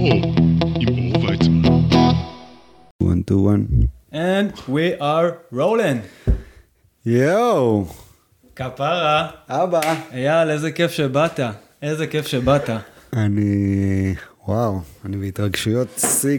אור, עם אור ויצמן. 1, 2, 1. And we are rolling. יואו. כפרה. אבא. אייל, איזה כיף שבאת. איזה כיף שבאת. וואו, אני בהתרגשויות סי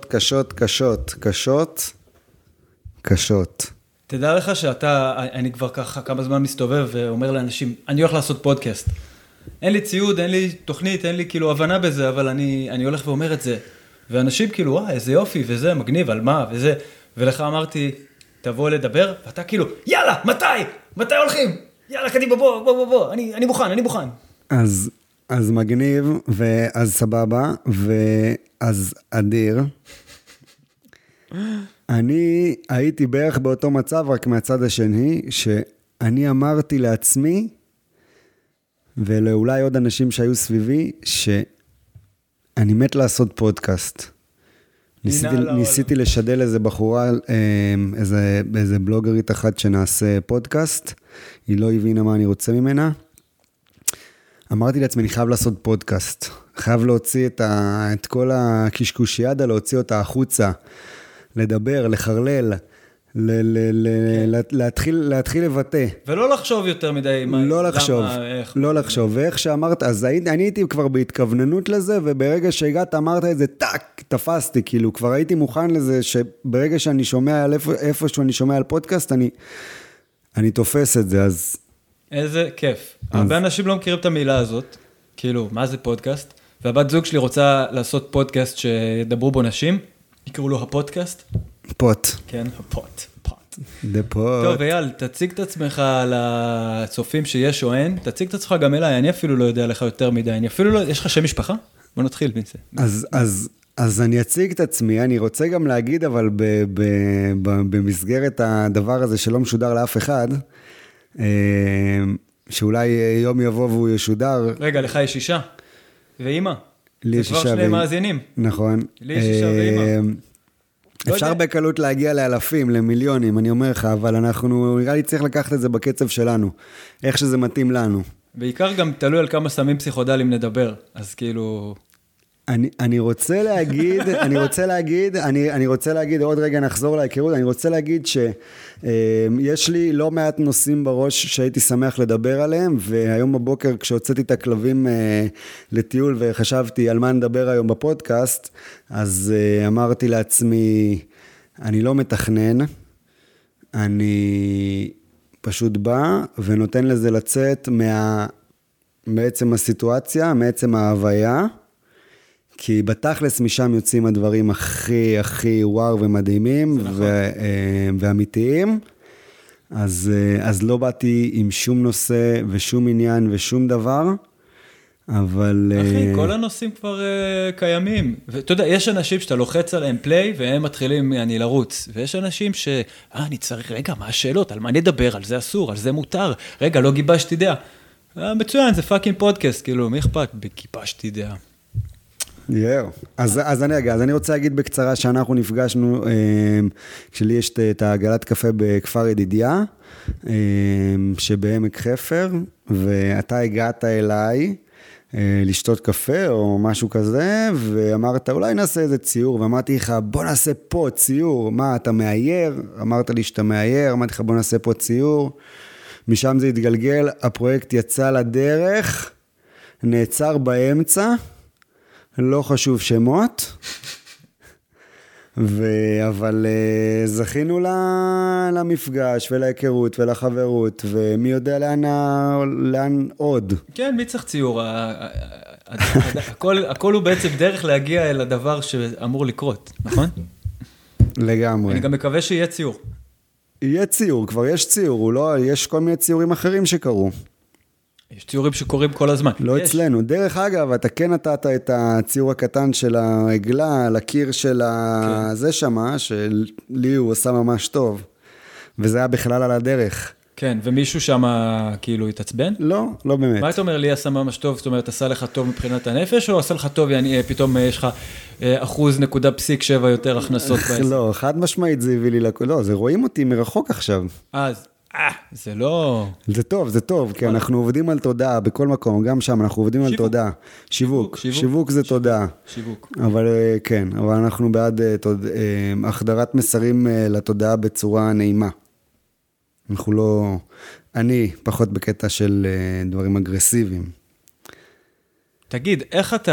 קשות. תדע לך אני כבר ככה כמה זמן מסתובב ואומר לאנשים, אני הולך לעשות פודקאסט. אין לי ציוד, אין לי תוכנית, אין לי כאילו הבנה בזה, אבל אני הולך ואומר את זה. ואנשים כאילו, וואי, איזה יופי, וזה מגניב, על מה, וזה. ולך אמרתי, תבוא לדבר, ואתה כאילו, יאללה, מתי הולכים? יאללה, קדימה, בוא, אני מוכן. אז מגניב, ואז סבבה, ואז אדיר. אני הייתי בערך באותו מצב, רק מהצד השני, שאני אמרתי לעצמי, ולאולי עוד אנשים שהיו סביבי, שאני מת לעשות פודקאסט. ניסיתי לשדל איזה בחורה, איזה בלוגרית אחת שנעשה פודקאסט, היא לא הבינה מה אני רוצה ממנה. אמרתי לעצמי, אני חייב לעשות פודקאסט, חייב להוציא את כל הקשקושיאדה, להוציא אותה החוצה, לדבר, לחרלל, להתחיל לבטא. ולא לחשוב יותר מדי. לא לחשוב, ואיך שאמרת, אז אני הייתי כבר בהתכווננות לזה, וברגע שהגעת אמרת את זה, טק, תפסתי, כאילו כבר הייתי מוכן לזה, שברגע שאני שומע על איפשהו אני שומע על פודקאסט, אני תופס את זה, אז... איזה כיף. הרבה אנשים לא מכירים את המילה הזאת, כאילו, מה זה פודקאסט? והבת זוג שלי רוצה לעשות פודקאסט שדברו בו נשים, יקראו לו הפודקאסט. פוט. כן, הפוט. דה פוט. טוב, אייל, תציג את עצמך לצופים שיש או אין, תציג את עצמך גם אליי, אני אפילו לא יודע לך יותר מדי, אני אפילו לא, יש לך שם משפחה? בוא נתחיל מזה. אז אני אציג את עצמי, אני רוצה גם להגיד, אבל במסגרת הדבר הזה שלא משודר לאף אחד, שאולי יום יבוא והוא ישודר. רגע, לך יש אישה, ואימא. לי יש אישה. זה כבר שני מאזינים. נכון. לי יש אישה ואימא. אפשר בקלות להגיע לאלפים, למיליונים, אני אומר לך, אבל אנחנו, נראה לי צריך לקחת את זה בקצב שלנו, איך שזה מתאים לנו. בעיקר גם תלוי על כמה סמים פסיכודליים נדבר, אז כאילו... אני רוצה להגיד, עוד רגע נחזור להיכרות, אני רוצה להגיד שיש לי לא מעט נושאים בראש שהייתי שמח לדבר עליהם, והיום בבוקר כשהוצאתי את הכלבים לטיול וחשבתי על מה נדבר היום בפודקאסט, אז אמרתי לעצמי, אני לא מתכנן, אני פשוט בא ונותן לזה לצאת מעצם הסיטואציה, מעצם ההוויה, כי בתכלס משם יוצאים הדברים הכי וואו ומדהימים ואמיתיים, אז לא באתי עם שום נושא ושום עניין ושום דבר, אבל... אחי, כל הנושאים כבר קיימים, ואתה יודע, יש אנשים שאתה לוחץ עליהם פליי, והם מתחילים לרוץ, ויש אנשים אני צריך, רגע, מה השאלות, על מה נדבר, על זה אסור, על זה מותר, רגע, לא גיבשתי דעה, מצוין, זה פאקינג פודקאסט, כאילו, מי אכפת? גיבשתי דעה. אז אני רוצה להגיד בקצרה שאנחנו נפגשנו, כשלי יש את העגלת קפה בכפר ידידיה, שבעמק חפר, ואתה הגעת אליי לשתות קפה או משהו כזה, ואמרת אולי נעשה איזה ציור, ואמרתי לך בוא נעשה פה ציור, מה אתה מאייר? אמרת לי שאתה מאייר, אמרתי לך בוא נעשה פה ציור, משם זה התגלגל, הפרויקט יצא לדרך, נעצר באמצע, לא חשוב שמות, אבל זכינו למפגש ולהיכרות ולחברות, ומי יודע לאן עוד. כן, מי צריך ציור? הכל הוא בעצם דרך להגיע אל הדבר שאמור לקרות, נכון? לגמרי. אני גם מקווה שיהיה ציור. יהיה ציור, כבר יש ציור, יש כל מיני ציורים אחרים שקרו. יש ציורים שקורים כל הזמן. לא אצלנו. דרך אגב, אתה כן נתת את הציור הקטן של העגלה, על הקיר של זה שמה, שלי הוא עשה ממש טוב. וזה היה בכלל על הדרך. כן, ומישהו שם כאילו התעצבן? לא, לא באמת. מה אתה אומר, לי עשה ממש טוב? זאת אומרת, עשה לך טוב מבחינת הנפש, או עשה לך טוב, פתאום יש לך 1.7% יותר הכנסות בעסק? לא, חד משמעית זה הביא לי, לא, זה רואים אותי מרחוק עכשיו. אז זה לא... זה טוב, כי אנחנו עובדים על תודעה בכל מקום, גם שם אנחנו עובדים על תודעה. שיווק זה תודעה. שיווק. אבל כן, אבל אנחנו בעד החדרת מסרים לתודעה בצורה נעימה. אנחנו לא... אני פחות בקטע של דברים אגרסיביים. תגיד,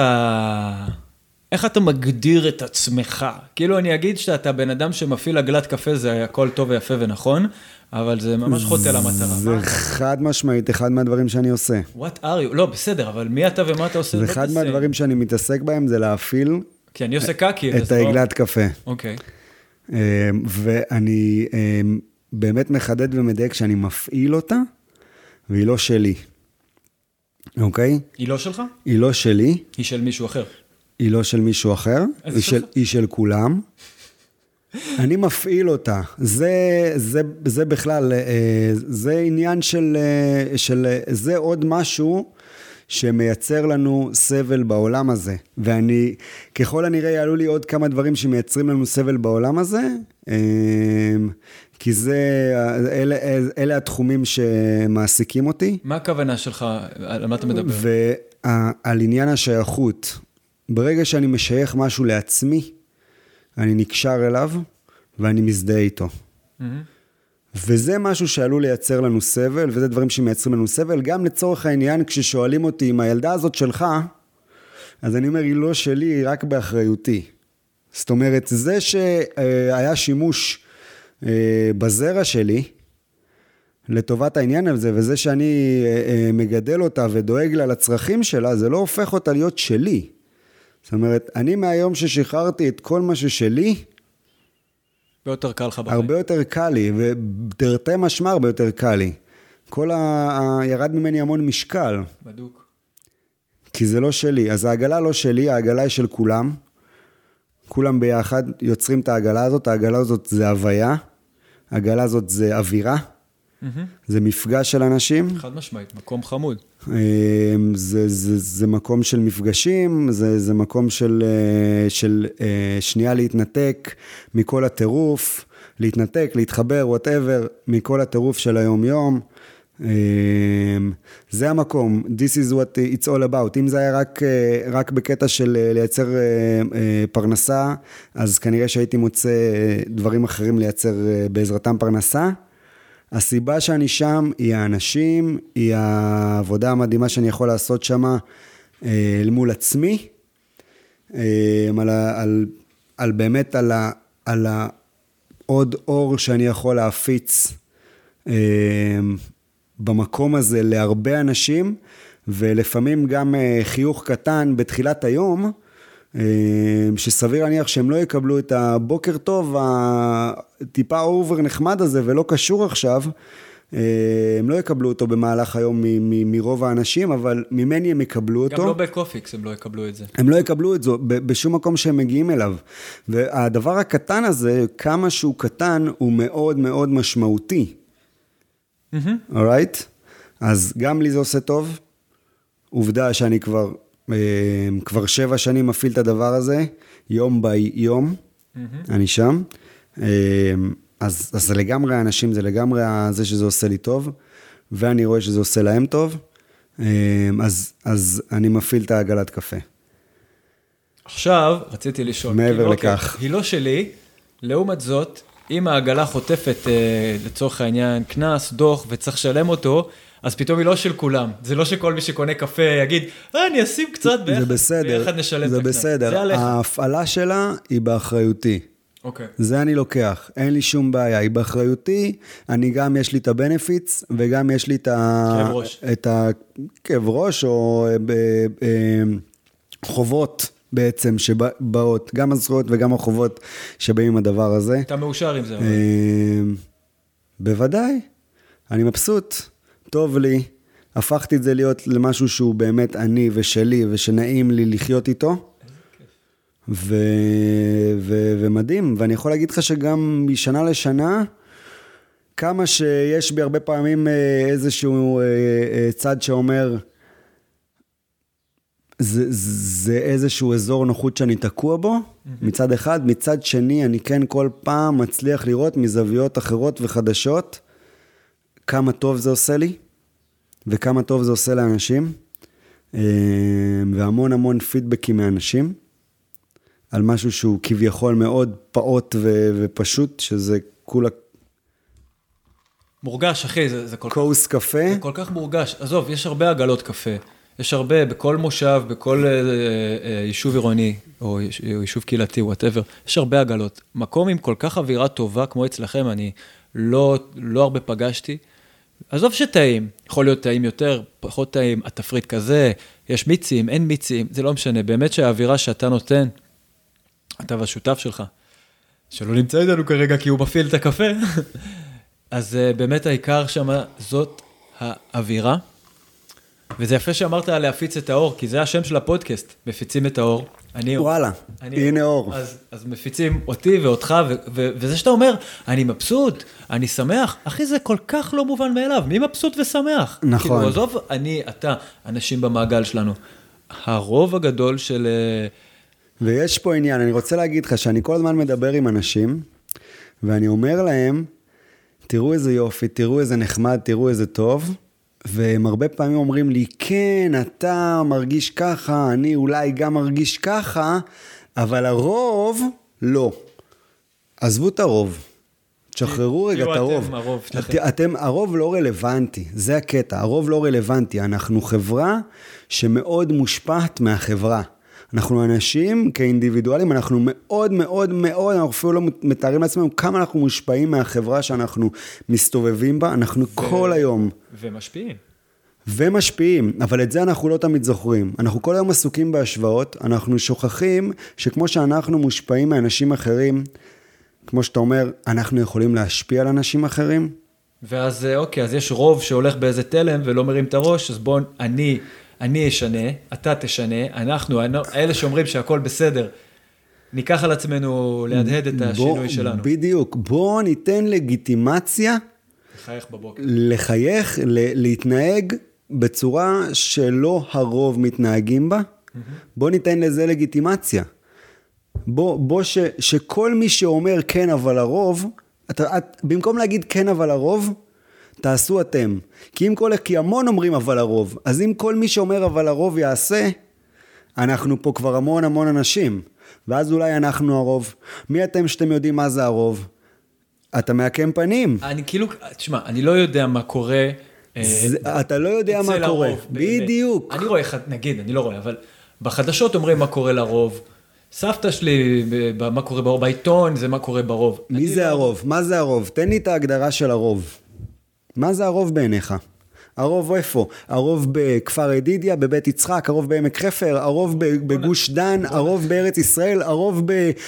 איך אתה מגדיר את עצמך? כאילו אני אגיד שאתה בן אדם שמפעיל עגלת קפה, זה הכל טוב ויפה ונכון, אבל זה ממש חוטא למטרה. זה חד משמעית, אחד מהדברים שאני עושה. What are you? לא, בסדר, אבל מי אתה ומה אתה עושה? זה אחד מהדברים שאני מתעסק בהם, זה להפעיל כי אני עושה קאקי. את העגלת קפה. אוקיי. ואני באמת מחדד ומדייק שאני מפעיל אותה, והיא לא שלי. אוקיי? היא לא שלך? היא לא שלי. היא של מישהו אחר. היא לא של מישהו אחר, היא של כולם. אני מפעיל אותה. זה בכלל, זה עניין זה עוד משהו שמייצר לנו סבל בעולם הזה. ואני, ככל הנראה, יעלו לי עוד כמה דברים שמייצרים לנו סבל בעולם הזה, כי אלה התחומים שמעסיקים אותי. מה הכוונה שלך? על מה אתה מדבר? ועל עניין השייכות. ברגע שאני משייך משהו לעצמי, אני נקשר אליו, ואני מזדהה איתו. וזה משהו שעלול לייצר לנו סבל, וזה דברים שמייצרים לנו סבל. גם לצורך העניין, כששואלים אותי, אם הילדה הזאת שלך, אז אני אומר, היא לא שלי, היא רק באחריותי. זאת אומרת, זה שהיה שימוש בזרע שלי, לטובת העניין הזה, וזה שאני מגדל אותה ודואג לה לצרכים שלה, זה לא הופך אותה להיות שלי. זאת אומרת, אני מהיום ששחררתי את כל מה ששלי, הרבה יותר קל לך בחיים. הרבה יותר קל לי, ותרתי משמע הרבה יותר קל לי. ירד ממני המון משקל. בדוק. כי זה לא שלי. אז העגלה לא שלי, העגלה היא של כולם. כולם ביחד יוצרים את העגלה הזאת. העגלה הזאת זה הוויה. העגלה הזאת זה אווירה. זה מפגש של אנשים. חד משמעית, מקום חמוד. זה מקום של מפגשים, זה מקום של שנייה להתנתק מכל הטירוף, להתנתק, להתחבר, whatever, מכל הטירוף של היום-יום. זה המקום, this is what it's all about. אם זה היה רק בקטע של לייצר פרנסה, אז כנראה שהייתי מוצא דברים אחרים לייצר בעזרתם פרנסה. הסיבה שאני שם היא האנשים, היא העבודה המדהימה שאני יכול לעשות שם מול עצמי, באמת על עוד אור שאני יכול להפיץ במקום הזה להרבה אנשים, ולפעמים גם חיוך קטן בתחילת היום, שסביר להניח שהם לא יקבלו את הבוקר טוב, הטיפה אובר נחמד הזה ולא קשור עכשיו, הם לא יקבלו אותו במהלך היום מרוב האנשים, אבל ממני הם יקבלו אותו. גם לא בקופיקס הם לא יקבלו את זה. הם לא יקבלו את זה בשום מקום שהם מגיעים אליו. והדבר הקטן הזה, כמה שהוא קטן, הוא מאוד מאוד משמעותי. alright? אז גם לי זה עושה טוב. עובדה שאני כבר 7 שנים מפעיל את הדבר הזה, יום ביום, אני שם. אז זה לגמרי האנשים, זה לגמרי זה שזה עושה לי טוב, ואני רואה שזה עושה להם טוב, אז אני מפעיל את העגלת קפה. עכשיו, רציתי לשאול. מעבר לכך. היא לא שלי, לעומת זאת, אם העגלה חוטפת לצורך העניין כנס, דוח, וצריך לשלם אותו, אז פתאום היא לא של כולם. זה לא שכל מי שקונה קפה יגיד, אני אשים קצת ביחד, ביחד נשלם את הקנס. זה בסדר, ההפעלה שלה היא באחריותי. אוקיי. זה אני לוקח, אין לי שום בעיה, היא באחריותי, אני גם יש לי את הבנפיץ, וגם יש לי את הכאב ראש, או חובות בעצם שבאות, גם הזכויות וגם החובות שבאים עם הדבר הזה. אתה מאושר עם זה? בוודאי, אני מבסוט, טוב לי, הפכתי את זה להיות למשהו שהוא באמת אני ושלי, ושנעים לי לחיות איתו. ומדהים, ואני יכול להגיד לך שגם משנה לשנה, כמה שיש בי הרבה פעמים איזשהו צד שאומר, זה איזשהו אזור נוחות שאני תקוע בו, מצד אחד, מצד שני אני כן כל פעם מצליח לראות מזוויות אחרות וחדשות, כמה טוב זה עושה לי, וכמה טוב זה עושה לאנשים, והמון המון פידבקים מאנשים, על משהו שהוא כביכול מאוד פעוט ופשוט, שזה כולה... מורגש, אחי, זה כל כך... כוס קפה. זה כל כך מורגש. עזוב, יש הרבה עגלות קפה. יש הרבה, בכל מושב, בכל יישוב עירוני, או יישוב קהילתי, whatever, יש הרבה עגלות. מקום עם כל כך אווירה טובה כמו אצלכם, אני לא הרבה פגשתי. עזוב שטעים, יכול להיות טעים יותר, פחות טעים, התפריט כזה, יש מיצים, אין מיצים, זה לא משנה. באמת שהאווירה שאתה נותן, אתה והשותף שלך, שלא נמצא איתנו כרגע כי הוא מפעיל את הקפה, אז באמת העיקר שם זאת האווירה, וזה יפה שאמרת להפיץ את האור, כי זה השם של הפודקאסט, מפיצים את האור. וואלה, הנה אור. אז מפיצים אותי ואותך, וזה שאתה אומר, אני מבסוט, אני שמח, אחי זה כל כך לא מובן מאליו, מי מבסוט ושמח? נכון. כאילו, עזוב, אתה, אנשים במעגל שלנו, הרוב הגדול של... ויש פה עניין, אני רוצה להגיד לך שאני כל הזמן מדבר עם אנשים, ואני אומר להם, תראו איזה יופי, תראו איזה נחמד, תראו איזה טוב, והם הרבה פעמים אומרים לי, כן, אתה מרגיש ככה, אני אולי גם מרגיש ככה, אבל הרוב לא. עזבו את הרוב. תשחררו רגע את הרוב. הרוב לא רלוונטי, זה הקטע, הרוב לא רלוונטי. אנחנו חברה שמאוד מושפעת מהחברה. אנחנו אנשים כאינדיבידואלים, אנחנו מאוד מאוד מאוד, אנחנו אפילו לא מתארים לעצמנו כמה אנחנו מושפעים מהחברה שאנחנו מסתובבים בה, אנחנו כל היום. ומשפיעים, אבל את זה אנחנו לא תמיד זוכרים. אנחנו כל היום עסוקים בהשוואות, אנחנו שוכחים שכמו שאנחנו מושפעים מאנשים אחרים, כמו שאתה אומר, אנחנו יכולים להשפיע על אנשים אחרים. ואז אוקיי, אז יש רוב שהולך באיזה תלם ולא מרים את הראש, אז בואו אני אשנה, אתה תשנה, אנחנו, אלה שאומרים שהכל בסדר, ניקח על עצמנו להדהד את השינוי שלנו. בדיוק, בואו ניתן לגיטימציה, לחייך בבוקר. לחייך, להתנהג בצורה שלא הרוב מתנהגים בה, בואו ניתן לזה לגיטימציה. בוא שכל מי שאומר כן אבל הרוב, במקום להגיד כן אבל הרוב, תעשו אתם. כי המון אומרים אבל הרוב. אז אם כל מי שאומר אבל הרוב יעשה, אנחנו פה כבר המון המון אנשים. ואז אולי אנחנו הרוב. מי אתם שאתם יודעים מה זה הרוב? אתה מעקם פנים. אני כאילו, תשמע, אני לא יודע מה קורה. אתה לא יודע מה קורה. בדיוק. אני רואה, נגיד, אני לא רואה, אבל בחדשות אומרים מה קורה לרוב. סבתא שלי, מה קורה ברוב, בעיתון זה מה קורה ברוב. מי זה הרוב? מה זה הרוב? תן לי את ההגדרה של הרוב. מה זה הרוב בעיניך? הרוב איפה? הרוב בכפר ידידיה, בבית יצחק, הרוב בעמק חפר, הרוב בגוש דן, הרוב בארץ ישראל, הרוב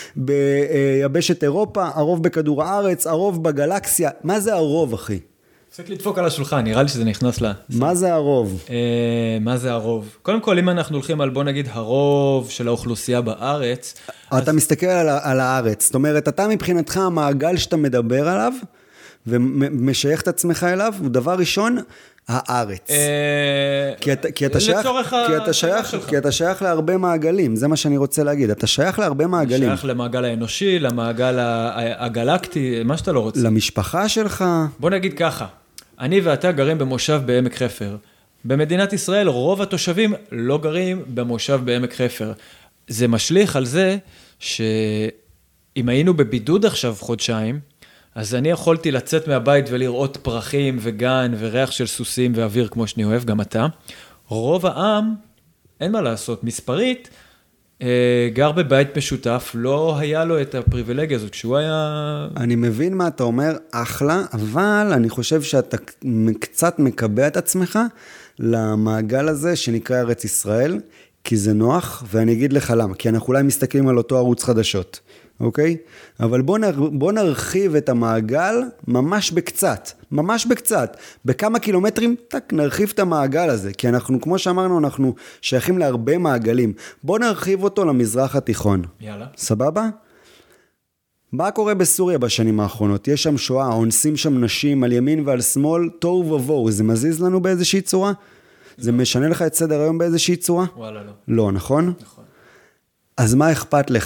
ביבשת אירופה, הרוב בכדור הארץ, הרוב בגלקסיה. מה זה הרוב, אחי? תפסיק לדפוק על השולחן, נראה לי שזה נכנס לה. מה זה הרוב? מה זה הרוב? קודם כל, אם אנחנו הולכים על, בוא נגיד, הרוב של האוכלוסייה בארץ. אתה מסתכל על הארץ. זאת אומרת, אתה מבחינתך, המעגל שאתה מדבר עליו, ומשייך את עצמך אליו, הוא דבר ראשון, הארץ. כי אתה שייך להרבה מעגלים, זה מה שאני רוצה להגיד, אתה שייך להרבה מעגלים. שייך למעגל האנושי, למעגל הגלקטי, מה שאתה לא רוצה. למשפחה שלך. בוא נגיד ככה, אני ואתה גרים במושב בעמק חפר. במדינת ישראל רוב התושבים לא גרים במושב בעמק חפר. זה משליך על זה שאם היינו בבידוד עכשיו חודשיים, אז אני יכולתי לצאת מהבית ולראות פרחים וגן וריח של סוסים ואוויר כמו שאני אוהב, גם אתה. רוב העם, אין מה לעשות, מספרית, גר בבית משותף, לא היה לו את הפריבילגיה הזאת, כשהוא היה... אני מבין מה אתה אומר, אחלה, אבל אני חושב שאתה קצת מקבע את עצמך למעגל הזה שנקרא ארץ ישראל, כי זה נוח, ואני אגיד לך למה, כי אנחנו אולי מסתכלים על אותו ערוץ חדשות. אוקיי? אבל בוא נרחיב את המעגל ממש בקצת, בכמה קילומטרים, נרחיב את המעגל הזה, כי אנחנו, כמו שאמרנו, אנחנו שייכים להרבה מעגלים. בוא נרחיב אותו למזרח התיכון. יאללה. סבבה? מה קורה בסוריה בשנים האחרונות? יש שם שואה, אונסים שם נשים על ימין ועל שמאל, תוהו ובוהו, זה מזיז לנו באיזושהי צורה? זה משנה לך את סדר היום באיזושהי צורה? וואלה, לא. לא, נכון? נכון. אז מה אכפת לך?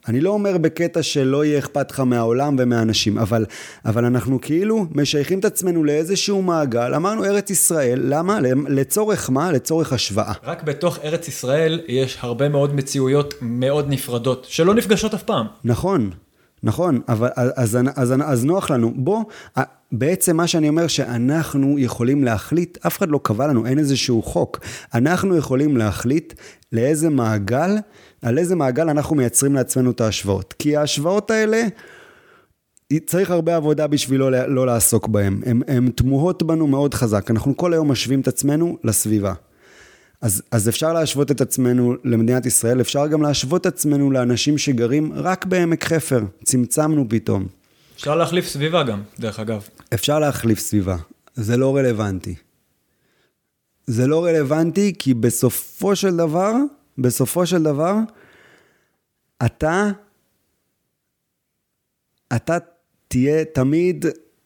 אני לא אומר בקטע שלא יהיה אכפת לך מהעולם ומהאנשים, אבל אנחנו כאילו משייכים את עצמנו לאיזשהו מעגל, אמרנו ארץ ישראל, למה? לצורך מה? לצורך השוואה. רק בתוך ארץ ישראל יש הרבה מאוד מציאויות מאוד נפרדות, שלא נפגשות אף פעם. נכון, אבל אז נוח לנו. בוא, בעצם מה שאני אומר שאנחנו יכולים להחליט, אף אחד לא קבע לנו, אין איזשהו חוק. אנחנו יכולים להחליט לאיזה מעגל, על איזה מעגל אנחנו מייצרים לעצמנו את ההשוואות. כי ההשוואות האלה, צריך הרבה עבודה בשביל לא לעסוק בהם. הן תמוהות בנו מאוד חזק. אנחנו כל היום משווים את עצמנו לסביבה. אז אפשר להשוות את עצמנו למדינת ישראל, אפשר גם להשוות את עצמנו לאנשים שגרים רק בעמק חפר, צמצמנו פתאום. אפשר להחליף סביבה גם, דרך אגב. אפשר להחליף סביבה, זה לא רלוונטי. זה לא רלוונטי כי בסופו של דבר, אתה תהיה תמיד,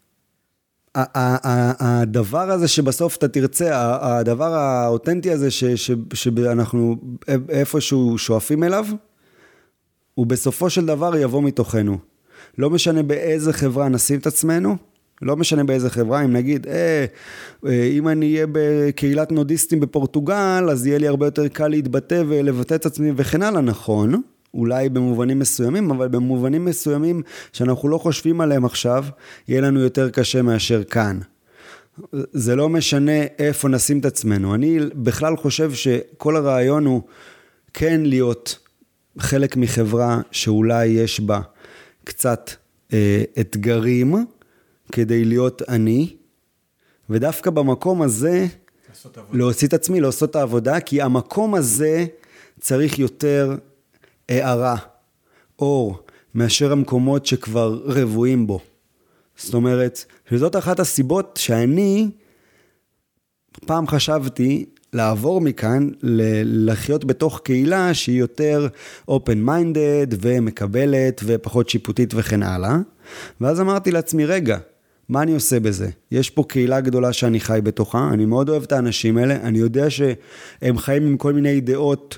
הדבר הזה שבסוף אתה תרצה, הדבר האותנטי הזה שאנחנו איפשהו שואפים אליו, הוא בסופו של דבר יבוא מתוכנו. לא משנה באיזה חברה נשים את עצמנו, לא משנה באיזה חברה, אם נגיד, אם אני אהיה בקהילת נודיסטים בפורטוגל, אז יהיה לי הרבה יותר קל להתבטא ולבטא את עצמי וכן הלאה, נכון, אולי במובנים מסוימים, אבל במובנים מסוימים שאנחנו לא חושבים עליהם עכשיו, יהיה לנו יותר קשה מאשר כאן. זה לא משנה איפה נשים את עצמנו. אני בכלל חושב שכל הרעיון הוא כן להיות חלק מחברה שאולי יש בה קצת אתגרים כדי להיות אני, ודווקא במקום הזה להוציא את עצמי, לעשות את העבודה, כי המקום הזה צריך יותר הערה, אור, מאשר המקומות שכבר רבועים בו. זאת אומרת, שזאת אחת הסיבות שאני פעם חשבתי לעבור מכאן, לחיות בתוך קהילה שהיא יותר open-minded ומקבלת ופחות שיפוטית וכן הלאה. ואז אמרתי לעצמי, רגע, מה אני עושה בזה? יש פה קהילה גדולה שאני חי בתוכה, אני מאוד אוהב את האנשים האלה, אני יודע שהם חיים עם כל מיני דעות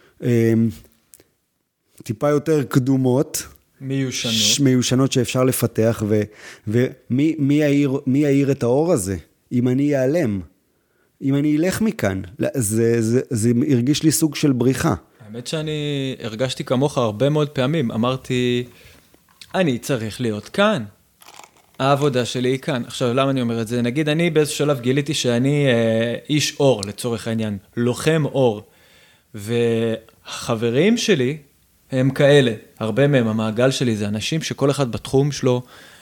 טיפה יותר קדומות, מיושנות שאפשר לפתח, ומי יאיר את האור הזה? אם אני ייעלם, אם אני אלך מכאן, זה הרגיש לי סוג של בריחה. האמת שאני הרגשתי כמוך הרבה מאוד פעמים, אמרתי, אני צריך להיות כאן, העבודה שלי היא כאן. עכשיו, למה אני אומר את זה? נגיד, אני באיזה שלב גיליתי שאני איש אור, לצורך העניין, לוחם אור, וחברים שלי הם כאלה, הרבה מהם, המעגל שלי זה אנשים שכל אחד בתחום שלו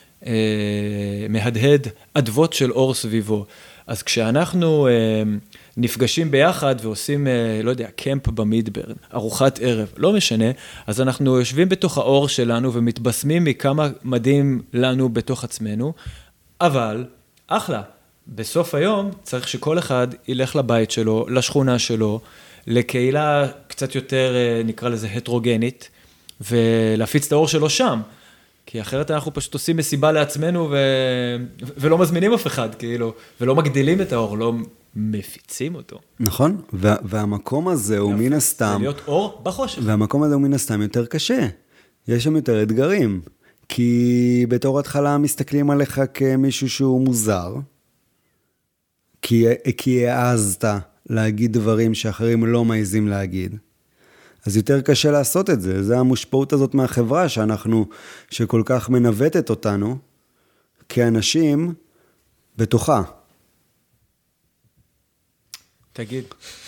מהדהד אדוות של אור סביבו. אז כשאנחנו נפגשים ביחד ועושים, לא יודע, קמפ במדבר, ארוחת ערב, לא משנה, אז אנחנו יושבים בתוך האור שלנו ומתבשמים מכמה מדהים לנו בתוך עצמנו, אבל אחלה, בסוף היום צריך שכל אחד ילך לבית שלו, לשכונה שלו, לקהילה קצת יותר, נקרא לזה, הטרוגנית, ולהפיץ את האור שלו שם. כי אחרת אנחנו פשוט עושים מסיבה לעצמנו ולא מזמינים אף אחד, כאילו, ולא מגדילים את האור, לא מפיצים אותו. נכון, והמקום הזה הוא מן הסתם... זה להיות אור בחושך. והמקום הזה הוא מן הסתם יותר קשה. יש שם יותר אתגרים. כי בתור התחלה מסתכלים עליך כמישהו שהוא מוזר, כי העזת להגיד דברים שאחרים לא מעיזים להגיד. אז יותר קשה לעשות את זה. זה המושפעות הזאת מהחברה שכל כך מנווטת אותנו, כאנשים בתוכה. תגיד.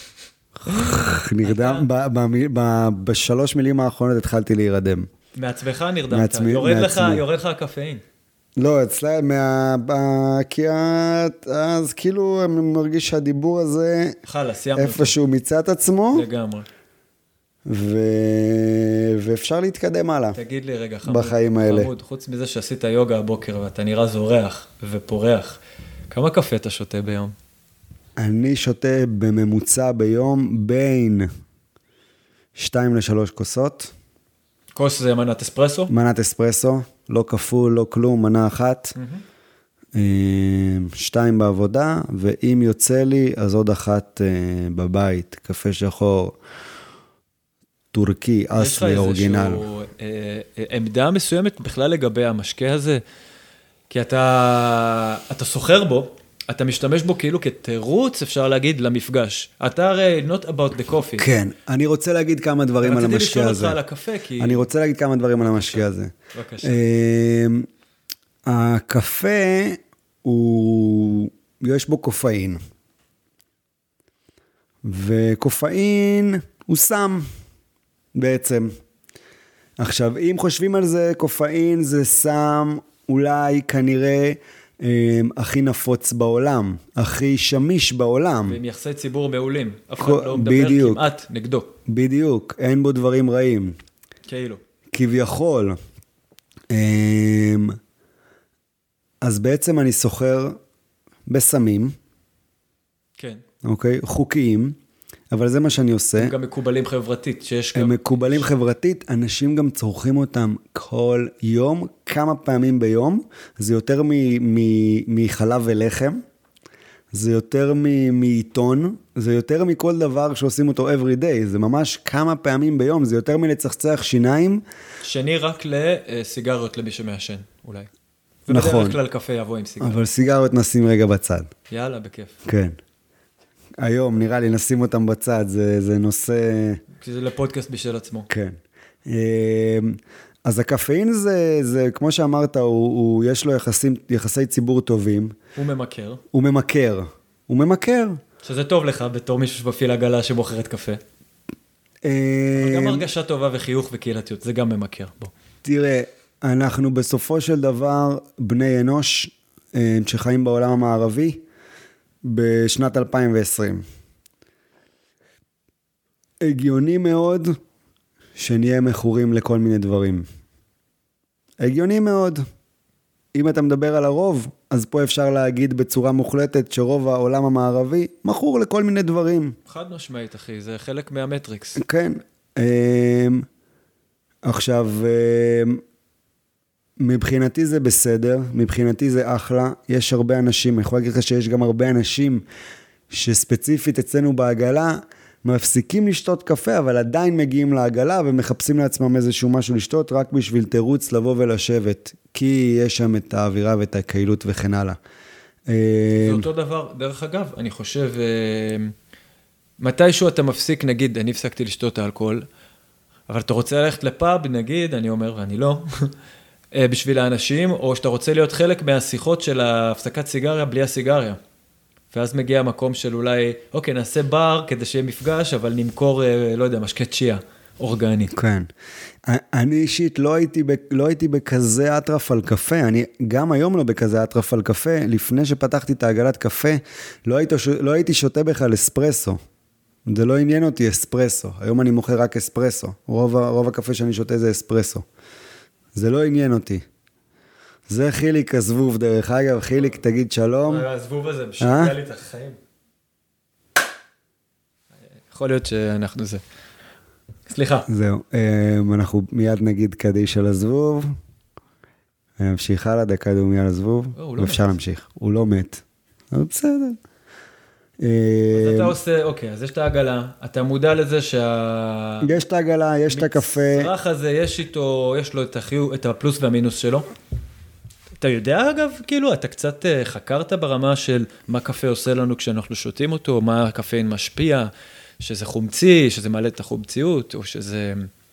נרדם, בשלוש מילים האחרונות התחלתי להירדם. מעצמך נרדמת, יורד לך הקפאין. לא, אצלה, כי אז כאילו אני מרגיש שהדיבור הזה, איפשהו מצא את עצמו. לגמרי. ואפשר להתקדם הלאה. תגיד לי רגע, בחיים האלה. חמוד, חוץ מזה שעשית יוגה הבוקר ואתה נראה זורח ופורח, כמה קפה אתה שותה ביום? אני שותה בממוצע ביום בין 2-3 כוסות. כוס זה מנת אספרסו? מנת אספרסו, לא כפול, לא כלום, מנה אחת. 2 בעבודה, ואם יוצא לי, אז עוד אחת בבית, קפה שחור. טורקי, אסלי, אורגינל. יש לך איזושהי עמדה מסוימת בכלל לגבי המשקה הזה? כי אתה סוחר בו, אתה משתמש בו כאילו כתירוץ, אפשר להגיד, למפגש. אתה הרי not about the coffee. כן, אני רוצה להגיד כמה דברים על המשקה הזה. רציתי לשאול אותך על הקפה, כי... אני רוצה להגיד כמה דברים על המשקה הזה. בבקשה. הקפה, יש בו קופאין. וקופאין הוא סם, בעצם. עכשיו, אם חושבים על זה, קופאין זה סם אולי כנראה הכי נפוץ בעולם, הכי שמיש בעולם. ועם יחסי ציבור מעולים. אף אחד לא מדבר כמעט נגדו. בדיוק, אין בו דברים רעים. כאילו. כביכול. אז בעצם אני סוחר בסמים. כן. אוקיי? חוקיים. אבל זה מה שאני עושה. הם גם מקובלים חברתית, שיש גם... הם מקובלים חברתית, אנשים גם צורכים אותם כל יום, כמה פעמים ביום, זה יותר מחלב ולחם, זה יותר מעיתון, זה יותר מכל דבר שעושים אותו every day, זה ממש כמה פעמים ביום, זה יותר מלצחצח שיניים. שני רק לסיגריות למי שמעשן, אולי. נכון. ובדרך כלל קפה יבוא עם סיגריות. אבל סיגריות נשים רגע בצד. יאללה, בכיף. כן. היום נראה לי נשים אותם בצד, זה נושא... כי זה לפודקאסט בשביל עצמו. כן. אז הקפאין זה כמו שאמרת, יש לו יחסי ציבור טובים. הוא ממכר. הוא ממכר. שזה טוב לך בתור מישהו שמפעיל עגלה שמוכרת קפה. אבל גם הרגשה טובה וחיוך וקהילתיות, זה גם ממכר. בוא. תראה, אנחנו בסופו של דבר בני אנוש שחיים בעולם המערבי, בשנת 2020. הגיוני מאוד שנהיה מכורים לכל מיני דברים. הגיוני מאוד. אם אתה מדבר על הרוב, אז פה אפשר להגיד בצורה מוחלטת שרוב העולם המערבי מכור לכל מיני דברים. חד משמעית, אחי, זה חלק מהמטריקס. כן. עכשיו, מבחינתי זה בסדר, מבחינתי זה אחלה, יש הרבה אנשים, אני יכול להגיד לך שיש גם הרבה אנשים שספציפית אצלנו בעגלה, מפסיקים לשתות קפה, אבל עדיין מגיעים לעגלה ומחפשים לעצמם איזשהו משהו לשתות, רק בשביל תירוץ לבוא ולשבת, כי יש שם את האווירה ואת הקהילות וכן הלאה. זה אותו דבר, דרך אגב, אני חושב, מתישהו אתה מפסיק, נגיד, אני הפסקתי לשתות האלכוהול, אבל אתה רוצה ללכת לפאב, נגיד, אני אומר, ואני לא, בשביל האנשים, או שאתה רוצה להיות חלק מהשיחות של ההפסקת סיגריה בלי הסיגריה. ואז מגיע המקום של אולי, אוקיי, נעשה בר כדי שיהיה מפגש, אבל נמכור, לא יודע, משקה צ'יה, אורגני. כן. אני אישית לא הייתי בכזה אטרף על קפה, אני גם היום לא בכזה אטרף על קפה, לפני שפתחתי את העגלת קפה, לא הייתי שותה בכלל אספרסו. זה לא עניין אותי אספרסו. היום אני מוכר רק אספרסו. רוב הקפה שאני שותה זה אספרסו. זה לא עניין אותי. זה חיליק הזבוב, דרך אגב, חיליק, תגיד שלום. הזבוב הזה, משגע לי את החיים. יכול להיות שאנחנו זה. סליחה. זהו, אנחנו מיד נגיד קדיש על הזבוב, ונמשיך הלאה, דקה דומי על הזבוב, ואפשר להמשיך. הוא לא מת. אבל בסדר. אז אתה עושה, אוקיי, אז יש את העגלה, אתה מודע לזה יש את העגלה, יש את הקפה. המצרך הזה, יש לו את הפלוס והמינוס שלו. אתה יודע אגב, כאילו, אתה קצת חקרת ברמה של מה קפה עושה לנו כשאנחנו שותים אותו, מה הקפאין משפיע, שזה חומצי, שזה מעלה את החומציות, או שזה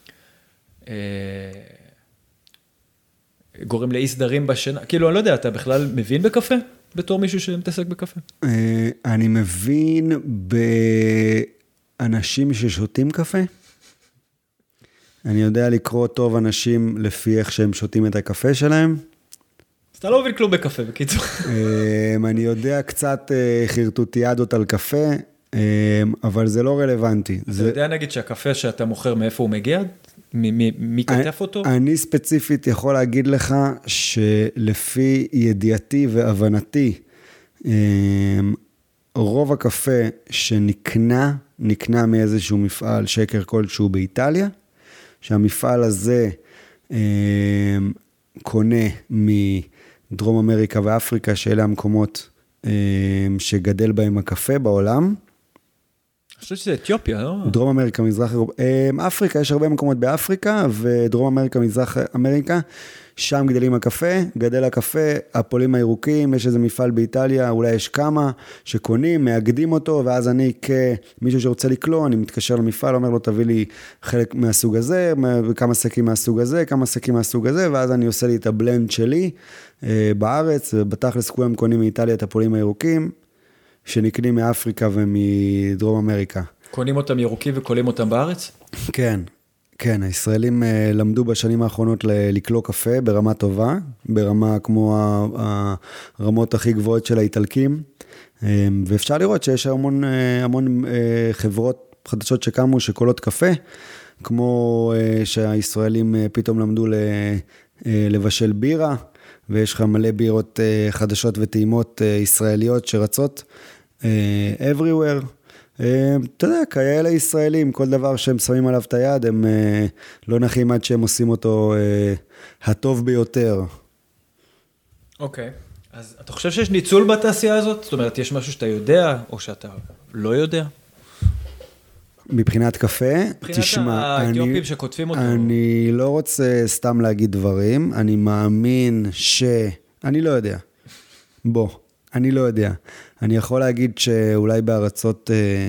גורם לאי סדרים בשינה. כאילו, אני לא יודע, אתה בכלל מבין בקפה? בתור מישהו שמתעסק בקפה? אני מבין באנשים ששותים קפה. אני יודע לקרוא טוב אנשים לפי איך שהם שותים את הקפה שלהם. אז אתה לא מבין כלום בקפה, בקיצור. אני יודע קצת חרטוטיאדות על קפה, אבל זה לא רלוונטי. אתה יודע נגיד שהקפה שאתה מוכר מאיפה הוא מגיע? מי כתף אותו? אני ספציפית יכול להגיד לך שלפי ידיעתי והבנתי, רוב הקפה שנקנה, נקנה מאיזשהו מפעל שקר כלשהו באיטליה, שהמפעל הזה קונה מדרום אמריקה ואפריקה, שאלה המקומות שגדל בהם הקפה בעולם. אני חושב שזה אתיופיה, לא? דרום אמריקה, מזרח אירופה. אפריקה, יש הרבה מקומות באפריקה, ודרום אמריקה, מזרח אמריקה, שם גדלים הקפה, גדל הקפה, הפולים הירוקים, יש איזה מפעל באיטליה, אולי יש כמה שקונים, מאגדים אותו, ואז אני כמישהו שרוצה לקלוא, אני מתקשר למפעל, אומר לו, תביא לי חלק מהסוג הזה, כמה שקים מהסוג הזה, כמה שקים מהסוג הזה, ואז אני עושה לי את הבלנד שלי בארץ, ובתכלס כולם קונים מאיטליה את הפולים הירוקים, שנקנים מאפריקה ומדרום אמריקה. קונים אותם ירוקים וקולים אותם בארץ? כן. כן, הישראלים למדו בשנים האחרונות לקלוא קפה ברמה טובה, ברמה כמו הרמות הכי גבוהות של האיטלקים, ואפשר לראות שיש המון חברות חדשות שקמו שקולות קפה, כמו שהישראלים פתאום למדו לבשל בירה, ויש לך מלא בירות חדשות וטעימות ישראליות שרצות everywhere. אתה יודע, כאלה ישראלים, כל דבר שהם שמים עליו את היד, הם לא נחים עד שהם עושים אותו הטוב ביותר. אוקיי, אז אתה חושב שיש ניצול בתעשייה הזאת? זאת אומרת, יש משהו שאתה יודע, או שאתה לא יודע? מבחינת קפה, תשמע, האתיופים שכותבים אותו. אני לא רוצה סתם להגיד דברים, אני מאמין אני לא יודע. בוא. אני לא יודע. אני יכול להגיד שאולי בארצות,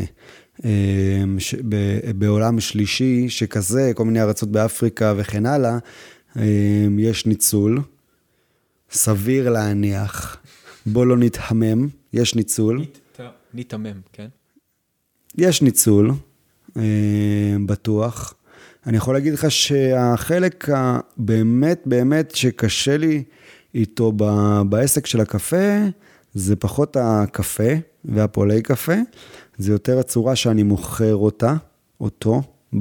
בעולם שלישי שכזה, כל מיני ארצות באפריקה וכן הלאה, יש ניצול, סביר להניח, בוא לא נתחמם, יש ניצול. נתחמם, כן. יש ניצול, בטוח. אני יכול להגיד לך שהחלק באמת שקשה לי איתו בעסק של הקפה, זה פחות הקפה והפולי קפה, זה יותר הצורה שאני מוכר אותו,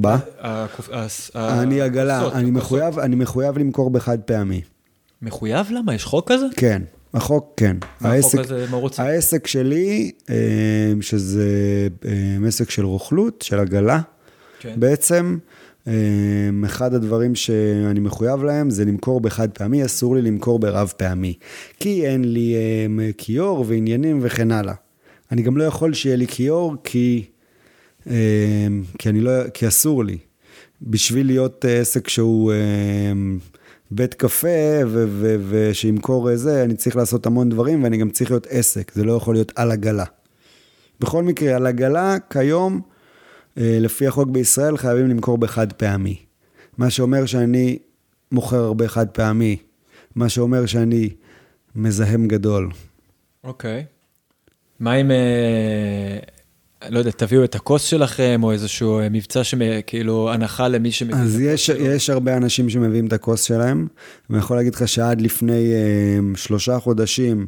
אני עגלה, אני מחויב למכור בחד פעמי. מחויב? למה? יש חוק כזה? כן, החוק כן. החוק הזה מרוצה? העסק שלי, שזה עסק של רוכלות, של עגלה, בעצם, אחד הדברים שאני מחויב להם זה למכור בחד פעמי, אסור לי למכור ברב פעמי, כי אין לי קיור ועניינים וכן הלאה. אני גם לא יכול שיהיה לי קיור, כי אסור לי. בשביל להיות עסק שהוא בית קפה ושימכור זה, אני צריך לעשות המון דברים, ואני גם צריך להיות עסק, זה לא יכול להיות על עגלה. בכל מקרה, על עגלה כיום, לפי החוק בישראל חייבים למכור בחד פעמי. מה שאומר שאני מוכר הרבה חד פעמי. מה שאומר שאני מזהם גדול. אוקיי. מה אם, לא יודע, תביאו את הכוס שלכם, או איזשהו מבצע שכאילו הנחה למי שמביא אז יש הרבה אנשים שמביאים את הכוס שלהם, ואני יכול להגיד לך שעד לפני 3 חודשים,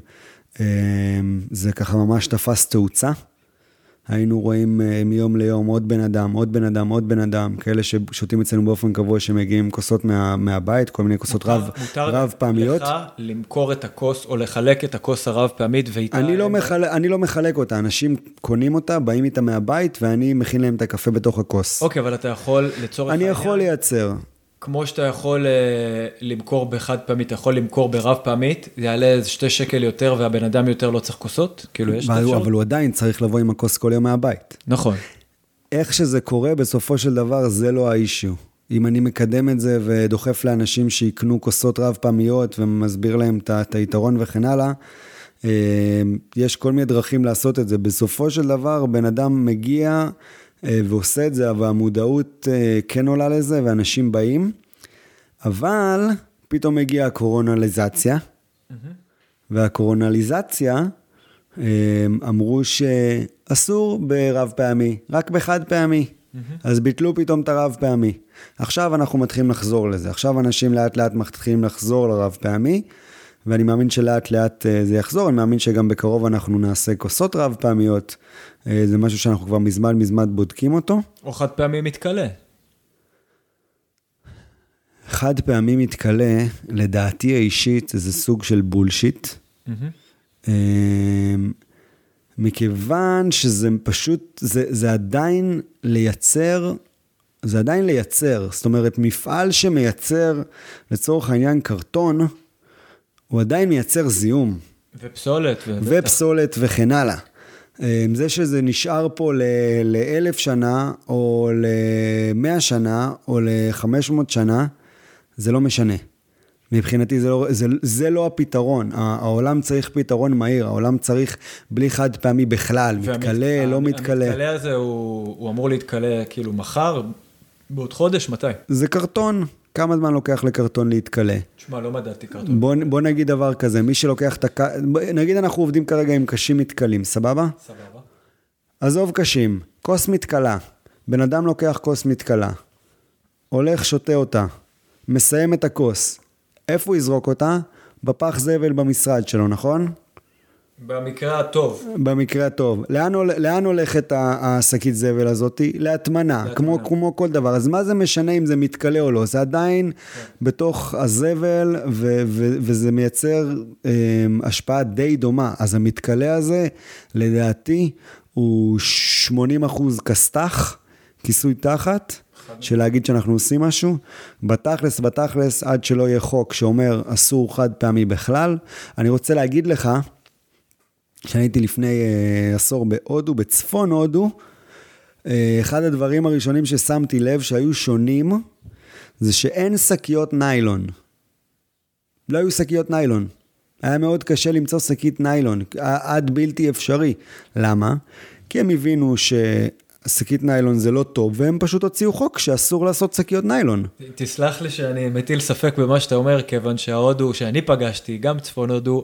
זה ככה ממש תפס תאוצה. היינו רואים מיום ליום עוד בן אדם, כאלה ששותים אצלנו באופן קבוע שמגיעים עם כוסות מהבית, כל מיני כוסות רב פעמיות. מותר לך למכור את הכוס או לחלק את הכוס הרב פעמית ואיתה... אני לא מחלק אותה, אנשים קונים אותה, באים איתה מהבית ואני מכין להם את הקפה בתוך הכוס. אוקיי, אבל אתה יכול לצורך... אני יכול לייצר. כמו שאתה יכול למכור בחד פעמית, אתה יכול למכור ברב פעמית, זה יעלה 2 שקל יותר והבן אדם יותר לא צריך כוסות, כאילו יש את האפשרות. אבל הוא עדיין צריך לבוא עם הכוס כל יום מהבית. נכון. איך שזה קורה, בסופו של דבר זה לא האישיו. אם אני מקדם את זה ודוחף לאנשים שיקנו כוסות רב פעמיות ומסביר להם את היתרון וכן הלאה, יש כל מיני דרכים לעשות את זה. בסופו של דבר בן אדם מגיע... ועושה את זה, אבל המודעות כן עולה לזה, ואנשים באים, אבל פתאום הגיעה הקורונליזציה, והקורונליזציה אמרו שאסור ברב פעמי, רק בחד פעמי, אז ביטלו פתאום את הרב פעמי. עכשיו אנחנו מתחילים לחזור לזה, עכשיו אנשים לאט לאט מתחילים לחזור לרב פעמי, ואני מאמין שלאט לאט זה יחזור, אני מאמין שגם בקרוב אנחנו נעשה כוסות רב פעמיות, זה משהו שאנחנו כבר מזמן בודקים אותו. או חד פעמי מתקלה. חד פעמי מתקלה, לדעתי האישית, זה סוג של בולשיט. מכיוון שזה פשוט, זה עדיין לייצר, זאת אומרת, מפעל שמייצר לצורך העניין קרטון, הוא עדיין מייצר זיהום. ופסולת. ופסולת וכן הלאה. זה שזה נשאר פה ל1,000 שנה, או ל100 שנה, או ל500 שנה, זה לא משנה. מבחינתי זה לא הפתרון. העולם צריך פתרון מהיר, העולם צריך בלי חד פעמי בכלל, מתקלה, לא מתקלה. המתקלה הזה הוא אמור להתקלה כאילו מחר, בעוד חודש, מתי? זה קרטון. כמה זמן לוקח לקרטון להתקלה? תשמע, לא מדעתי קרטון. בוא נגיד דבר כזה, מי שלוקח נגיד אנחנו עובדים כרגע עם קשים מתקלים, סבבה? סבבה. עזוב קשים, כוס מתקלה. בן אדם לוקח כוס מתקלה, הולך שותה אותה, מסיים את הכוס. איפה הוא יזרוק אותה? בפח זבל במשרד שלו, נכון? במקרה הטוב. במקרה הטוב. לאן הולכת השקית זבל הזאת? להטמנה, כמו כל דבר. אז מה זה משנה אם זה מתקלה או לא? זה עדיין בתוך הזבל, וזה מייצר השפעה די דומה. אז המתקלה הזה, לדעתי, הוא 80% כסתח, כיסוי תחת, של להגיד שאנחנו עושים משהו. בתכלס, עד שלא יהיה חוק שאומר אסור חד פעמי בכלל. אני רוצה להגיד לך, שאני הייתי לפני עשור בהודו, בצפון הודו, אחד הדברים הראשונים ששמתי לב שהיו שונים, זה שאין שקיות ניילון. לא היו שקיות ניילון. היה מאוד קשה למצוא שקית ניילון, עד בלתי אפשרי. למה? כי הם הבינו שקית ניילון זה לא טוב, והם פשוט הוציאו חוק שאסור לעשות שקיות ניילון. תסלח לי שאני מטיל ספק במה שאתה אומר, כיוון שההודו שאני פגשתי, גם צפון הודו,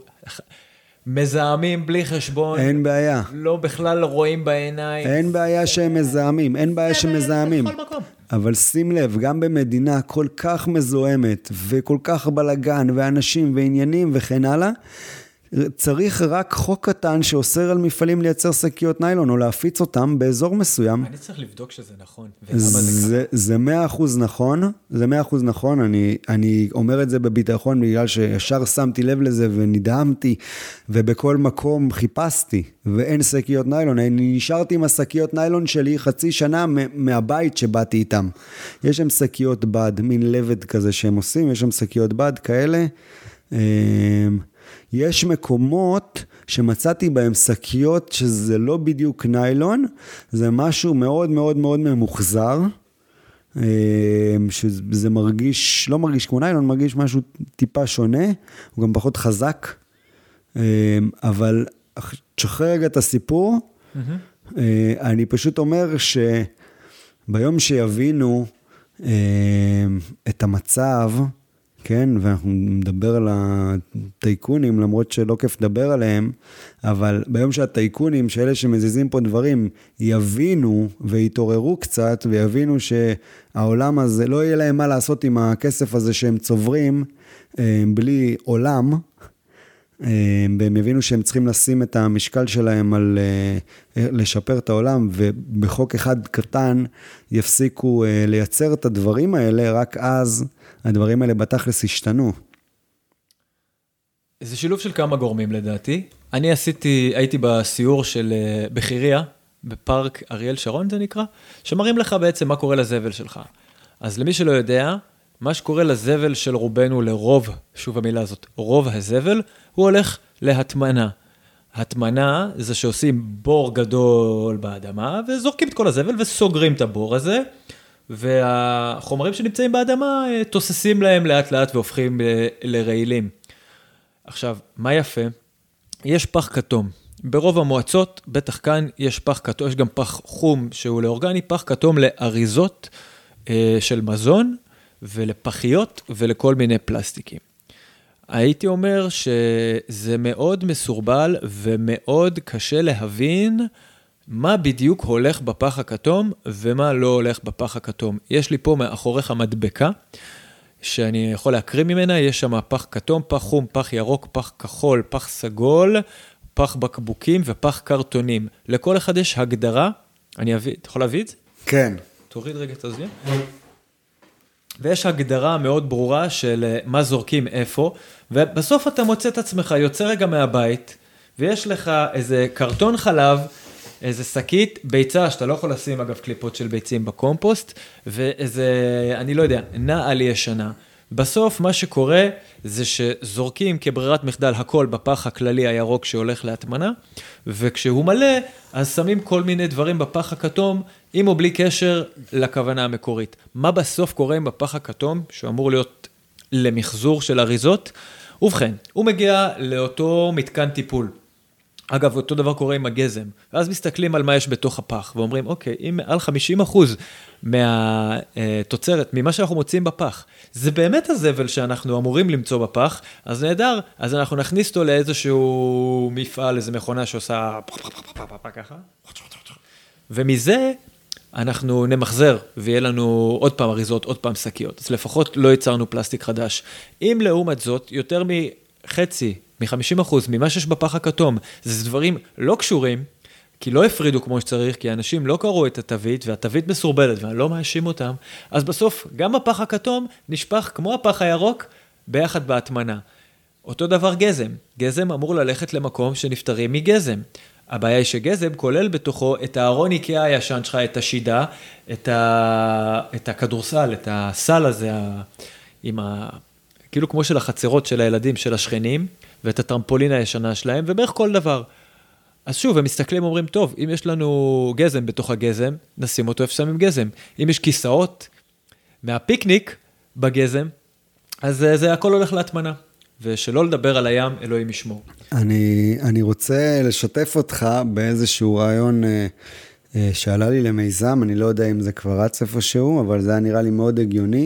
מזהמים בלי חשבון. אין בעיה. לא בכלל רואים בעיניים. אין בעיה שהם מזהמים, אין בעיה שמזהמים. בכל מקום. אבל שים לב, גם במדינה כל כך מזוהמת, וכל כך בלגן, ואנשים ועניינים וכן הלאה, צריך רק חוק קטן שאוסר על מפעלים לייצר שקיות ניילון, או להפיץ אותם באזור מסוים. אני צריך לבדוק שזה נכון. זה 100% נכון, זה 100% נכון, אני אומר את זה בביטחון, בגלל שישר שמתי לב לזה ונדהמתי, ובכל מקום חיפשתי, ואין שקיות ניילון. אני נשארתי עם השקיות ניילון שלי חצי שנה מהבית שבאתי איתם. יש שם שקיות בד, מין לבד כזה שהם עושים, יש שם שקיות בד כאלה, יש מקומות שמצאתי בהם שקיות שזה לא בדיוק ניילון, זה משהו מאוד מאוד מאוד ממוחזר, שזה מרגיש, לא מרגיש כמו ניילון, מרגיש משהו טיפה שונה, הוא גם פחות חזק, אבל תשחרר רגע את הסיפור, אני פשוט אומר שביום שיבינו את המצב, כן, ואנחנו נדבר על הטייקונים, למרות שלא כיף לדבר עליהם, אבל ביום שהטייקונים, שאלה שמזיזים פה דברים, יבינו ויתעוררו קצת, ויבינו שהעולם הזה, לא יהיה להם מה לעשות עם הכסף הזה שהם צוברים, בלי עולם, והם יבינו שהם צריכים לשים את המשקל שלהם על לשפר את העולם, ובחוק אחד קטן יפסיקו לייצר את הדברים האלה, רק אז הדברים האלה בתכלס השתנו. זה שילוב של כמה גורמים לדעתי. אני הייתי בסיור של בחיריה, בפארק אריאל שרון זה נקרא, שמראים לך בעצם מה קורה לזבל שלך. אז למי שלא יודע, מה שקורה לזבל של רובנו לרוב, שוב המילה הזאת, רוב הזבל, הוא הולך להטמנה. הטמנה זה שעושים בור גדול באדמה, וזורקים את כל הזבל וסוגרים את הבור הזה, והחומרים שנמצאים באדמה תוססים להם לאט לאט והופכים לרעילים. עכשיו, מה יפה? יש פח כתום. ברוב המועצות, בטח כאן יש פח כתום, יש גם פח חום שהוא לאורגני, פח כתום לאריזות של מזון, ולפחיות ולכל מיני פלסטיקים. הייתי אומר שזה מאוד מסורבל ומאוד קשה להבין מה בדיוק הולך בפח הכתום ומה לא הולך בפח הכתום. יש לי פה מאחוריך מדבקה שאני יכול להקריא ממנה, יש שם פח כתום, פח חום, פח ירוק, פח כחול, פח סגול, פח בקבוקים ופח קרטונים. לכל אחד יש הגדרה, אתה יכול להביא את זה? כן. תוריד רגע את הזמן. ויש הגדרה מאוד ברורה של מה זורקים איפה, ובסוף אתה מוצא את עצמך, יוצא רגע מהבית, ויש לך איזה קרטון חלב, איזה שקית, ביצה, שאתה לא יכול לשים אגב קליפות של ביצים בקומפוסט, ואיזה, אני לא יודע, נעל ישנה, בסוף מה שקורה זה שזורקים כברירת מחדל הכל בפח הכללי הירוק שהולך להטמנה, וכשהוא מלא, אז שמים כל מיני דברים בפח הכתום, עם או בלי קשר לכוונה המקורית. מה בסוף קורה עם הפח הכתום, שהוא אמור להיות למחזור של אריזות? ובכן, הוא מגיע לאותו מתקן טיפול. אגב, אותו דבר קורה עם הגזם. ואז מסתכלים על מה יש בתוך הפח, ואומרים, אוקיי, אם מעל 50% מהתוצרת, ממה שאנחנו מוצאים בפח, זה באמת הזבל שאנחנו אמורים למצוא בפח, אז נהדר, אז אנחנו נכניס אותו לאיזשהו מפעל, איזו מכונה שעושה ככה, ומזה אנחנו נמחזר, ויהיה לנו עוד פעם אריזות, עוד פעם שקיות. אז לפחות לא ייצרנו פלסטיק חדש. אם לעומת זאת, יותר מחצי, מ-50% ממה שיש בפח הכתום, זה דברים לא קשורים, כי לא הפרידו כמו שצריך, כי האנשים לא קראו את התווית, והתווית מסורבלת, ואני לא מאשים אותם, אז בסוף גם הפח הכתום נשפך כמו הפח הירוק, ביחד בהטמנה. אותו דבר גזם. גזם אמור ללכת למקום שנפטרים מגזם. הבעיה היא שגזם כולל בתוכו את הארון איקאה הישן שלך, את השידה, את הכדורסל, את הסל הזה, כאילו כמו של החצרות של הילדים, של השכנים, ואת הטרמפולין הישנה שלהם, ובערך כל דבר. אז שוב, הם מסתכלים ואומרים, טוב, אם יש לנו גזם בתוך הגזם, נשים אותו איפה שמים גזם. אם יש כיסאות מהפיקניק בגזם, אז זה הכל הולך להטמנה. ושלא לדבר על הים, אלוהים ישמור. אני רוצה לשתף אותך באיזשהו רעיון שעלה לי למיזם, אני לא יודע אם זה כבר רץ איפשהו, אבל זה היה נראה לי מאוד הגיוני,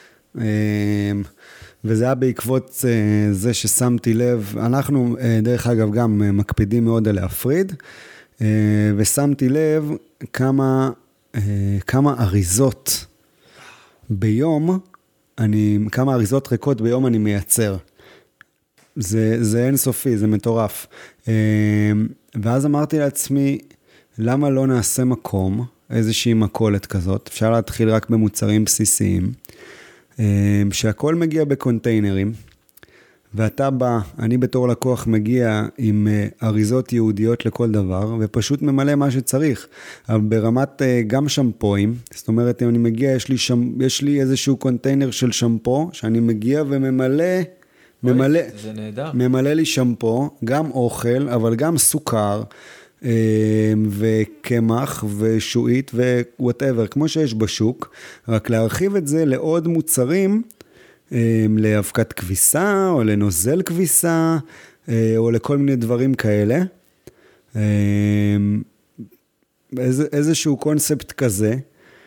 וזה היה בעקבות זה ששמתי לב, אנחנו דרך אגב גם מקפידים מאוד על להפריד, ושמתי לב כמה אריזות ביום, כמה אריזות ריקות ביום אני מייצר. זה אינסופי, זה מטורף. ואז אמרתי לעצמי, למה לא נעשה מקום, איזושהי מקולת כזאת, אפשר להתחיל רק במוצרים בסיסיים, שהכל מגיע בקונטיינרים, ואתה בא, אני בתור לקוח מגיע עם אריזות יהודיות לכל דבר, ופשוט ממלא מה שצריך, אבל ברמת גם שמפואים, זאת אומרת, אם אני מגיע, יש לי איזשהו קונטיינר של שמפו, שאני מגיע ממלא לי שמפו, גם אוכל, אבל גם סוכר, וקמח ושועית ווואטאבר, כמו שיש בשוק, רק להרחיב את זה לעוד מוצרים, להאבקת כביסה, או לנוזל כביסה, או לכל מיני דברים כאלה. איזשהו קונספט כזה,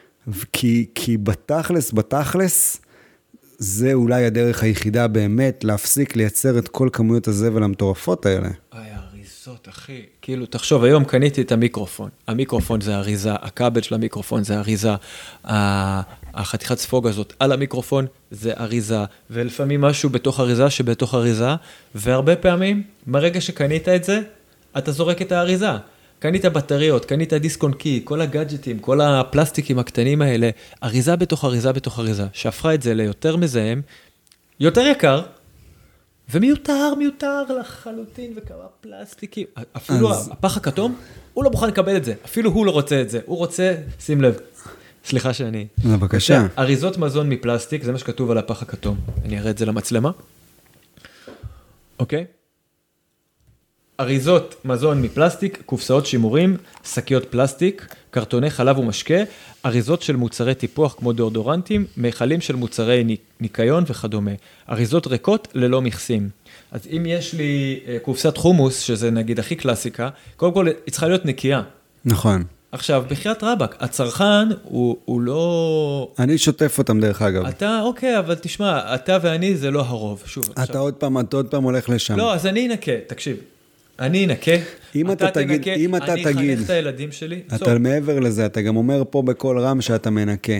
כי בתכלס, זה אולי הדרך היחידה באמת להפסיק לייצר את כל כמויות הזבל המטורפות האלה. אריזות, אחי. כאילו, תחשוב, היום קניתי את המיקרופון. המיקרופון זה אריזה, הכבל של המיקרופון זה אריזה, החתיכת ספוג הזאת על המיקרופון זה אריזה, ולפעמים משהו בתוך אריזה שבתוך אריזה, והרבה פעמים, ברגע שקנית את זה, אתה זורק את האריזה. קנית בטריות, קנית דיסק-און קי, כל הגאדג'טים, כל הפלסטיקים הקטנים האלה, אריזה בתוך אריזה בתוך אריזה, שהפכה את זה ליותר מזהם, יותר יקר, ומיותר לחלוטין, וכמה פלסטיקים. אפילו הפח הכתום, הוא לא מוכן לקבל את זה, אפילו הוא לא רוצה את זה, הוא רוצה, שים לב, סליחה שאני... בבקשה. אריזות מזון מפלסטיק, זה מה שכתוב על הפח הכתום, אני אראה את זה למצלמה. אוקיי? אריזות מזון מפלסטיק, קופסאות שימורים, שקיות פלסטיק, קרטוני חלב ומשקה, אריזות של מוצרי טיפוח כמו דאודורנטים, מיכלים של מוצרי ניקיון וכדומה. אריזות ריקות ללא מכסים. אז אם יש לי קופסת חומוס, שזה נגיד הכי קלאסיקה, קודם כל היא צריכה להיות נקייה. נכון. עכשיו, בחיית רבק, הצרכן הוא לא... אני שוטף אותם דרך אגב. אתה, אוקיי, אבל תשמע, אתה ואני זה לא הרוב. שוב, אתה עוד פעם הולך לשם. לא, אז אני אנקה, תקשיב. אני אנקה, אתה תנקה, אני אחנך את הילדים שלי. אתה מעבר לזה, אתה גם אומר פה בכל רם שאתה מנקה.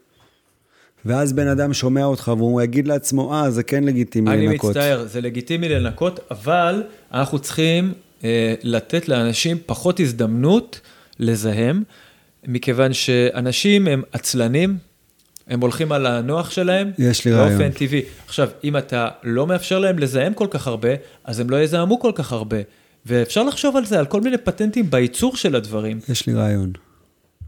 ואז בן אדם שומע אותך והוא יגיד לעצמו, זה כן לגיטימי לנקות. אני מצטער, זה לגיטימי לנקות, אבל אנחנו צריכים לתת לאנשים פחות הזדמנות לזהם, מכיוון שאנשים הם עצלנים, הם הולכים על הנוח שלהם, יש לי רעיון. באופן טבעי. עכשיו, אם אתה לא מאפשר להם לזהם כל כך הרבה, אז הם לא יזהמו כל כך הרבה. ואפשר לחשוב על זה, על כל מיני פטנטים בייצור של הדברים. יש לי רעיון.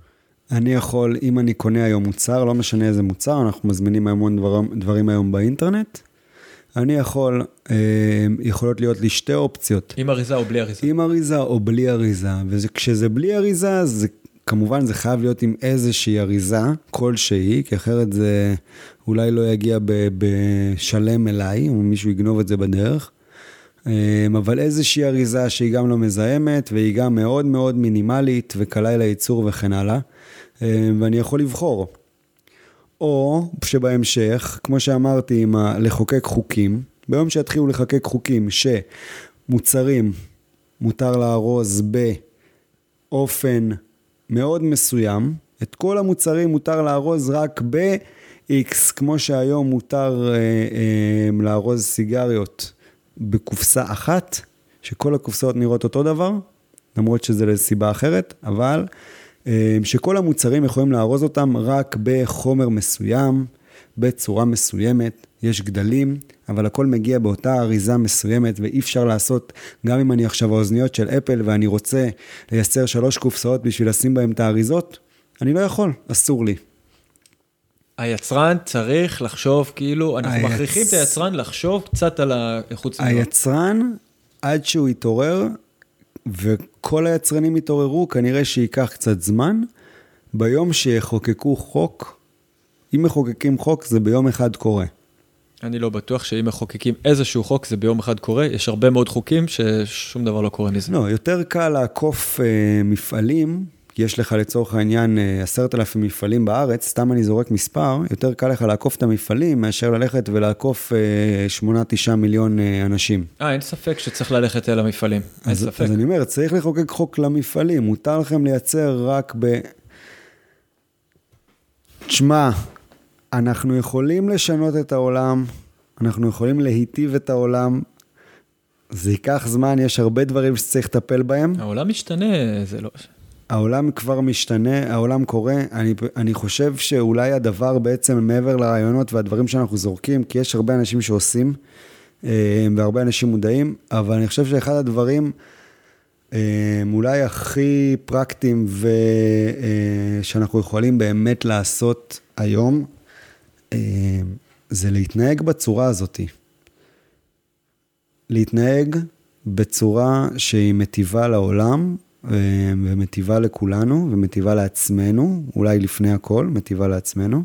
אני יכול, אם אני קונה היום מוצר, לא משנה איזה מוצר, אנחנו מזמינים המון דברים היום באינטרנט, אני יכולות להיות לי שתי אופציות. עם אריזה או בלי אריזה? עם אריזה או בלי אריזה, וכשזה בלי אריזה, כמובן זה חייב להיות עם איזושהי אריזה, כלשהי, כי אחרת זה אולי לא יגיע בשלם אליי, או מישהו יגנוב את זה בדרך, אבל איזושהי אריזה שהיא גם לא מזהמת, והיא גם מאוד מאוד מינימלית, וקלה לייצור וכן הלאה, ואני יכול לבחור. או שבהמשך, כמו שאמרתי, לחוקק חוקים, ביום שהתחילו לחוקק חוקים שמוצרים מותר לארוז באופן מאוד מסוים, את כל המוצרים מותר לארוז רק ב-X, כמו שהיום מותר לארוז סיגריות בקופסה אחת, שכל הקופסאות נראות אותו דבר, למרות שזה לסיבה אחרת, אבל שכל המוצרים יכולים לארוז אותם רק בחומר מסוים, בצורה מסוימת, יש גדלים, אבל הכל מגיע באותה אריזה מסוימת, ואי אפשר לעשות, גם אם אני עכשיו האוזניות של אפל, ואני רוצה לייצר 3 קופסאות בשביל לשים בהם את האריזות, אני לא יכול, אסור לי. היצרן צריך לחשוב, כאילו, אנחנו מכריחים את היצרן לחשוב קצת על האיכות סביבה. היצרן, עד שהוא יתעורר, וכל היצרנים יתעוררו, כנראה שייקח קצת זמן, ביום שיחוקקו חוק, אם מחוקקים חוק, זה ביום אחד קורה. אני לא בטוח שאם מחוקקים איזשהו חוק, זה ביום אחד קורה. יש הרבה מאוד חוקים ששום דבר לא קורה מזה. לא, יותר קל לעקוף מפעלים, יש לך לצורך העניין 10,000 מפעלים בארץ, סתם אני זורק מספר, יותר קל לך לעקוף את המפעלים, מאשר ללכת ולעקוף 8-9 מיליון אנשים. אין ספק שצריך ללכת אל המפעלים. אין ספק. אז אני אומר, צריך לחוקק חוק למפעלים, מותר לכם לייצר רק תשמע, אנחנו יכולים לשנות את העולם, אנחנו יכולים להיטיב את העולם, זה ייקח זמן, יש הרבה דברים שצריך לטפל בהם. העולם משתנה, זה לא... העולם כבר משתנה, העולם קורה, אני חושב שאולי הדבר בעצם מעבר לרעיונות והדברים שאנחנו זורקים, כי יש הרבה אנשים שעושים, והרבה אנשים מודעים, אבל אני חושב שאחד הדברים, אולי הכי פרקטיים, שאנחנו יכולים באמת לעשות היום, זה להתנהג בצורה הזאת. להתנהג בצורה שהיא מטיבה לעולם, ומטיבה לכולנו, ומטיבה לעצמנו, אולי לפני הכל, מטיבה לעצמנו,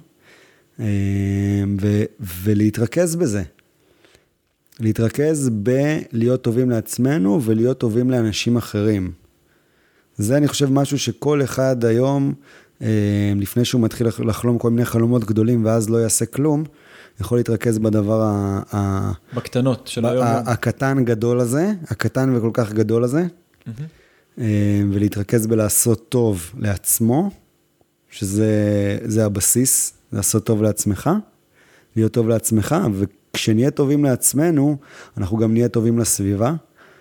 ולהתרכז בזה. להתרכז בלהיות טובים לעצמנו, ולהיות טובים לאנשים אחרים. זה אני חושב משהו שכל אחד היום, לפני שהוא מתחיל לחלום כל מיני חלומות גדולים, ואז לא יעשה כלום, יכול להתרכז בדבר בקטנות של היום. הקטן גדול הזה, הקטן וכל כך גדול הזה, ולהתרכז בלעשות טוב לעצמו, שזה הבסיס, לעשות טוב לעצמך, להיות טוב לעצמך, וכשנהיה טובים לעצמנו, אנחנו גם נהיה טובים לסביבה,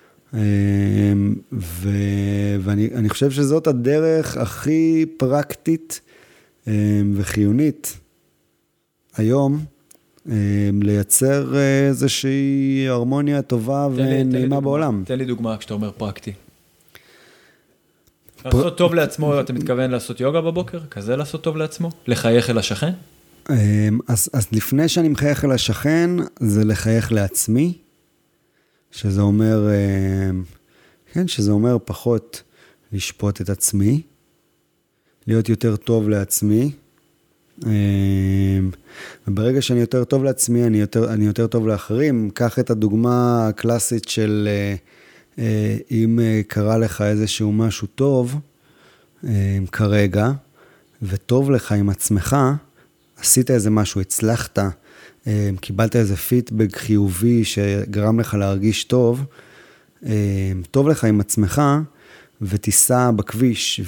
ואני חושב שזאת הדרך הכי פרקטית וחיונית היום, לייצר איזושהי הרמוניה טובה ונעימה בעולם. תן לי דוגמה כשאתה אומר פרקטי. לעשות טוב לעצמו, אתה מתכוון לעשות יוגה בבוקר? כזה לעשות טוב לעצמו? לחייך אל השכן? אז לפני שאני מחייך אל השכן, זה לחייך לעצמי, שזה אומר, כן, שזה אומר פחות לשפוט את עצמי, להיות יותר טוב לעצמי, וברגע שאני יותר טוב לעצמי, אני יותר טוב לאחרים. קח את הדוגמה הקלאסית של אם קרה לך איזשהו משהו טוב כרגע, וטוב לך עם עצמך, עשית איזה משהו, הצלחת, קיבלת איזה פידבק חיובי שגרם לך להרגיש טוב, טוב לך עם עצמך, ותיסע בכביש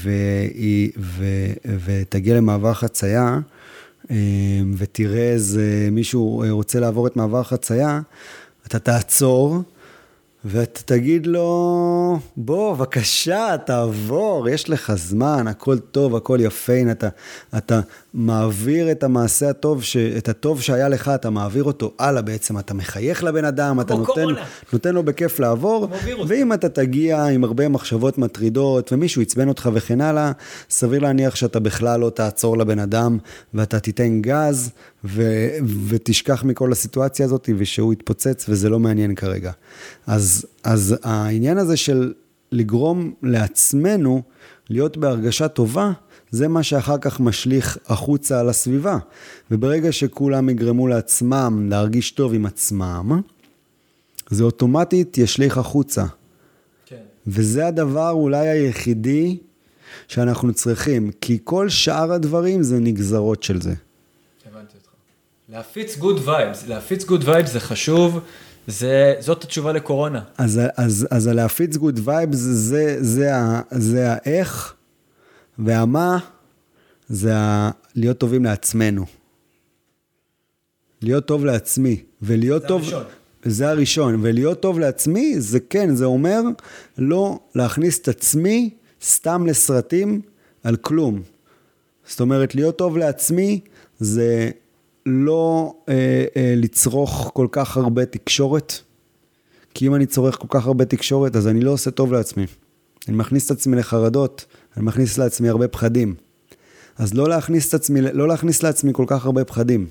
ותגיע למעבר חצייה, ותראה איזה מישהו רוצה לעבור את מעבר חצייה, אתה תעצור, ואתה תגיד לו, בוא, בבקשה, תעבור, יש לך זמן, הכל טוב, הכל יפה, אתה מעביר את המעשה הטוב, את הטוב שהיה לך, אתה מעביר אותו הלאה בעצם, אתה מחייך לבן אדם, אתה נותן לו בכיף לעבור, ואם אתה תגיע עם הרבה מחשבות מטרידות, ומישהו יצבן אותך וכן הלאה, סביר להניח שאתה בכלל לא תעצור לבן אדם, ואתה תיתן גז, ותשכח מכל הסיטואציה הזאת, ושהוא יתפוצץ, וזה לא מעניין כרגע. אז העניין הזה של לגרום לעצמנו, להיות בהרגשה טובה, זה מה שאחר כך משליך החוצה על הסביבה. וברגע שכולם יגרמו לעצמם להרגיש טוב עם עצמם, זה אוטומטית ישליך החוצה. כן. וזה הדבר אולי היחידי שאנחנו צריכים, כי כל שאר הדברים זה נגזרות של זה. הבנתי אותך. להפיץ good vibes זה חשוב, זאת התשובה לקורונה. אז להפיץ good vibes זה האיך, והמה זה להיות טובים לעצמנו. להיות טוב לעצמי. ולהיות טוב, זה הראשון. ולהיות טוב לעצמי, זה כן, זה אומר לא להכניס את עצמי סתם לסרטים על כלום. זאת אומרת, להיות טוב לעצמי זה לא לצרוך כל כך הרבה תקשורת. כי אם אני צורך כל כך הרבה תקשורת, אז אני לא עושה טוב לעצמי. אני מכניס את עצמי לחרדות, אני מכניס לעצמי הרבה פחדים. אז לא להכניס לעצמי כל כך הרבה פחדים.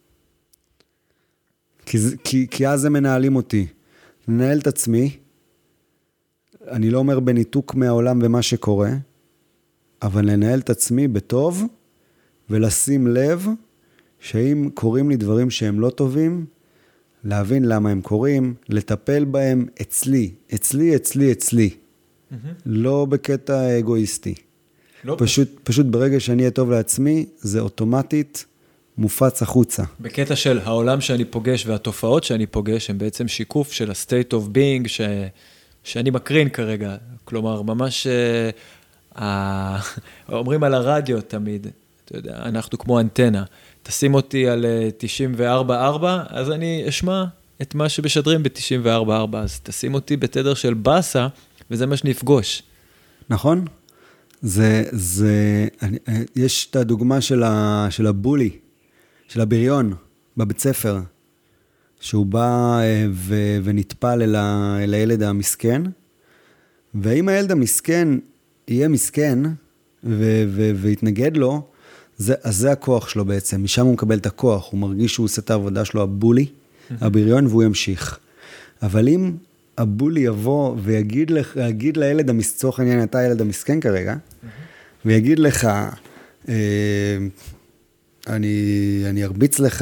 כי אז הם מנהלים אותי. לנהל את עצמי, אני לא אומר בניתוק מהעולם ומה שקורה, אבל לנהל את עצמי בטוב, ולשים לב שאם קוראים לי דברים שהם לא טובים, להבין למה הם קוראים, לטפל בהם אצלי. לא בקטע אגואיסטי. פשוט ברגע שאני אהיה טוב לעצמי, זה אוטומטית מופץ החוצה. בקטע של העולם שאני פוגש והתופעות שאני פוגש, הם בעצם שיקוף של ה-state of being שאני מקרין כרגע. כלומר, ממש אומרים על הרדיו תמיד, אתה יודע, אנחנו כמו אנטנה. תשים אותי על 94.4, אז אני אשמע את מה שבשדרים ב-94.4, אז תשים אותי בתדר של בסה, וזה מה שנפגוש. נכון? יש את הדוגמה של הבולי, של הבריון, בבית ספר, שהוא בא ונטפל אל הילד המסכן, ואם הילד המסכן יהיה מסכן, ויתנגד לו, אז זה הכוח שלו בעצם, משם הוא מקבל את הכוח, הוא מרגיש שהוא עושה את העבודה שלו, הבולי, הבריון, והוא ימשיך. אבל אם הבולי יבוא ויגיד לילד המסצוך העניין, אתה הילד המסכן כרגע, ויגיד לך, אני ארביץ לך,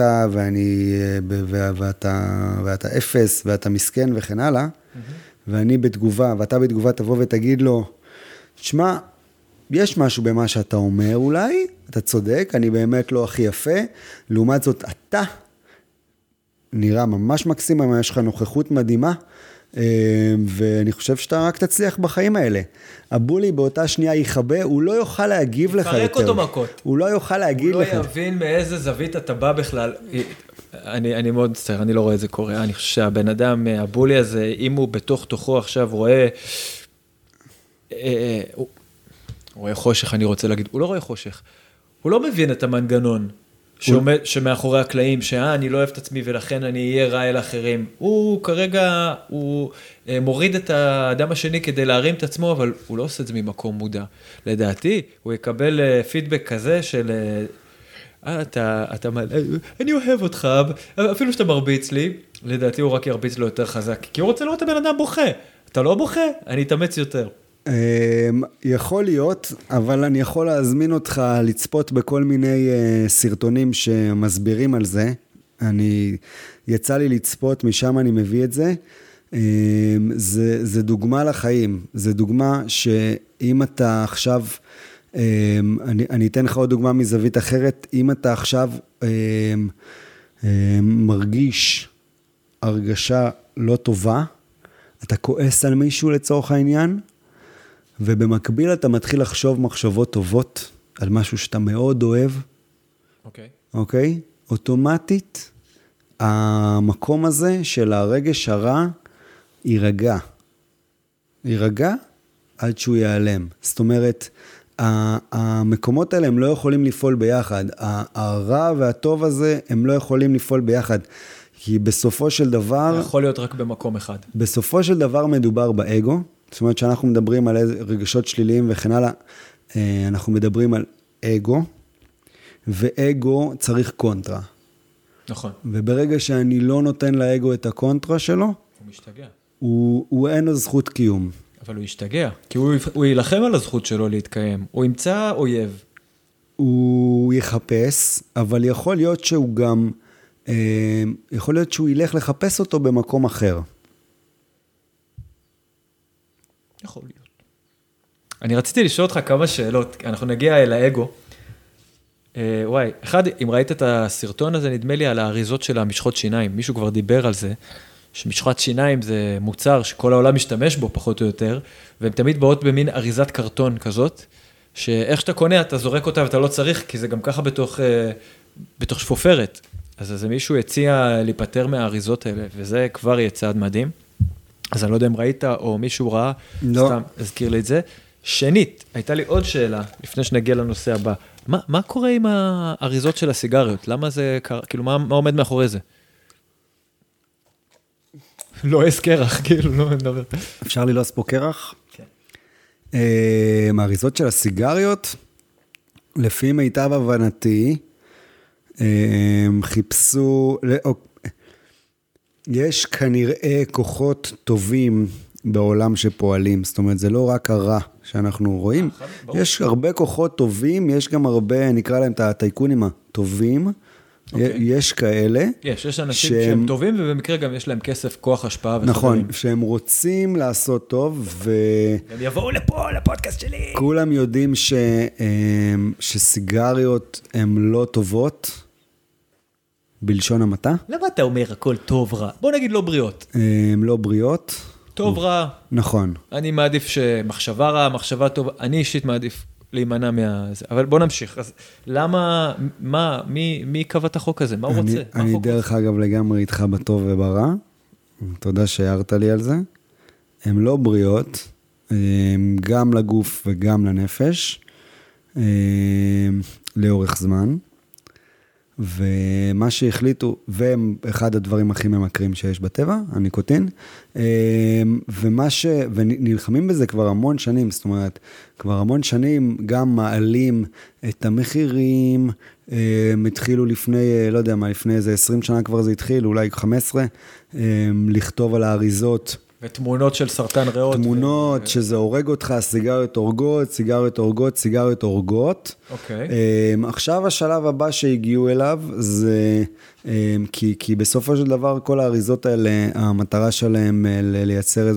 ואתה אפס, ואתה מסכן וכן הלאה, ואתה בתגובה תבוא ותגיד לו, תשמע, יש משהו במה שאתה אומר אולי, אתה צודק, אני באמת לא הכי יפה, לעומת זאת אתה נראה ממש מקסים, יש לך נוכחות מדהימה, ואני חושב שאתה רק תצליח בחיים האלה. הבולי באותה שנייה יחבא, הוא לא יוכל להגיב לך יותר. יפרק אותו מכות. הוא לא יוכל להגיד לך. הוא לא יבין מאיזה זווית אתה בא בכלל. אני מאוד מצטער, אני לא רואה את זה קורה. אני חושב שהבן אדם, הבולי הזה, אם הוא בתוך תוכו עכשיו רואה, הוא רואה חושך, אני רוצה להגיד, הוא לא רואה חושך. הוא לא מבין את המנגנון. שמאחורי הקלעים, אני לא אוהב את עצמי ולכן אני אהיה רע אל אחרים. הוא כרגע, הוא מוריד את האדם השני כדי להרים את עצמו, אבל הוא לא עושה את זה ממקום מודע. לדעתי, הוא יקבל פידבק כזה של, אני אוהב אותך, אפילו שאתה מרביץ לי, לדעתי הוא רק ירביץ לו יותר חזק, כי הוא רוצה לראות את הבן אדם בוכה. אתה לא בוכה, אני אתאמץ יותר. יכול להיות, אבל אני יכול להזמין אותך לצפות בכל מיני סרטונים שמסבירים על זה. יצא לי לצפות, משם אני מביא את זה. זה דוגמה לחיים. זה דוגמה שאם אתה עכשיו, אני אתן לך עוד דוגמה מזווית אחרת, אם אתה עכשיו מרגיש הרגשה לא טובה, אתה כועס על מישהו לצורך העניין, ובמקביל אתה מתחיל לחשוב מחשבות טובות על משהו שאתה מאוד אוהב. אוקיי? אוטומטית, המקום הזה של הרגש הרע יירגע. יירגע עד שהוא ייעלם. זאת אומרת, המקומות האלה הם לא יכולים לפעול ביחד. הרע והטוב הזה הם לא יכולים לפעול ביחד. כי בסופו של דבר... יכול להיות רק במקום אחד. בסופו של דבר מדובר באגו. זאת אומרת שאנחנו מדברים על רגשות שליליים וכן הלאה. אנחנו מדברים על אגו. ואגו צריך קונטרה. נכון. וברגע שאני לא נותן לאגו את הקונטרה שלו, הוא משתגע. הוא אין לו זכות קיום. אבל הוא ישתגע, כי הוא ילחם על הזכות שלו להתקיים. הוא ימצא אויב. הוא יחפש, אבל יכול להיות שהוא גם, יכול להיות שהוא ילך לחפש אותו במקום אחר. יכול להיות. אני רציתי לשאול אותך כמה שאלות, אנחנו נגיע אל האגו. וואי, אחד, אם ראית את הסרטון הזה, נדמה לי על האריזות של המשחות שיניים. מישהו כבר דיבר על זה, שמשחת שיניים זה מוצר שכל העולם משתמש בו פחות או יותר, והן תמיד באות במין אריזת קרטון כזאת, שאיך שאתה קונה, אתה זורק אותה ואתה לא צריך, כי זה גם ככה בתוך שפופרת. אז מישהו הציע להיפטר מהאריזות האלה, וזה כבר יהיה צעד מדהים. אז אני לא יודע אם ראית או מישהו ראה, לא. סתם הזכיר לי את זה. שנית, הייתה לי עוד שאלה, לפני שנגיע לנושא הבא. מה קורה עם האריזות של הסיגריות? למה זה קרה? כאילו, מה עומד מאחורי זה? לא יש קרח, כאילו, לא נדבר. אפשר ללעוס פה קרח? כן. האריזות של הסיגריות, לפי מיטב הבנתי, חיפשו, יש כנראה כוחות טובים בעולם שפועלים, זאת אומרת, זה לא רק הרע שאנחנו רואים, יש הרבה כוחות טובים, יש גם הרבה, נקרא להם את הטייקונים הטובים, יש כאלה. יש אנשים שהם טובים, ובמקרה גם יש להם כסף, כוח, השפעה וחברים. נכון, שהם רוצים לעשות טוב, הם יבואו לפה, לפודקאסט שלי. כולם יודעים שסיגריות הן לא טובות, בלשון המעטה. למה אתה אומר הכל טוב רע? בוא נגיד לא בריאות. הן לא בריאות. טוב רע. נכון. אני מעדיף שמחשבה רע, מחשבה טוב, אני אישית מעדיף להימנע מהזה. אבל בוא נמשיך. אז למה, מי קבע את החוק הזה? מה הוא רוצה? אני דרך אגב לגמרי איתך בטוב וברע. תודה שהערת לי על זה. הן לא בריאות, גם לגוף וגם לנפש, לאורך זמן. ומה שהחליטו, והם אחד הדברים הכי ממכרים שיש בטבע, הניקוטין, ונלחמים בזה כבר המון שנים, זאת אומרת, כבר המון שנים גם מעלים את המחירים, התחילו לפני, לא יודע מה, לפני איזה 20 שנה כבר זה התחיל, אולי 15, לכתוב על האריזות, ותמונות של סרטן ריאות. תמונות שזה הורג אותך, סיגריות הורגות, סיגריות הורגות, סיגריות הורגות. אוקיי. עכשיו השלב הבא שהגיעו אליו, זה, כי בסופו של דבר כל האריזות האלה, המטרה שלהם לייצר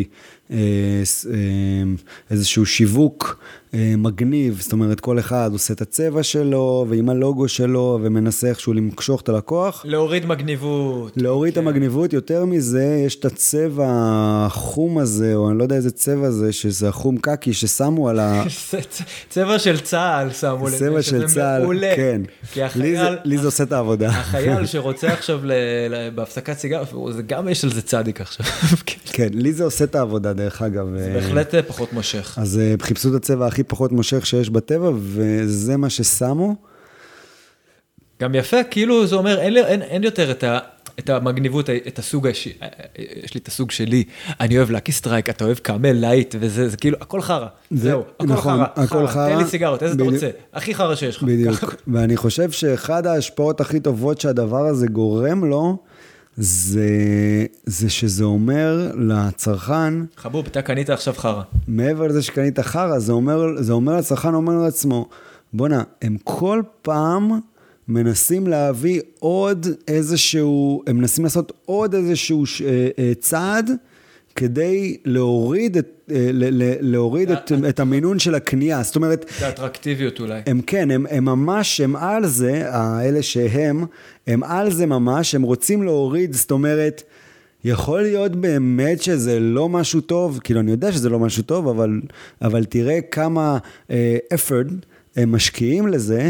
איזשהו שיווק מגניב, זאת אומרת כל אחד עושה את הצבע שלו, ועם הלוגו שלו, ומנסה איכשהו למשוך את הלקוח. להוריד מגניבות. להוריד את המגניבות, יותר מזה, יש את הצבע החום הזה, או אני לא יודע איזה צבע זה, שזה החום קקי ששמו על ה... צבע של צהל שמו לזה, צבע של צהל, כן. לי זה עושה את העבודה. החייל שרוצה עכשיו בהפסקת סיגר, זה גם יש על זה צדיק עכשיו. כן, לי זה עושה את העבודה, דרך אגב. זה בהחלט פחות מושך. אז חיפשו את הצבע הכי פחות מושך שיש בטבע, וזה מה ששמו. גם יפה, כאילו זה אומר, אין יותר את המגניבות, את הסוג, יש לי את הסוג שלי, אני אוהב לקי סטרייק, אתה אוהב קאמל לייט, וזה כאילו, הכל חרא, זהו, הכל חרא, תן לי סיגרות, איזה אתה רוצה, הכי חרא שיש לך. בדיוק, ואני חושב שאחד ההשפעות הכי טובות שהדבר הזה גורם לו, זה שזה אומר לצרכן... חבוב, אתה קנית עכשיו חרא. מעבר לזה שקנית חרא, זה אומר לצרכן, אומר לעצמו, בונה, הם כל פעם מנסים להביא עוד איזשהו, הם מנסים לעשות עוד איזשהו צעד, כדי להוריד את המינון של הקנייה. זאת אומרת... זה אטרקטיביות אולי. הם כן, הם ממש, הם על זה, האלה הם על זה ממש, הם רוצים להוריד, זאת אומרת, יכול להיות באמת שזה לא משהו טוב, כאילו אני יודע שזה לא משהו טוב, אבל תראה כמה effort הם משקיעים לזה,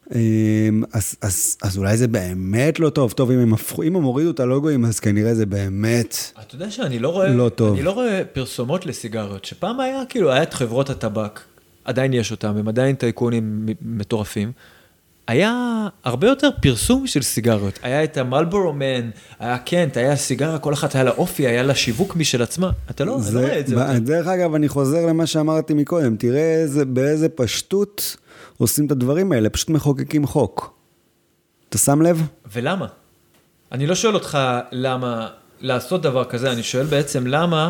אז אולי זה באמת לא טוב. טוב, אם הם הורידו את הלוגוים, אז כנראה זה באמת אתה יודע שאני לא רואה, לא טוב. אני לא רואה פרסומות לסיגריות, שפעם היה כאילו, היה את חברות הטבק, עדיין יש אותם, הם עדיין טייקונים מטורפים, היה הרבה יותר פרסום של סיגריות. היה את המלבורו מן, היה קנט, היה סיגרה, כל אחת היה לה אופי, היה לה שיווק משל עצמה. אתה לא רואה את זה. דרך אגב, אני חוזר למה שאמרתי מקודם, תראה באיזה פשטות עושים את הדברים האלה, פשוט מחוקקים חוק. אתה שם לב? ולמה? אני לא שואל אותך למה לעשות דבר כזה, אני שואל בעצם למה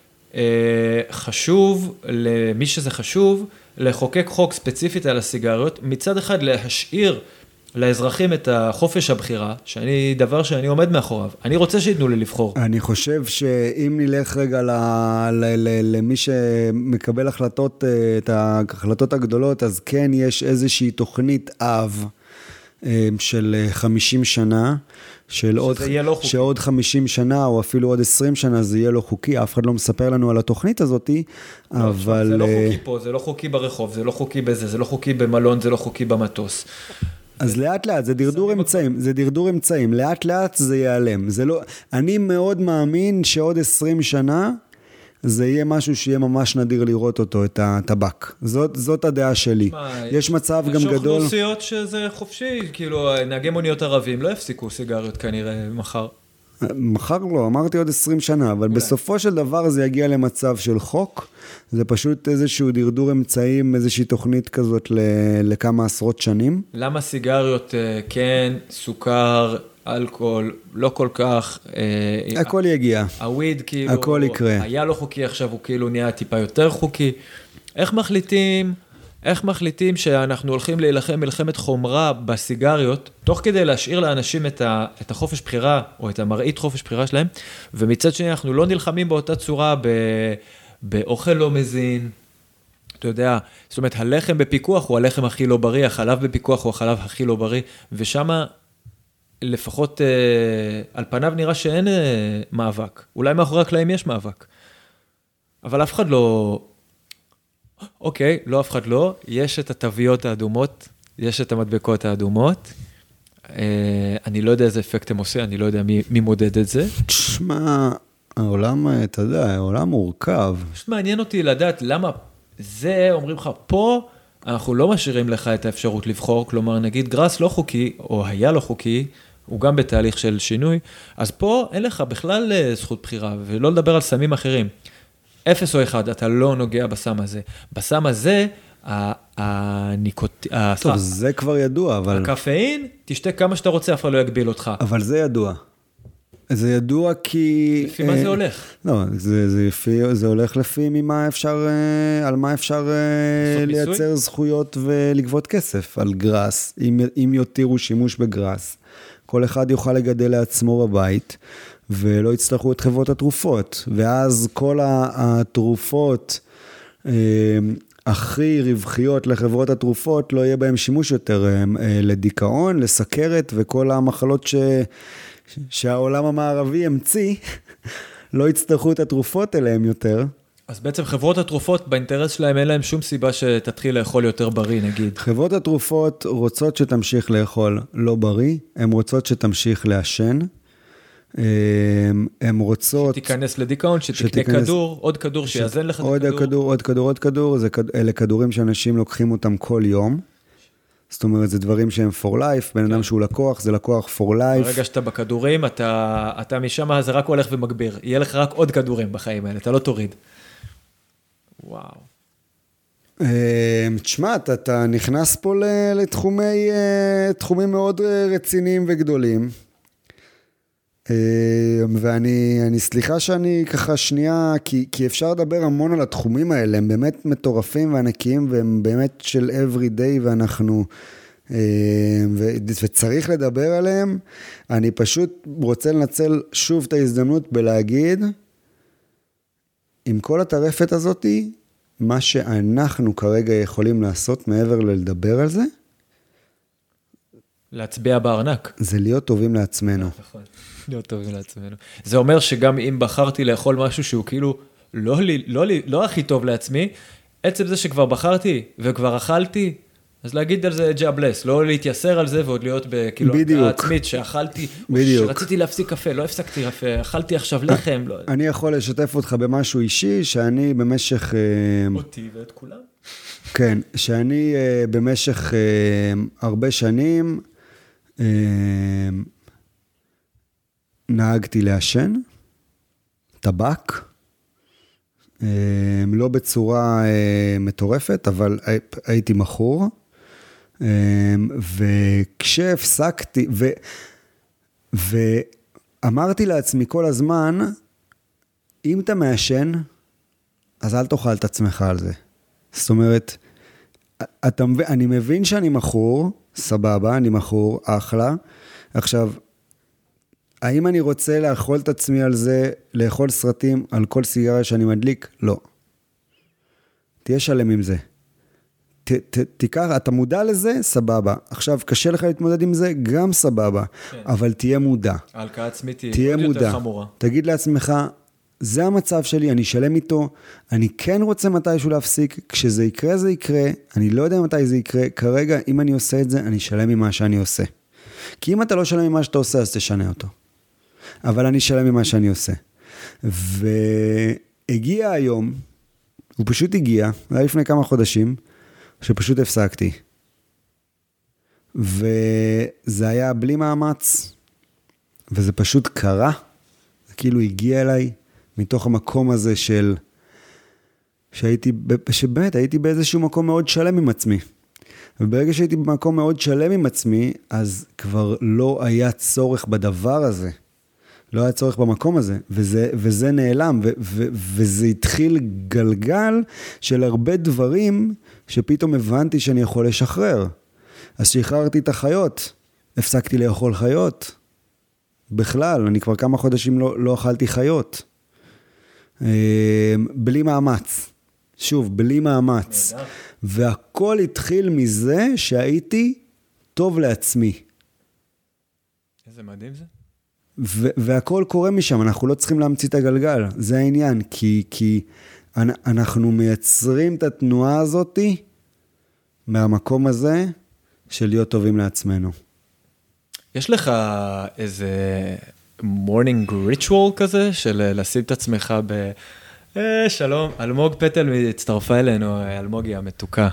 חשוב, למי שזה חשוב, לחוקק חוק ספציפית על הסיגריות, מצד אחד להשאיר לאזרחים את החופש הבחירה, דבר שאני עומד מאחוריו. אני רוצה שיתנו לי לבחור. אני חושב שאם נלך רגע למי שמקבל החלטות, את ההחלטות הגדולות, אז כן יש איזושהי תוכנית אב של 50 שנה, שעוד 50 שנה או אפילו עוד 20 שנה זה יהיה לא חוקי, אף אחד לא מספר לנו על התוכנית הזאת, אבל... זה לא חוקי פה, זה לא חוקי ברחוב, זה לא חוקי בזה, זה לא חוקי במלון, זה לא חוקי במטוס. אז לאט לאט, זה דרדור אמצעים, לאט לאט זה ייעלם. אני מאוד מאמין שעוד 20 שנה, זה יהיה משהו שיהיה ממש נדיר לראות אותו, את הטבק. זאת הדעה שלי. יש מצב גם גדול... יש אוכלוסיות שזה חופשי, כאילו נהגי מוניות ערבים לא יפסיקו סיגריות כנראה מחר. מחר לא, אמרתי עוד 20 שנה, אבל בסופו של דבר זה יגיע למצב של חוק, זה פשוט איזשהו דרדור אמצעים, איזושהי תוכנית כזאת לכמה עשרות שנים. למה סיגריות כן, סוכר, אלכוהול, לא כל כך... הכל יגיע. הוויד כאילו... הכל יקרה. היה לא חוקי, עכשיו הוא כאילו נהיה טיפה יותר חוקי. איך מחליטים שאנחנו הולכים להילחם מלחמת חומרה בסיגריות, תוך כדי להשאיר לאנשים את החופש בחירה, או את המראית חופש בחירה שלהם, ומצד שני אנחנו לא נלחמים באותה צורה באוכל לא מזין, אתה יודע, זאת אומרת, הלחם בפיקוח הוא הלחם הכי לא בריא, החלב בפיקוח הוא החלב הכי לא בריא, ושם לפחות על פניו נראה שאין מאבק. אולי מאחורי הקלעים יש מאבק. אבל אף אחד לא... אוקיי, לא אף אחד לא. יש את התוויות האדומות, יש את המדבקות האדומות. אני לא יודע איזה אפקט הם עושה, אני לא יודע מי מודד את זה. תשמע, העולם, אתה יודע, העולם מורכב. פשוט מעניין אותי לדעת למה זה, אומרים לך, פה אנחנו לא משאירים לך את האפשרות לבחור, כלומר, נגיד גראס לא חוקי, או היה לא חוקי, הוא גם בתהליך של שינוי, אז פה אין לך בכלל זכות בחירה, ולא לדבר על סמים אחרים. 0 או 1, אתה לא נוגע בסם הזה. בסם הזה, טוב, זה כבר ידוע, אבל... הקפאין, תשתה כמה שאתה רוצה, אף אחד לא יגביל אותך. אבל זה ידוע. זה ידוע כי... לפי מה זה הולך? לא, זה הולך לפי על מה אפשר לייצר זכויות ולגבות כסף על גראס, אם יותירו שימוש בגראס. כל אחד יוכל לגדל לעצמו בבית, ולא יצטרכו את חברות התרופות. ואז כל התרופות הכי רווחיות לחברות התרופות, לא יהיה בהם שימוש יותר לדיכאון, לסכרת, וכל המחלות שהעולם המערבי המציא, לא יצטרכו את התרופות אליהם יותר. אז בעצם חברות התרופות, באינטרס שלהם אין להם שום סיבה שתתחיל לאכול יותר בריא, נגיד. חברות התרופות רוצות שתמשיך לאכול לא בריא, הן רוצות שתמשיך לעשן, הן רוצות... שתיכנס לדיכאון, שתקנה כדור, עוד כדור שיאזן לך את הכדור. עוד כדור, אלה כדורים שאנשים לוקחים אותם כל יום. זאת אומרת, זה דברים שהם for life, בן אדם שהוא לקוח, זה לקוח for life. ברגע שאתה בכדורים, אתה משם, זה רק הולך ומגביר. יהיה לך רק עוד כדורים בחיים האלה, אתה לא תוריד. וואו. תשמע, אתה נכנס פה לתחומים מאוד רציניים וגדולים. ואני סליחה שאני ככה שנייה, כי אפשר לדבר המון על התחומים האלה, הם באמת מטורפים וענקיים, והם באמת של every day, ואנחנו, וצריך לדבר עליהם. אני פשוט רוצה לנצל שוב את ההזדמנות בלהגיד, עם כל הטרפת הזאת, מה שאנחנו כרגע יכולים לעשות מעבר ללדבר על זה, להצביע בארנק. זה להיות טובים לעצמנו. נכון. להיות טובים לעצמנו. זה אומר שגם אם בחרתי לאכול משהו שהוא כאילו לא הכי טוב לעצמי, עצם זה שכבר בחרתי וכבר אכלתי, אז להגיד על זה ג'אבלס, לא להתייסר על זה ועוד להיות בכאילו העצמית שאכלתי, שרציתי להפסיק קפה, לא הפסקתי קפה, אכלתי עכשיו לחם. אני יכול לשתף אותך במשהו אישי, שאני במשך... אותי ואת כולם. כן, שאני במשך הרבה שנים נהגתי לעשן, טבק, לא בצורה מטורפת, אבל הייתי מכור, וכשהפסקתי, ואמרתי לעצמי כל הזמן, אם אתה מעשן, אז אל תאכל את עצמך על זה. זאת אומרת, אני מבין שאני מכור, סבבה, אני מכור, אחלה. עכשיו, האם אני רוצה לאכול את עצמי על זה, לאכול סרטים על כל סיגריה שאני מדליק? לא. תהיה שלם עם זה. תיקח, אתה מודע לזה? סבבה. עכשיו, קשה לך להתמודד עם זה? גם סבבה. כן. אבל תהיה מודע. ההלקאה עצמית תהיה עוד יותר חמורה. תגיד לעצמך, זה המצב שלי, אני שלם איתו, אני כן רוצה מתישהו להפסיק, כשזה יקרה, זה יקרה, אני לא יודע מתי זה יקרה, כרגע, אם אני עושה את זה, אני שלם ממה שאני עושה. כי אם אתה לא שלם ממה שאתה עושה, אז תשנה אותו. אבל אני שלם ממה שאני עושה. והגיע היום, הוא פשוט הגיע, זה היה לפני כמה חודשים, שפשוט הפסקתי. וזה היה בלי מאמץ, וזה פשוט קרה, זה כאילו הגיע אליי, מתוך המקום הזה שבאמת הייתי באיזשהו מקום מאוד שלם עם עצמי. וברגע שהייתי במקום מאוד שלם עם עצמי, אז כבר לא היה צורך בדבר הזה. לא היה צורך במקום הזה. וזה נעלם. וזה התחיל גלגל של הרבה דברים שפתאום הבנתי שאני יכול לשחרר. אז שחררתי את החיות. הפסקתי לאכול חיות. בכלל, אני כבר כמה חודשים לא אכלתי חיות. בלי מאמץ. שוב, בלי מאמץ. והכל התחיל מזה שהייתי טוב לעצמי. איזה מדהים זה. והכל קורה משם, אנחנו לא צריכים להמציא את הגלגל. זה העניין, כי אנחנו מייצרים את התנועה הזאת מהמקום הזה של להיות טובים לעצמנו. יש לך איזה morning ritual כזה, של לשים את עצמך שלום, אלמוג פטל הצטרפה אלינו, אלמוגי המתוקה.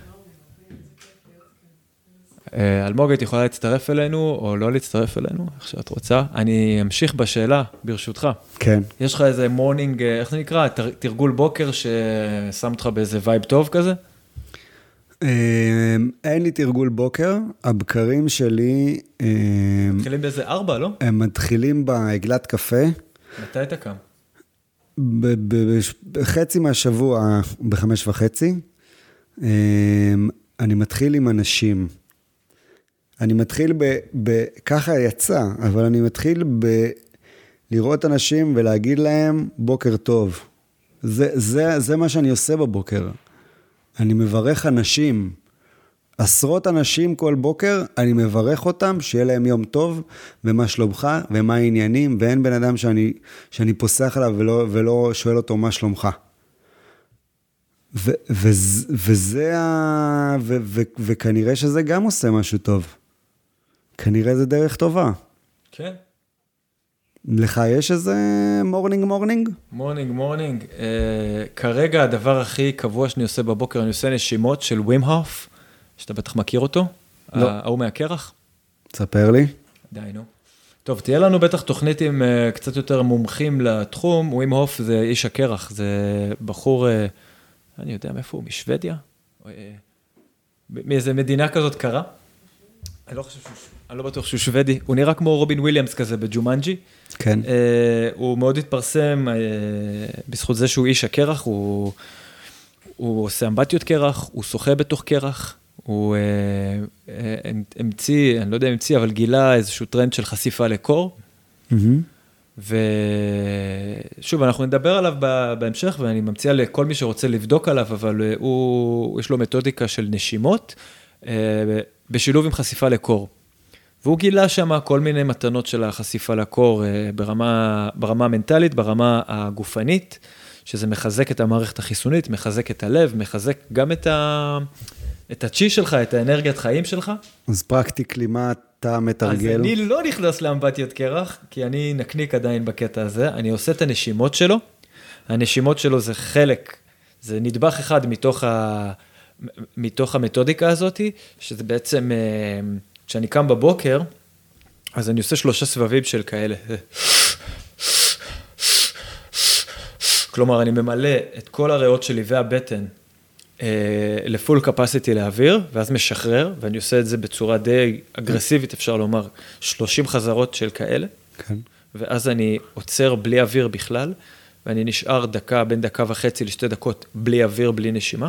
אלמוג, את יכולה להצטרף אלינו, או לא להצטרף אלינו, איך שאת רוצה. אני אמשיך בשאלה, ברשותך. כן. יש לך איזה morning, איך זה נקרא? תרגול בוקר ששם אותך באיזה וייב טוב כזה? אין לי תרגול בוקר, הבקרים שלי... מתחילים באיזה 4, לא? הם מתחילים בעגלת קפה. מתי אתה קם? בחצי מהשבוע, ב5:30. אני מתחיל עם אנשים. אני מתחיל ככה יצא, אבל אני מתחיל לראות אנשים ולהגיד להם בוקר טוב. זה מה שאני עושה בבוקר. אני מברך אנשים, עשרות אנשים כל בוקר, אני מברך אותם, שיהיה להם יום טוב, ומה שלומך, ומה העניינים, ואין בן אדם שאני פוסח עליו ולא שואל אותו מה שלומך. וכנראה שזה גם עושה משהו טוב. כנראה זה דרך טובה. כן. לך יש איזה מורנינג? מורנינג. כרגע הדבר הכי קבוע שאני עושה בבוקר, אני עושה נשימות של ווים הוף, שאתה בטח מכיר אותו. לא. ההוא מהקרח. תספר לי. די, נו. טוב, תהיה לנו בטח תוכנית עם קצת יותר מומחים לתחום. ווים הוף זה איש הקרח, זה בחור, אני יודע מאיפה הוא, משוודיה? מאיזה מדינה כזאת קרה. אני לא בטוח שהוא שוודי, הוא נראה כמו רובין וויליאמס כזה בג'ומנג'י. כן. הוא מאוד התפרסם בזכות זה שהוא איש הקרח, הוא עושה אמבטיות קרח, הוא שוחה בתוך קרח, הוא המציא, אני לא יודע אם המציא, אבל גילה איזשהו טרנד של חשיפה לקור. ושוב, אנחנו נדבר עליו בהמשך, ואני ממציע לכל מי שרוצה לבדוק עליו, אבל יש לו מתודיקה של נשימות, בשילוב עם חשיפה לקור. והוא גילה שם כל מיני מתנות של החשיפה לקור ברמה המנטלית, ברמה הגופנית, שזה מחזק את המערכת החיסונית, מחזק את הלב, מחזק גם את הצ'י שלך, את האנרגיית חיים שלך. אז פרקטיקלי, מה אתה מתרגל? אז אני לא נכנס לאמבטיות קרח, כי אני נקניק עדיין בקטע הזה, אני עושה את הנשימות שלו, הנשימות שלו זה חלק, זה נדבך אחד מתוך מתוך המתודיקה הזאת, שזה בעצם, כשאני קם בבוקר, אז אני עושה 3 סבבים של כאלה. כלומר, אני ממלא את כל הריאות שלי והבטן לפול קפסיטי לאוויר, ואז משחרר, ואני עושה את זה בצורה די אגרסיבית, אפשר לומר, 30 חזרות של כאלה. כן. ואז אני עוצר בלי אוויר בכלל, ואני נשאר דקה, בין דקה וחצי ל2 דקות, בלי אוויר, בלי נשימה.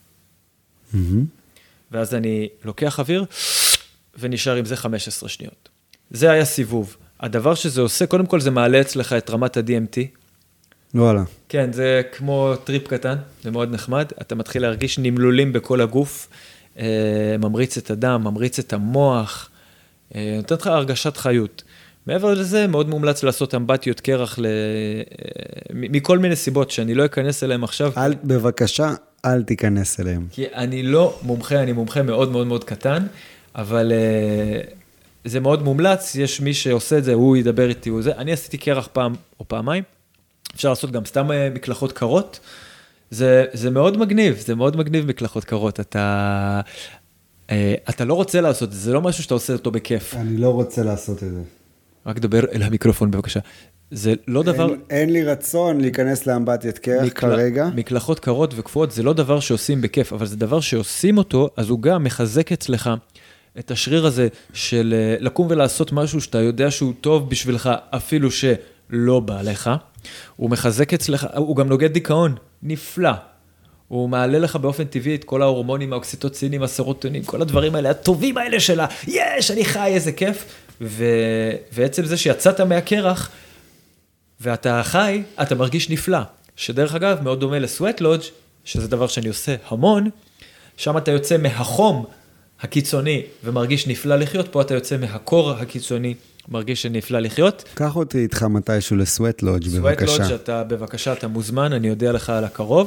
ואז אני לוקח אוויר, ונשאר עם זה 15 שניות. זה היה סיבוב. הדבר שזה עושה, קודם כל זה מעלה אצלך את רמת ה-DMT. וואלה. כן, זה כמו טריפ קטן, זה מאוד נחמד. אתה מתחיל להרגיש נמלולים בכל הגוף, ממריץ את הדם, ממריץ את המוח, נותן לך הרגשת חיות. מעבר לזה, מאוד מומלץ לעשות אמבטיות קרח מכל מיני סיבות שאני לא אכנס אליהם עכשיו. בבקשה, אל תיכנס אליהם. כי אני לא מומחה, אני מומחה מאוד מאוד מאוד קטן, אבל זה מאוד מומלץ, יש מי שעושה את זה, הוא ידבר איתי, אני עשיתי קרח פעם או פעמיים, אפשר לעשות גם סתם מקלחות קרות, זה מאוד מגניב, זה מאוד מגניב מקלחות קרות, אתה לא רוצה לעשות את זה, זה לא משהו שאתה עושה אותו בכיף. אני לא רוצה לעשות את זה. רק דבר אל המיקרופון בבקשה. זה לא דבר... אין לי רצון להיכנס לאמבטיית קרח כרגע. מקלחות קרות וקפואות זה לא דבר שעושים בכיף, אבל זה דבר שעושים אותו, אז הוא גם מחזק אצלך את השריר הזה של לקום ולעשות משהו שאתה יודע שהוא טוב בשבילך, אפילו שלא בא לך. הוא מחזק אצלך, הוא גם נוגד דיכאון, נפלא. הוא מעלה לך באופן טבעי את כל ההורמונים, האוקסיטוצינים, הסרוטונים, כל הדברים האלה, הטובים האלה שלה, יש, אני חי, איזה כיף. ועצם זה שיצאת מהקרח, ואתה חי, אתה מרגיש נפלא. שדרך אגב, מאוד דומה לסווט לודג', שזה דבר שאני עושה המון, שם אתה יוצא מהחום הקיצוני ומרגיש נפלא לחיות, פה אתה יוצא מהקור הקיצוני, מרגיש שנפלא לחיות. קח אותי איתך מתישהו לסווט לודג' בבקשה. סווט לודג' בבקשה, אתה מוזמן, אני יודע לך על הקרוב.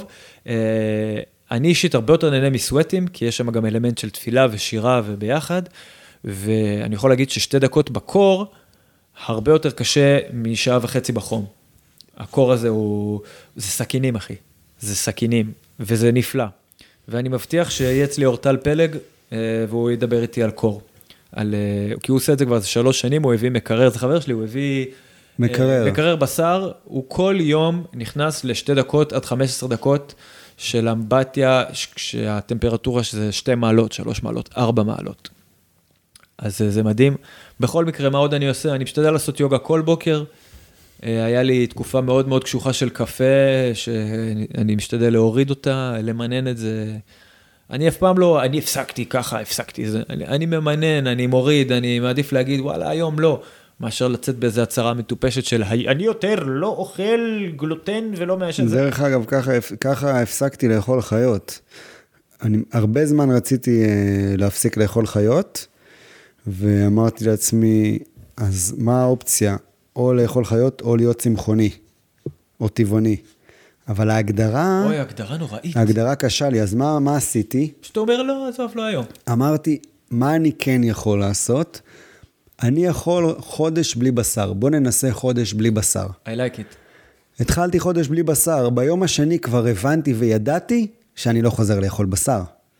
אני אישית הרבה יותר נהנה מסווטים, כי יש שם גם אלמנט של תפילה ושירה וביחד, ואני יכול להגיד ש2 דקות בקור, הרבה יותר קשה משעה וחצי בחום. הקור הזה זה סכינים, אחי. זה סכינים, וזה נפלא. ואני מבטיח שיהיה אצלי אורטל פלג, והוא ידבר איתי על קור. כי הוא עושה את זה כבר 3 שנים, הוא הביא מקרר, זה חבר שלי, הוא הביא... מקרר בשר, הוא כל יום נכנס ל2 דקות עד 15 דקות של אמבטיה, שהטמפרטורה שזה 2 מעלות, 3 מעלות, 4 מעלות. אז זה מדהים. בכל מקרה, מה עוד אני עושה? אני משתדל לעשות יוגה כל בוקר. היה לי תקופה מאוד מאוד קשוחה של קפה, שאני משתדל להוריד אותה, למנן את זה. אני אף פעם לא, אני הפסקתי ככה, הפסקתי זה. אני ממנן, אני מוריד, אני מעדיף להגיד, וואלה, היום לא. מאשר לצאת באיזו הצהרה מטופשת של, אני יותר לא אוכל גלוטן ולא מאשר זה. דרך אגב, ככה הפסקתי לאכול חיות. אני הרבה זמן רציתי להפסיק לאכול חיות, ואמרתי לעצמי, אז מה האופציה? או לאכול חיות, או להיות צמחוני, או טבעוני. אבל ההגדרה... אוי, ההגדרה נוראית. ההגדרה קשה לי, אז מה עשיתי? שאתה אומר, לא, עזוב, לא היום. אמרתי, מה אני כן יכול לעשות? אני יכול חודש בלי בשר. בוא ננסה חודש בלי בשר. I like it. התחלתי חודש בלי בשר. ביום השני כבר הבנתי וידעתי שאני לא חוזר לאכול בשר.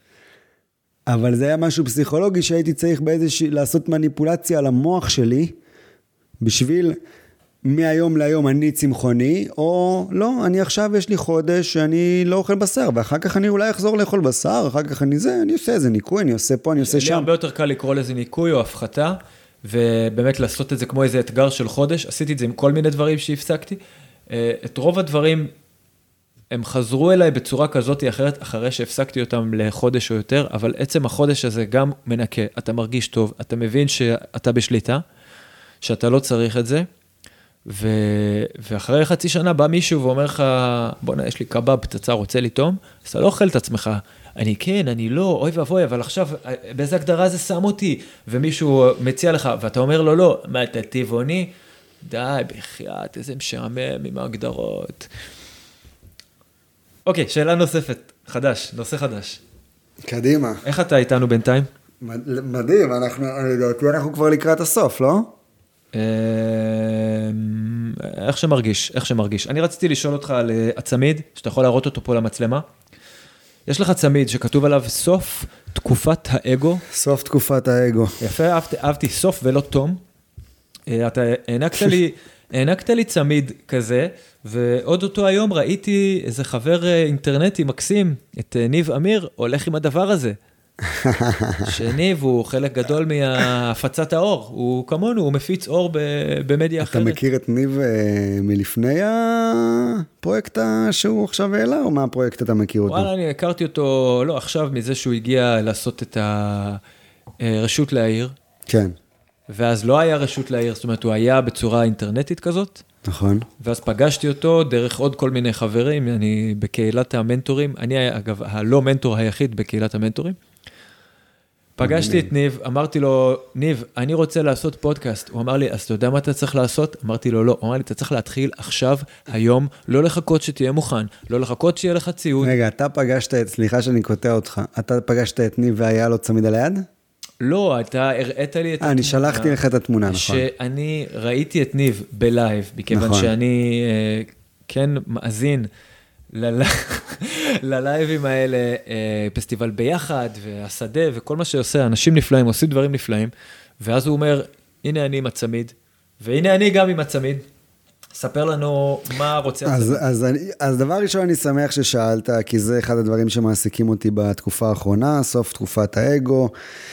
אבל זה היה משהו פסיכולוגי שהייתי צריך לעשות מניפולציה על המוח שלי, בשביל מהיום להיום אני צמחוני, או לא, אני עכשיו יש לי חודש שאני לא אוכל בשר, ואחר כך אני אולי אחזור לאכול בשר, אחר כך אני עושה איזה ניקוי, אני עושה פה, אני עושה שם. לי הרבה יותר קל לקרוא לזה ניקוי או הפחתה, ובאמת לעשות את זה כמו איזה אתגר של חודש, עשיתי את זה עם כל מיני דברים שהפסקתי, את רוב הדברים הם חזרו אליי בצורה כזאת או אחרת, אחרי שהפסקתי אותם לחודש או יותר, אבל עצם החודש הזה גם מנקה, אתה מרגיש טוב, אתה מבין שאתה בשליטה, שאתה לא צריך את זה, ואחרי חצי שנה בא מישהו ואומר לך, בוא'נה, יש לי קבב, פצצה, רוצה לטעום, אז אתה לא אוכל את עצמך, אני כן, אני לא, אוי ואבוי, אבל עכשיו, באיזה הגדרה זה שם אותי, ומישהו מציע לך, ואתה אומר לו, לא, מה, אתה טבעוני? די, בחייאת, איזה משעמם עם ההגדרות. אוקיי, שאלה נוספת, נושא חדש. קדימה. איך אתה איתנו בינתיים? מדהים, אנחנו כבר לקראת הסוף, לא? איך שמרגיש. אני רציתי לשאול אותך על הצמיד, שאתה יכול להראות אותו פה למצלמה, יש לך צמיד שכתוב עליו סוף תקופת האגו. סוף תקופת האגו. יפה, אהבתי סוף ולא תום. אתה הענקת לי צמיד כזה, ועוד אותו היום ראיתי איזה חבר אינטרנטי מקסים, את ניב אמיר, הולך עם הדבר הזה. שניב הוא חלק גדול מהפצת האור, הוא כמונו, הוא מפיץ אור במדיה אחרת. אתה מכיר את ניב מלפני הפרויקט שהוא עכשיו העלה, או מה הפרויקט אתה מכיר אותו? וואלה, אני הכרתי אותו, לא, עכשיו מזה שהוא הגיע לעשות את הרשות להעיר. כן. ואז לא היה רשות להעיר, זאת אומרת, הוא היה בצורה אינטרנטית כזאת. נכון. ואז פגשתי אותו דרך עוד כל מיני חברים, אני בקהילת המנטורים, אני אגב, הלא מנטור היחיד בקהילת המנטורים. פגשתי את ניב, אמרתי לו, ניב, אני רוצה לעשות פודקאסט. הוא אמר לי, אז אתה יודע מה אתה צריך לעשות? אמרתי לו, לא. הוא אמר לי, אתה צריך להתחיל עכשיו, היום, לא לחכות שתהיה מוכן, לא לחכות שיהיה לך ציוד. רגע, אתה פגשת את, סליחה שאני קוטע אותך, אתה פגשת את ניב והיה לו צמיד על היד? לא, אתה הראית לי את התמונה. אני שלחתי לך את התמונה, נכון. שאני ראיתי את ניב בלייב, מכיוון שאני כן מאזין ללייבים האלה, פסטיבל ביחד, והשדה, וכל מה שעושה, אנשים נפלאים, עושים דברים נפלאים, ואז הוא אומר, הנה אני עם הצמיד, והנה אני גם עם הצמיד, ספר לנו מה רוצה הצמיד. אז דבר ראשון אני שמח ששאלת, כי זה אחד הדברים שמעסיקים אותי בתקופה האחרונה, סוף תקופת האגו.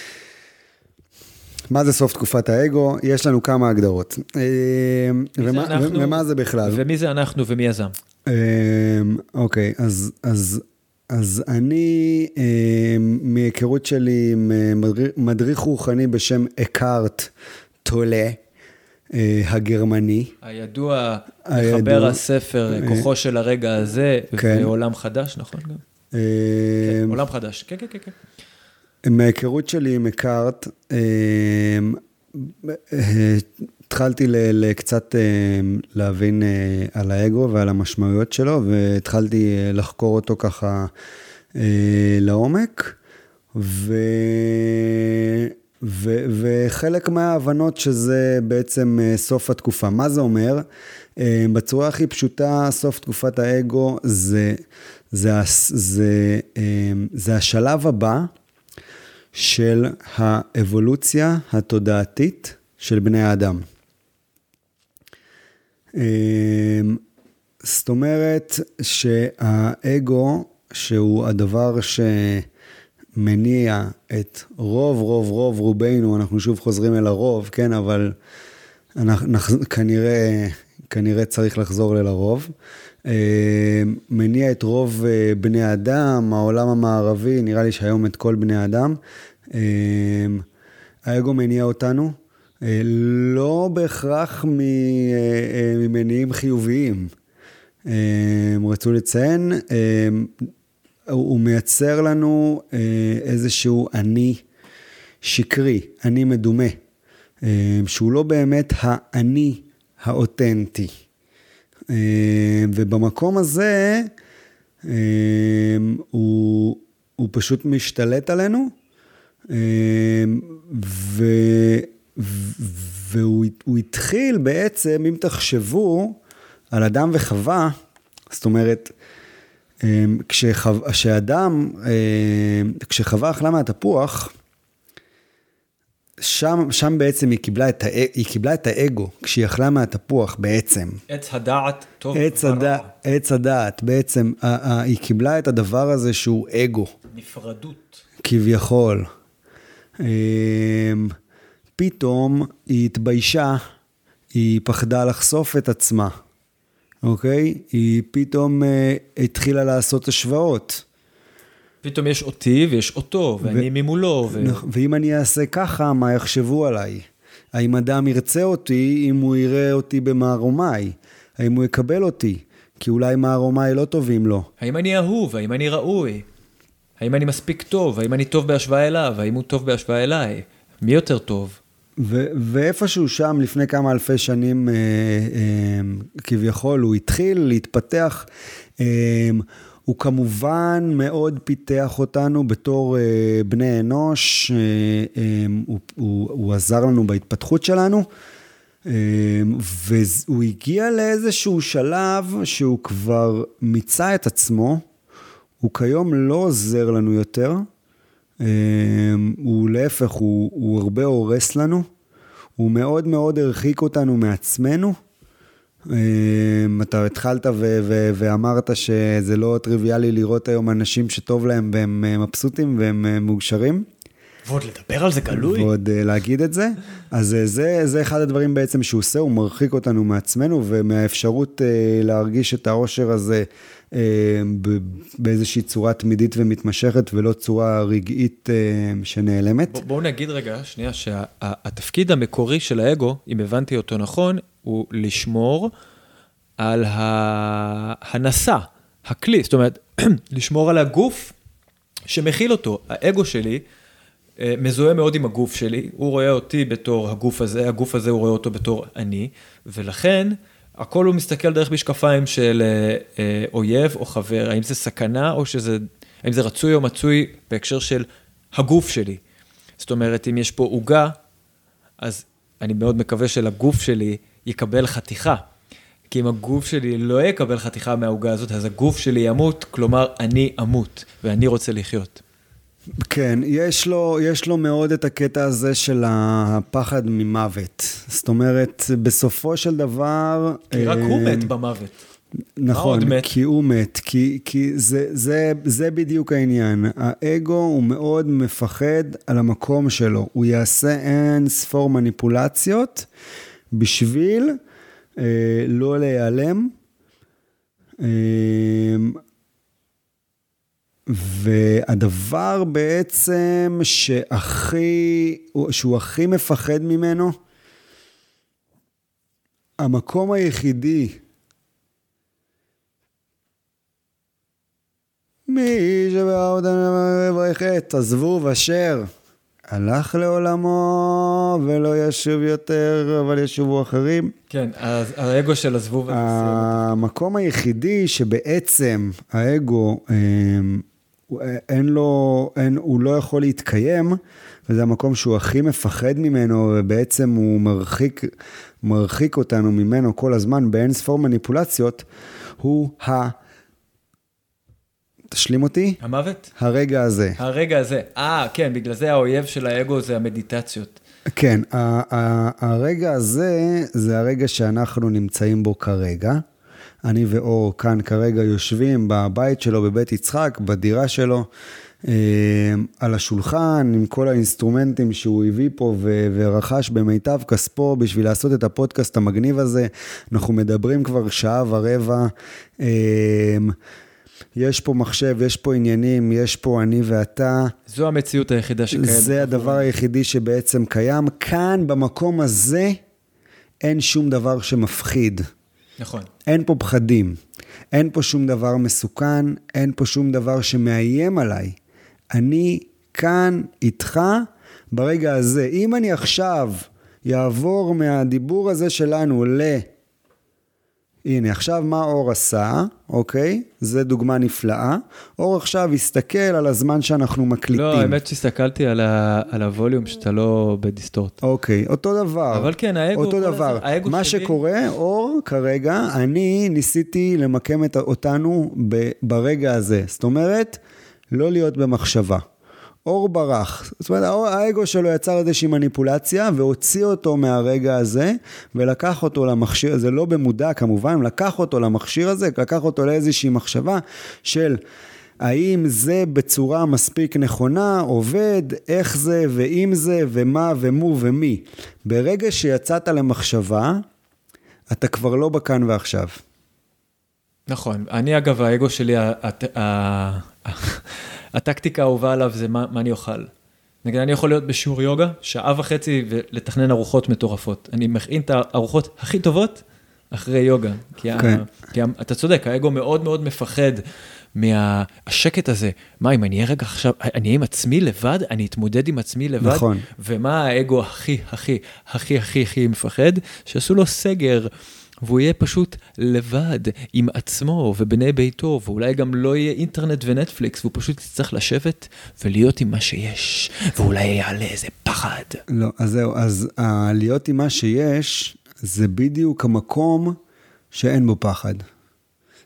מה זה סוף תקופת האגו? יש לנו כמה הגדרות. ומה זה בכלל? ומי זה אנחנו ומי יזם? אוקיי, אז אני, מהיכרות שלי עם מדריך רוחני בשם אקארט טולה, הגרמני. הידוע, מחבר הספר, כוחו של הרגע הזה, ועולם חדש, נכון גם? עולם חדש, כן, כן, כן. מהיכרות שלי עם אקארט, התחלתי קצת להבין על האגו ועל המשמעויות שלו, והתחלתי לחקור אותו ככה לעומק, וחלק מההבנות שזה בעצם סוף התקופה. מה זה אומר? בצורה הכי פשוטה, סוף תקופת האגו זה השלב הבא של האבולוציה התודעתית של בני האדם. זאת אומרת שהאגו, שהוא הדבר שמניע את רובנו, אנחנו שוב חוזרים אל הרוב, כן, אבל כנראה צריך לחזור לרוב, מניע את רוב בני האדם, העולם המערבי, נראה לי שהיום את כל בני האדם, האגו מניע אותנו, לא בהכרח ממניעים חיוביים. רצו לציין, הוא מייצר לנו איזשהו אני שקרי, אני מדומה, שהוא לא באמת האני האותנטי. ובמקום הזה, הוא פשוט משתלט עלינו, והוא התחיל בעצם, אם תחשבו, על אדם וחווה, זאת אומרת, כשחווה אכלה מהתפוח, שם בעצם היא קיבלה את האגו, כשהיא אכלה מהתפוח בעצם. עץ הדעת טוב. עץ הדעת, בעצם, היא קיבלה את הדבר הזה שהוא אגו. נפרדות. כביכול. פתאום היא התביישה, היא פחדה לחשוף את עצמה. אוקיי? היא פתאום התחילה לעשות השוואות. פתאום יש אותי ויש אותו, ואני ממולו. ואם אני אעשה ככה, מה יחשבו עליי? האם אדם ירצה אותי אם הוא יראה אותי במערומיי? האם הוא יקבל אותי? כי אולי מערומיי לא טובים לו. האם אני אהוב? האם אני ראוי? האם אני מספיק טוב? האם אני טוב בהשוואה אליו? האם הוא טוב בהשוואה אליי? מי יותר טוב? ואיפשהו שם, לפני כמה אלפי שנים, כביכול, הוא התחיל להתפתח. הוא כמובן מאוד פיתח אותנו בתור בני אנוש, הוא עזר לנו בהתפתחות שלנו, והוא הגיע לאיזשהו שלב שהוא כבר מיצה את עצמו, הוא כיום לא עוזר לנו יותר, הוא להפך, הוא הרבה הורס לנו, הוא מאוד מאוד הרחיק אותנו מעצמנו, אתה התחלת ואמרת שזה לא טריוויאלי לראות היום אנשים שטוב להם והם מבסוטים והם מאושרים. ועוד לדבר על זה גלוי. ועוד להגיד את זה. אז זה אחד הדברים בעצם שהוא עושה, הוא מרחיק אותנו מעצמנו ומהאפשרות להרגיש את העושר הזה באיזושהי צורה תמידית ומתמשכת ולא צורה רגעית שנעלמת. בואו נגיד רגע, שנייה, שהתפקיד המקורי של האגו, אם הבנתי אותו נכון, הוא לשמור על הנשא, הכלי, זאת אומרת, לשמור על הגוף שמכיל אותו. האגו שלי מזוהה מאוד עם הגוף שלי, הוא רואה אותי בתור הגוף הזה הוא רואה אותו בתור אני, ולכן הכל הוא מסתכל דרך משקפיים של אויב או חבר, האם זה סכנה או האם זה רצוי או מצוי בהקשר של הגוף שלי. זאת אומרת, אם יש פה עוגה, אז אני מאוד מקווה שלגוף שלי יקבל חתיכה, כי אם הגוף שלי לא יקבל חתיכה מהעוגה הזאת, אז הגוף שלי ימות, כלומר אני אמות, ואני רוצה לחיות. כן, יש לו מאוד את הקטע הזה של הפחד ממוות. זאת אומרת, בסופו של דבר... כי רק הוא מת במוות. נכון, כי הוא מת, כי זה בדיוק העניין. האגו הוא מאוד מפחד על המקום שלו. הוא יעשה אין ספור מניפולציות בשביל לא להיעלם. והדבר בעצם שהוא הכי מפחד ממנו, המקום היחידי, מי שבעוד עזבו אשר הלך לעולמו ולא ישוב יותר, אבל ישובו אחרים. כן, אז האגו של עזבו המקום היחידי שבעצם האגו הוא לא יכול להתקיים, וזה המקום שהוא הכי מפחד ממנו, ובעצם הוא מרחיק אותנו ממנו כל הזמן, באין ספור מניפולציות, הוא תשלים אותי? המוות? הרגע הזה. הרגע הזה. כן, בגלל זה האויב של האגו זה המדיטציות. כן, הרגע הזה, זה הרגע שאנחנו נמצאים בו כרגע. אני ואור כאן כרגע יושבים בבית שלו, בבית יצחק, בדירה שלו, על השולחן, עם כל האינסטרומנטים שהוא הביא פה ורכש במיטב כספו, בשביל לעשות את הפודקאסט המגניב הזה. אנחנו מדברים כבר שעה ורבע, יש פה מחשב, יש פה עניינים, יש פה אני ואתה. זו המציאות היחידה שקיימת. זה הדבר היחידי שבעצם קיים. כאן, במקום הזה, אין שום דבר שמפחיד. נכון. אין פה פחדים. אין פה שום דבר מסוכן. אין פה שום דבר שמאיים עליי. אני כאן איתך ברגע הזה. אם אני עכשיו יעבור מהדיבור הזה שלנו הנה, עכשיו מה אור עשה, אוקיי? זה דוגמה נפלאה. אור עכשיו יסתכל על הזמן שאנחנו מקליטים. לא, האמת שהסתכלתי על הווליום שאתה לא בדיסטורט. אוקיי, אותו דבר. אבל כן, האגו... אותו דבר. מה שקורה, אור, כרגע, אני ניסיתי למקם אותנו ברגע הזה. זאת אומרת, לא להיות במחשבה. אור ברח. זאת אומרת, האגו שלו יצר איזושהי מניפולציה, והוציא אותו מהרגע הזה, ולקח אותו למכשיר, זה לא במודע כמובן, לקח אותו למכשיר הזה, לקח אותו לאיזושהי מחשבה של האם זה בצורה מספיק נכונה, עובד, איך זה, ואם זה, ומה, ומו, ומי. ברגע שיצאת למחשבה, אתה כבר לא בכאן ועכשיו. נכון. אני אגב, האגו שלי, הטקטיקה האהובה עליו זה מה אני אוכל. נגיד, אני יכול להיות בשיעור יוגה, שעה וחצי ולתכנן ארוחות מטורפות. אני מכין את הארוחות הכי טובות אחרי יוגה. כי אתה צודק, האגו מאוד מאוד מפחד מהשקט הזה. מה, אם אני אהיה רגע עכשיו, אני אהיה עם עצמי לבד, אני אתמודד עם עצמי לבד. נכון. ומה האגו הכי מפחד? שעשו לו סגר, והוא יהיה פשוט לבד עם עצמו ובני ביתו, ואולי גם לא יהיה אינטרנט ונטפליקס, והוא פשוט יצטרך לשבת ולהיות עם מה שיש, ואולי יעלה איזה פחד. לא, אז זהו, אז להיות עם מה שיש, זה בדיוק המקום שאין בו פחד.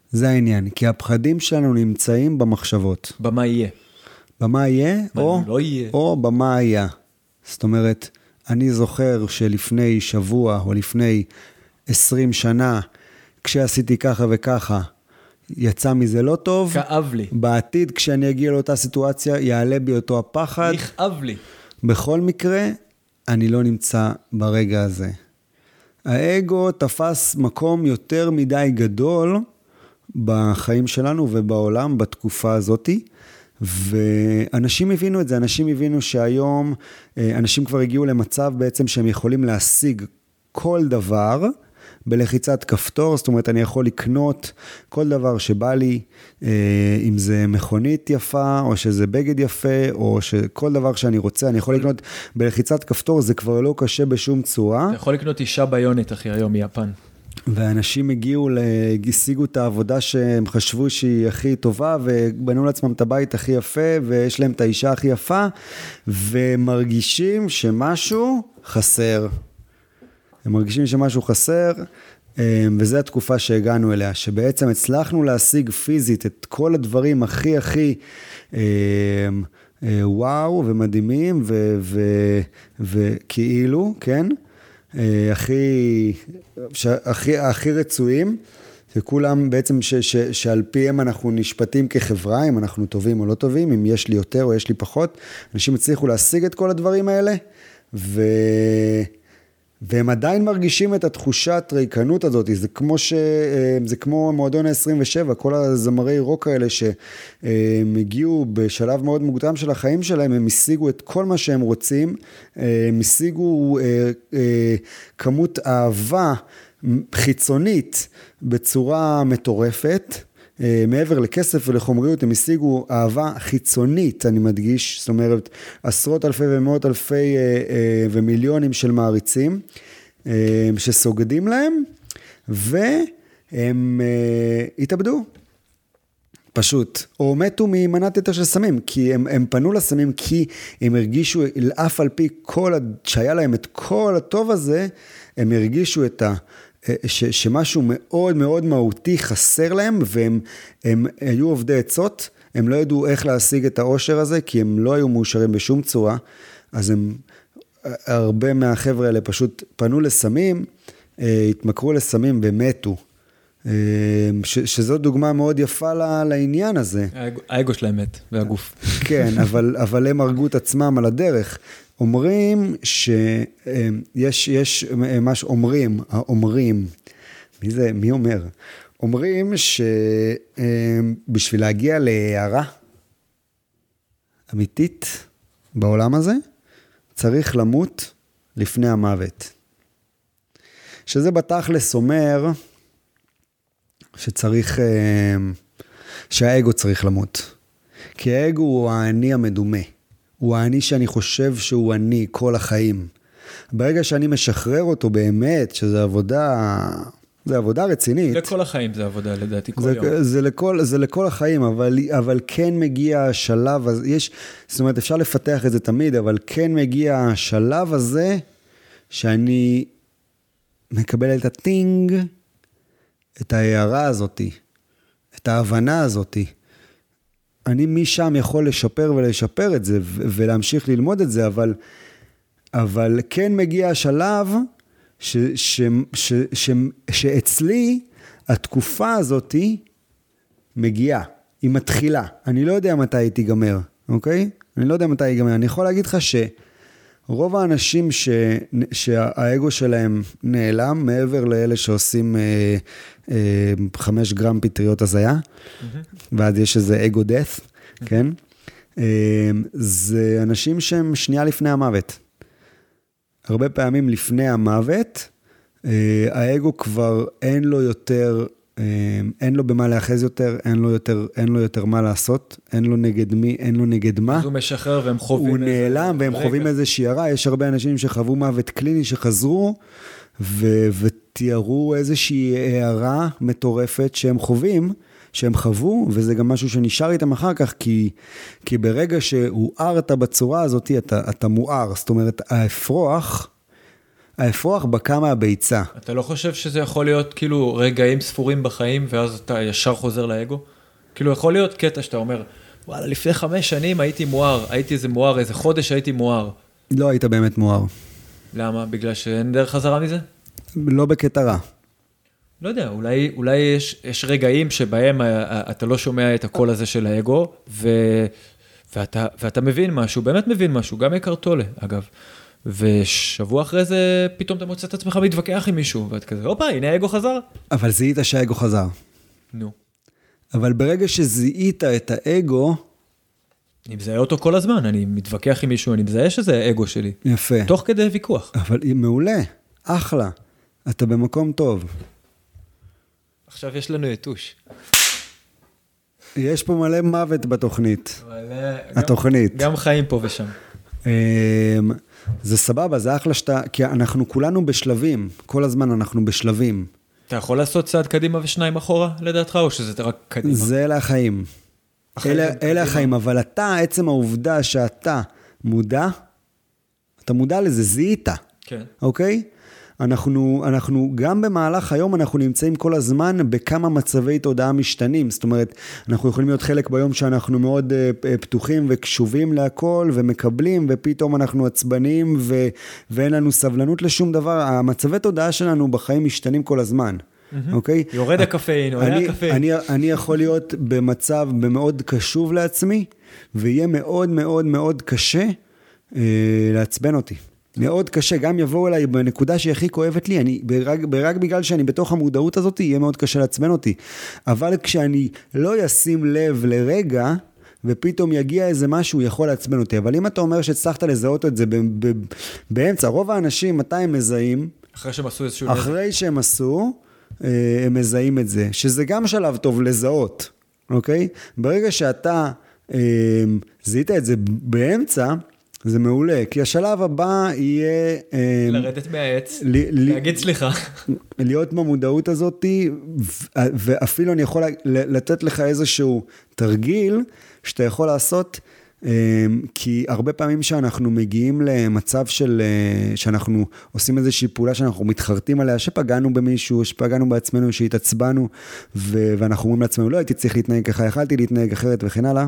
זה העניין, כי הפחדים שלנו נמצאים במחשבות. במה יהיה. במה יהיה, לא יהיה. או במה היה. זאת אומרת, אני זוכר שלפני שבוע או לפני 20 שנה, כשעשיתי ככה וככה, יצא מזה לא טוב. כאב לי. בעתיד, כשאני אגיע לאותה סיטואציה, יעלה בי אותו הפחד. יכאב לי. בכל מקרה, אני לא נמצא ברגע הזה. האגו תפס מקום יותר מדי גדול בחיים שלנו ובעולם בתקופה הזאת, ואנשים הבינו את זה, אנשים הבינו שהיום, אנשים כבר הגיעו למצב בעצם שהם יכולים להשיג כל דבר, בלחיצת כפתור, זאת אומרת, אני יכול לקנות כל דבר שבא לי, אם זה מכונית יפה, או שזה בגד יפה, או שכל דבר שאני רוצה, אני יכול לקנות בלחיצת כפתור, זה כבר לא קשה בשום צורה. אתה יכול לקנות אישה ביונית, אחי, היום מיפן. ואנשים השיגו את העבודה שהם חשבו שהיא הכי טובה, ובנו לעצמם את הבית הכי יפה, ויש להם את האישה הכי יפה, ומרגישים שמשהו חסר. הם מרגישים שמשהו חסר, וזו התקופה שהגענו אליה, שבעצם הצלחנו להשיג פיזית את כל הדברים הכי וואו ומדהימים, וכאילו, כן? הכי רצויים, וכולם בעצם שעל פיהם אנחנו נשפטים כחברה, אם אנחנו טובים או לא טובים, אם יש לי יותר או יש לי פחות, אנשים הצליחו להשיג את כל הדברים האלה, והם עדיין מרגישים את התחושת ריקנות הזאת, זה כמו מועדון ה-27, כל הזמרי רוק האלה שהם הגיעו בשלב מאוד מוקדם של החיים שלהם, הם השיגו את כל מה שהם רוצים, הם השיגו כמות אהבה חיצונית בצורה מטורפת, מעבר לכסף ולחומריות, הם השיגו אהבה חיצונית, אני מדגיש, זאת אומרת, עשרות אלפי ומאות אלפי ומיליונים של מעריצים, שסוגדים להם, והם התאבדו, פשוט, או מתו ממנת יתר של סמים, כי הם פנו לסמים, כי הם הרגישו, אף על פי שהיה להם את כל הטוב הזה, הם הרגישו שמשהו מאוד מאוד מהותי חסר להם, והם היו עובדי עצות, הם לא ידעו איך להשיג את העושר הזה, כי הם לא היו מאושרים בשום צורה, אז הרבה מהחבר'ה האלה פשוט פנו לסמים, התמכרו לסמים ומתו, שזו דוגמה מאוד יפה לעניין הזה. האגו שלהם מת, והגוף. כן, אבל הם הרגו את עצמם על הדרך. אומרים שיש משהו, אומרים, מי אומר? אומרים שבשביל להגיע להערה אמיתית בעולם הזה, צריך למות לפני המוות. שזה בתכלס אומר שהאגו צריך למות. כי האגו הוא האני המדומה. הוא האני שאני חושב שהוא אני כל החיים. ברגע שאני משחרר אותו באמת, שזה עבודה רצינית. לכל החיים זה עבודה לדעתי כל יום. זה לכל החיים, אבל כן מגיע השלב, זאת אומרת אפשר לפתח את זה תמיד, אבל כן מגיע השלב הזה, שאני מקבל את הטינג, את ההערה הזאת, את ההבנה הזאת. אני משם יכול לשפר ולשפר את זה, ולהמשיך ללמוד את זה, אבל כן מגיע השלב, שאצלי התקופה הזאת מגיעה, היא מתחילה. אני לא יודע מתי היא תיגמר, אוקיי? אני לא יודע מתי היא תיגמר. אני יכול להגיד לך שרוב האנשים שהאגו שלהם נעלם, מעבר לאלה שעושים 5 גרם פטריות הזיה, ואז יש איזה אגו death, כן? זה אנשים שהם שנייה לפני המוות. הרבה פעמים לפני המוות, האגו כבר אין לו יותר, אין לו במה לאחז יותר, אין לו יותר מה לעשות, אין לו נגד מי, אין לו נגד מה. אז הוא משחרר והם חווים. הוא נעלם והם חווים איזה שיערה, יש הרבה אנשים שחוו מוות קליני שחזרו, ותיארו איזושהי הערה מטורפת שהם חווים, שהם חוו, וזה גם משהו שנשאר איתם אחר כך, כי ברגע שהוארת בצורה הזאת, אתה מואר, זאת אומרת, האפרוח, האפרוח בקע מהביצה. אתה לא חושב שזה יכול להיות כאילו רגעים ספורים בחיים, ואז אתה ישר חוזר לאגו? כאילו יכול להיות קטע שאתה אומר, וואלה, לפני 5 שנים הייתי מואר, הייתי איזה מואר, איזה חודש הייתי מואר. לא היית באמת מואר. למה? בגלל שאין דרך חזרה מזה? לא בקטע רע. לא יודע, אולי יש רגעים שבהם אתה לא שומע את הקול הזה של האגו, ואתה מבין משהו, באמת מבין משהו, גם יקרטולה, אגב. ושבוע אחרי זה, פתאום אתה מוצא את עצמך מתווכח עם מישהו, ואת כזה, הופה, הנה האגו חזר. אבל זיהית שהאגו חזר. נו. אבל ברגע שזיהית את האגו... אני מזהה אותו כל הזמן, אני מתווכח עם מישהו, אני מזהה שזה האגו שלי. יפה. תוך כדי ויכוח. אבל מעולה, אחלה. אתה במקום טוב. עכשיו יש לנו יתוש. יש פה מלא מוות בתוכנית. התוכנית. גם חיים פה ושם. זה סבבה, זה אחלה שאתה, כי אנחנו כולנו בשלבים, כל הזמן אנחנו בשלבים. אתה יכול לעשות צעד קדימה ושניים אחורה, לדעתך, או שזה רק קדימה? זה אלה החיים. אלה החיים, אבל אתה, עצם העובדה שאתה מודע, אתה מודע לזה, זיהית. כן. אוקיי? אנחנו גם במהלך היום אנחנו נמצאים כל הזמן בכמה מצבי תודעה משתנים, זאת אומרת, אנחנו יכולים להיות חלק ביום שאנחנו מאוד פתוחים וקשובים להכל ומקבלים, ופתאום אנחנו עצבנים ואין לנו סבלנות לשום דבר, המצבי תודעה שלנו בחיים משתנים כל הזמן. אוקיי? יורד הקפאין, עולה הקפאין. אני יכול להיות במצב מאוד קשוב לעצמי, ויהיה מאוד מאוד מאוד קשה לעצבן אותי. מאוד קשה, גם יבואו אליי בנקודה שהיא הכי כואבת לי, רק בגלל שאני בתוך המודעות הזאת, יהיה מאוד קשה לעצבן אותי. אבל כשאני לא אשים לב לרגע, ופתאום יגיע איזה משהו, יכול לעצבן אותי. אבל אם אתה אומר שהצלחת לזהות את זה באמצע, רוב האנשים, מתי הם מזהים? אחרי שהם עשו איזשהו... אחרי שהם עשו, הם מזהים את זה, שזה גם שלב טוב לזהות, אוקיי? ברגע שאתה זיהית את זה באמצע, זה מעולה, כי השלב הבא יהיה... לרדת מהעץ, להגיד סליחה. להיות במודעות הזאת, ואפילו אני יכול לתת לך איזשהו תרגיל, שאתה יכול לעשות, כי הרבה פעמים שאנחנו מגיעים למצב שאנחנו עושים איזושהי פעולה שאנחנו מתחרטים עליה, שפגענו במישהו, שפגענו בעצמנו, שהתעצבנו, ואנחנו אומרים לעצמנו, לא הייתי צריך להתנהג ככה, יכלתי להתנהג אחרת וכן הלאה.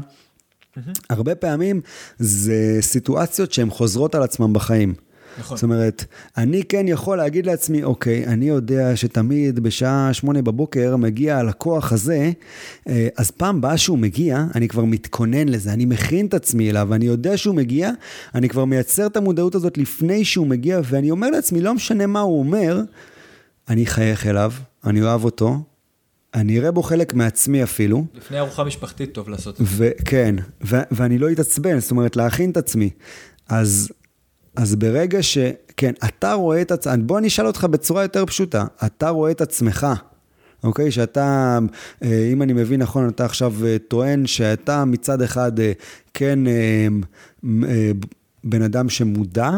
הרבה פעמים זה סיטואציות שהן חוזרות על עצמם בחיים. נכון. זאת אומרת, אני כן יכול להגיד לעצמי, אוקיי, אני יודע שתמיד בשעה 8 בבוקר מגיע הלקוח הזה, אז פעם באה שהוא מגיע, אני כבר מתכונן לזה, אני מכין את עצמי אליו, ואני יודע שהוא מגיע, אני כבר מייצר את המודעות הזאת לפני שהוא מגיע, ואני אומר לעצמי, לא משנה מה הוא אומר, אני חייך אליו, אני אוהב אותו, אני אראה בו חלק מעצמי אפילו. לפני ארוחה משפחתית טוב לעשות את זה. כן, ואני לא אתעצבן, זאת אומרת, להכין את עצמי. אז ברגע כן, אתה רואה את עצמך, בוא אני אשאל אותך בצורה יותר פשוטה, אתה רואה את עצמך, אוקיי? שאתה, אם אני מבין נכון, אתה עכשיו טוען שאתה מצד אחד, כן, בן אדם שמודע,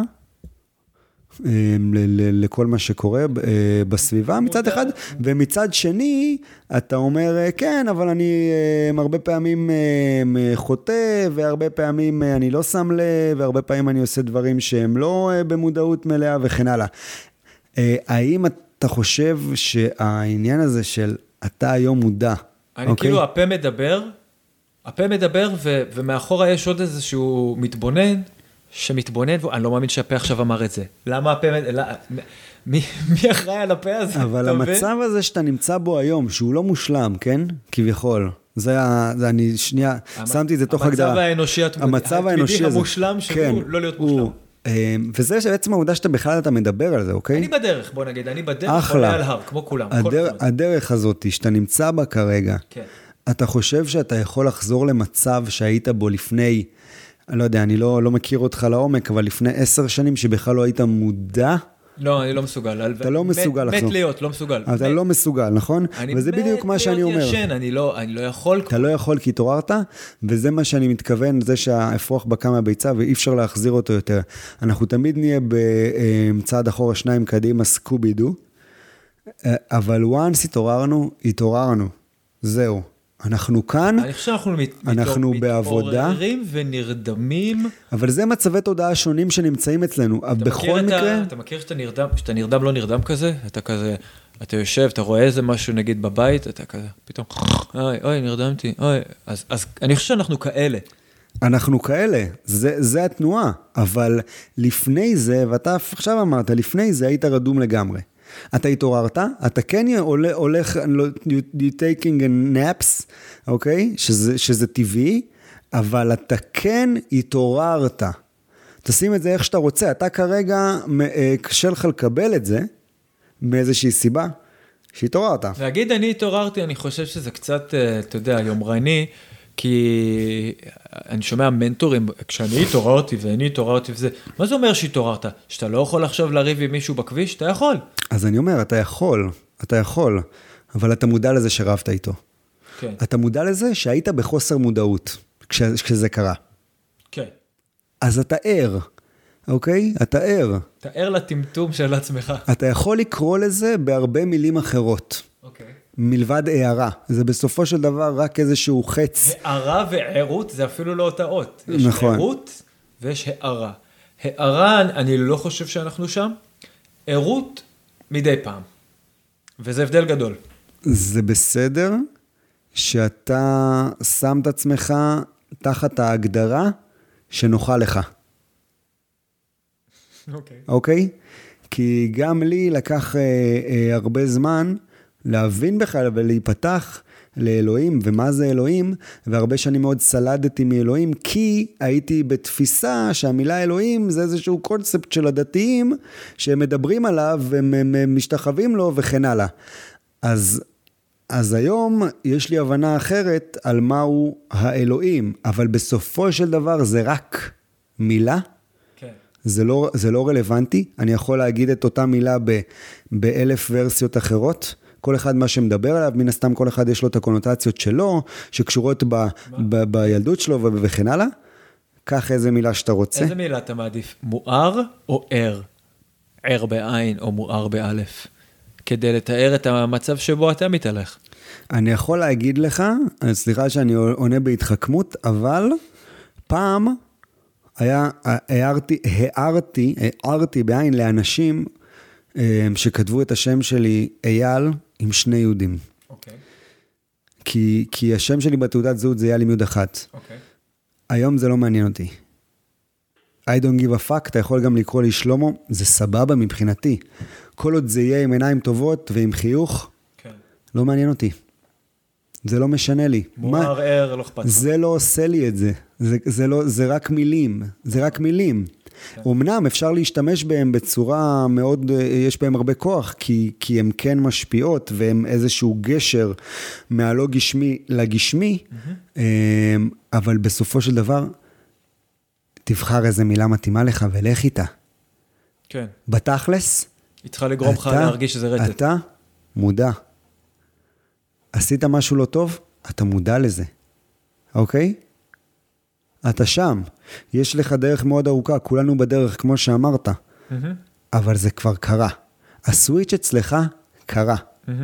לכל מה שקורה בסביבה מצד אחד, ומצד שני אתה אומר כן, אבל אני הרבה פעמים חוטא, והרבה פעמים אני לא שם לב, והרבה פעמים אני עושה דברים שהם לא במודעות מלאה וכן הלאה. האם אתה חושב שהעניין הזה של אתה היום מודע? אני כאילו הפה מדבר ומאחורה יש עוד איזשהו מתבונן, שמתבונן, אני לא מאמין שהפה עכשיו אמר את זה. למה הפה, מי אחראי על הפה הזה? אבל המצב הזה שאתה נמצא בו היום, שהוא לא מושלם, כן? כביכול. זה אני שנייה, שמתי את זה תוך הגדרה. המצב האנושי המושלם שהוא לא להיות מושלם. וזה שבעצם העובדה שאתה בכלל אתה מדבר על זה, אוקיי? אני בדרך, בוא נגיד, אני בדרך עולה על הר, כמו כולם. הדרך הזאת, שאתה נמצא בה כרגע, אתה חושב שאתה יכול לחזור למצב שהיית בו לפני, אני לא יודע, אני לא מכיר אותך לעומק, אבל לפני 10 שנים שבכלל לא היית מודע? לא, אני לא מסוגל. אתה לא מסוגל לחזור. מת להיות, לא מסוגל. אתה לא מסוגל, נכון? וזה בדיוק מה שאני אומר. אני מת להיות ישן, אני לא יכול. אתה לא יכול כי התעוררת, וזה מה שאני מתכוון, זה שהאפרוח בקע מהביצה, ואי אפשר להחזיר אותו יותר. אנחנו תמיד נהיה בצעד אחורה 2 קדימה, סקובי דו, אבל once התעוררנו, זהו. אנחנו כאן, אני חושב שאנחנו אנחנו בעבודה. מתעוררים ונרדמים. אבל זה מצבי תודעה שונים שנמצאים אצלנו. בכל מקרה... אתה מכיר שאתה נרדם לא נרדם כזה? אתה כזה, אתה יושב, אתה רואה איזה משהו נגיד בבית, אתה כזה, פתאום, אוי, נרדמתי, אוי. אז אני חושב שאנחנו כאלה. אנחנו כאלה, זה התנועה, אבל לפני זה, ואתה עכשיו אמרת, לפני זה היית רדום לגמרי. אתה התעוררת, אתה כן הולך, you taking a naps, אוקיי? שזה טבעי, אבל אתה כן התעוררת. תשים את זה איך שאתה רוצה, אתה כרגע קשה לך לקבל את זה, מאיזושהי סיבה, שהתעוררת. להגיד אני התעוררתי, אני חושב שזה קצת, אתה יודע, יומרני, כי אני שומע מנטורים, כשאני התעוררתי ואני התעוררתי וזה, מה זה אומר שהתעוררת? שאתה לא יכול עכשיו לריב עם מישהו בכביש? אתה יכול. אז אני אומר, אתה יכול, אבל אתה מודע לזה שרבת איתו. כן. אתה מודע לזה שהיית בחוסר מודעות, כשזה קרה. כן. אז אתה ער, אוקיי? אתה ער. אתה ער לטמטום של עצמך. אתה יכול לקרוא לזה בהרבה מילים אחרות. אוקיי. מלבד הערה. זה בסופו של דבר רק איזשהו חץ. הערה וערות זה אפילו לא אותה אות. יש נכון. ערות ויש הערה. הערה, אני לא חושב שאנחנו שם. ערות מדי פעם. וזה הבדל גדול. זה בסדר שאתה שם את עצמך תחת ההגדרה שנוחה לך. אוקיי. אוקיי? כי גם לי לקח הרבה זמן להבין בכלל ולהיפתח לאלוהים, ומה זה אלוהים, והרבה שנים מאוד סלדתי מאלוהים, כי הייתי בתפיסה שהמילה אלוהים זה איזשהו קונספט של הדתיים, שהם מדברים עליו, והם משתחווים לו וכן הלאה. אז היום יש לי הבנה אחרת על מהו האלוהים, אבל בסופו של דבר זה רק מילה, כן. זה לא רלוונטי, אני יכול להגיד את אותה מילה באלף ורסיות אחרות, כל אחד מה שמדבר עליו, מן הסתם כל אחד יש לו את הקונוטציות שלו, שקשורות בילדות שלו וכן הלאה, קח איזה מילה שאתה רוצה. איזה מילה אתה מעדיף, מואר או ער? ער בעין או מואר באלף? כדי לתאר את המצב שבו אתה מתהלך. אני יכול להגיד לך, סליחה שאני עונה בהתחכמות, אבל פעם הערתי בעין לאנשים שכתבו את השם שלי אייל עם שני יהודים. אוקיי. כי השם שלי בתעודת זהות זה אייל עם יוד אחת. אוקיי. היום זה לא מעניין אותי. I don't give a fuck, אתה יכול גם לקרוא לי שלמה, זה סבבה מבחינתי. כל עוד זה יהיה עם עיניים טובות ועם חיוך, כן. לא מעניין אותי. זה לא משנה לי. מואר ער, לא אכפת. זה לא עושה לי את זה. זה רק מילים. זה רק מילים. אמנם אפשר להשתמש בהם בצורה מאוד, יש בהם הרבה כוח, כי הם כן משפיעות, והם איזשהו גשר מהלא גשמי לגשמי, אבל בסופו של דבר, תבחר איזה מילה מתאימה לך ולך איתה. כן. בתכלס, היא צריכה לגרום לך להרגיש שזה רטט. אתה מודע. עשית משהו לא טוב, אתה מודע לזה. אוקיי? אתה שם. יש לך דרך מאוד ארוכה, כולנו בדרך, כמו שאמרת. אבל זה כבר קרה. הסוויץ' אצלך קרה.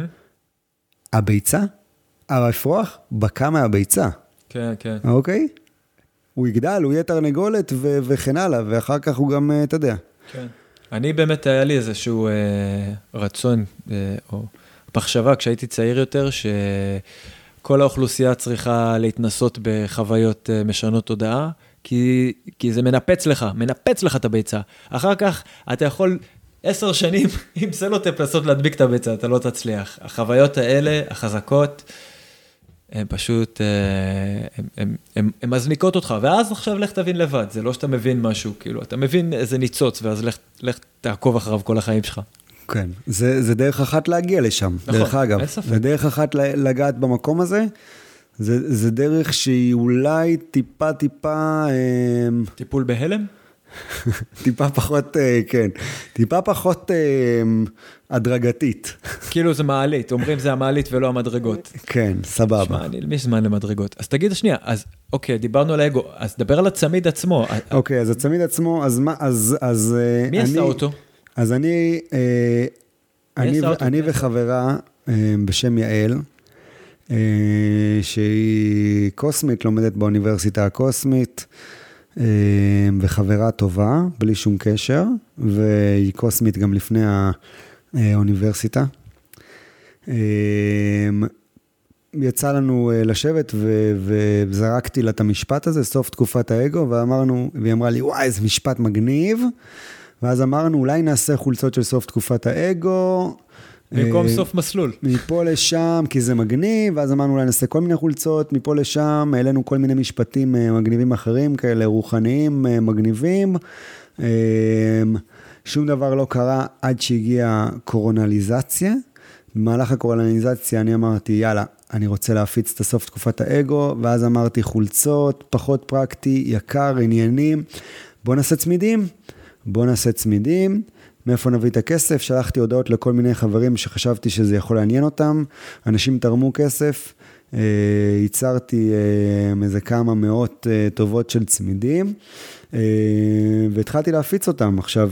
הביצה, האפרוח, בקע מהביצה. כן, כן. אוקיי? הוא יגדל, הוא יהיה תרנגולת וכן הלאה, ואחר כך הוא גם, אתה יודע. כן. אני באמת היה לי איזשהו רצון, או מחשבה, כשהייתי צעיר יותר, שכל האוכלוסייה צריכה להתנסות בחוויות משנות תודעה, כי זה מנפץ לך את הביצה. אחר כך אתה יכול 10 שנים עם סלוטפ לעשות להדביק את הביצה, אתה לא תצליח. החוויות האלה, החזקות, הן פשוט, הן מזניקות אותך, ואז עכשיו לך תבין לבד, זה לא שאתה מבין משהו, כאילו, אתה מבין איזה ניצוץ, ואז לך תעקוב אחריו כל החיים שלך. כן, זה דרך אחת להגיע לשם, נכון, דרך אגב. אין ספק. זה דרך אחת לגעת במקום הזה, זה דרך שהיא אולי טיפה... טיפול בהלם? טיפה פחות, כן, טיפה פחות הדרגתית. כאילו זה מעלית, אומרים זה המעלית ולא המדרגות. כן, סבבה. שמע, אני למי זמן למדרגות. אז תגיד השנייה, אז אוקיי, דיברנו על האגו, אז דבר על הצמיד עצמו. אוקיי, אז הצמיד עצמו, אז מה, אז... מי עשה אותו? אז אני וחברה בשם יעל, שהיא קוסמית, לומדת באוניברסיטה הקוסמית, וחברה טובה, בלי שום קשר, והיא קוסמית גם לפני האוניברסיטה. יצא לנו לשבת וזרקתי לה את המשפט הזה, סוף תקופת האגו, והיא אמרה לי, וואי, איזה משפט מגניב, ואז אמרנו, אולי נעשה חולצות של סוף תקופת האגו, במקום סוף מסלול. מפה לשם, כי זה מגניב, ואז אמרנו, אולי נעשה כל מיני חולצות, מפה לשם, העלינו כל מיני משפטים מגניבים אחרים, כאלה רוחניים, מגניבים, שום דבר לא קרה עד שהגיעה קורונליזציה, במהלך הקורונליזציה אני אמרתי, יאללה, אני רוצה להפיץ את הסוף תקופת האגו, ואז אמרתי חולצות, פחות פרקטי, יקר, עניינים, בוא נעשה צמידים, מאיפה נביא את הכסף, שלחתי הודעות לכל מיני חברים שחשבתי שזה יכול לעניין אותם, אנשים תרמו כסף, ייצרתי איזה כמה מאות טובות של צמידים, והתחלתי להפיץ אותם. עכשיו,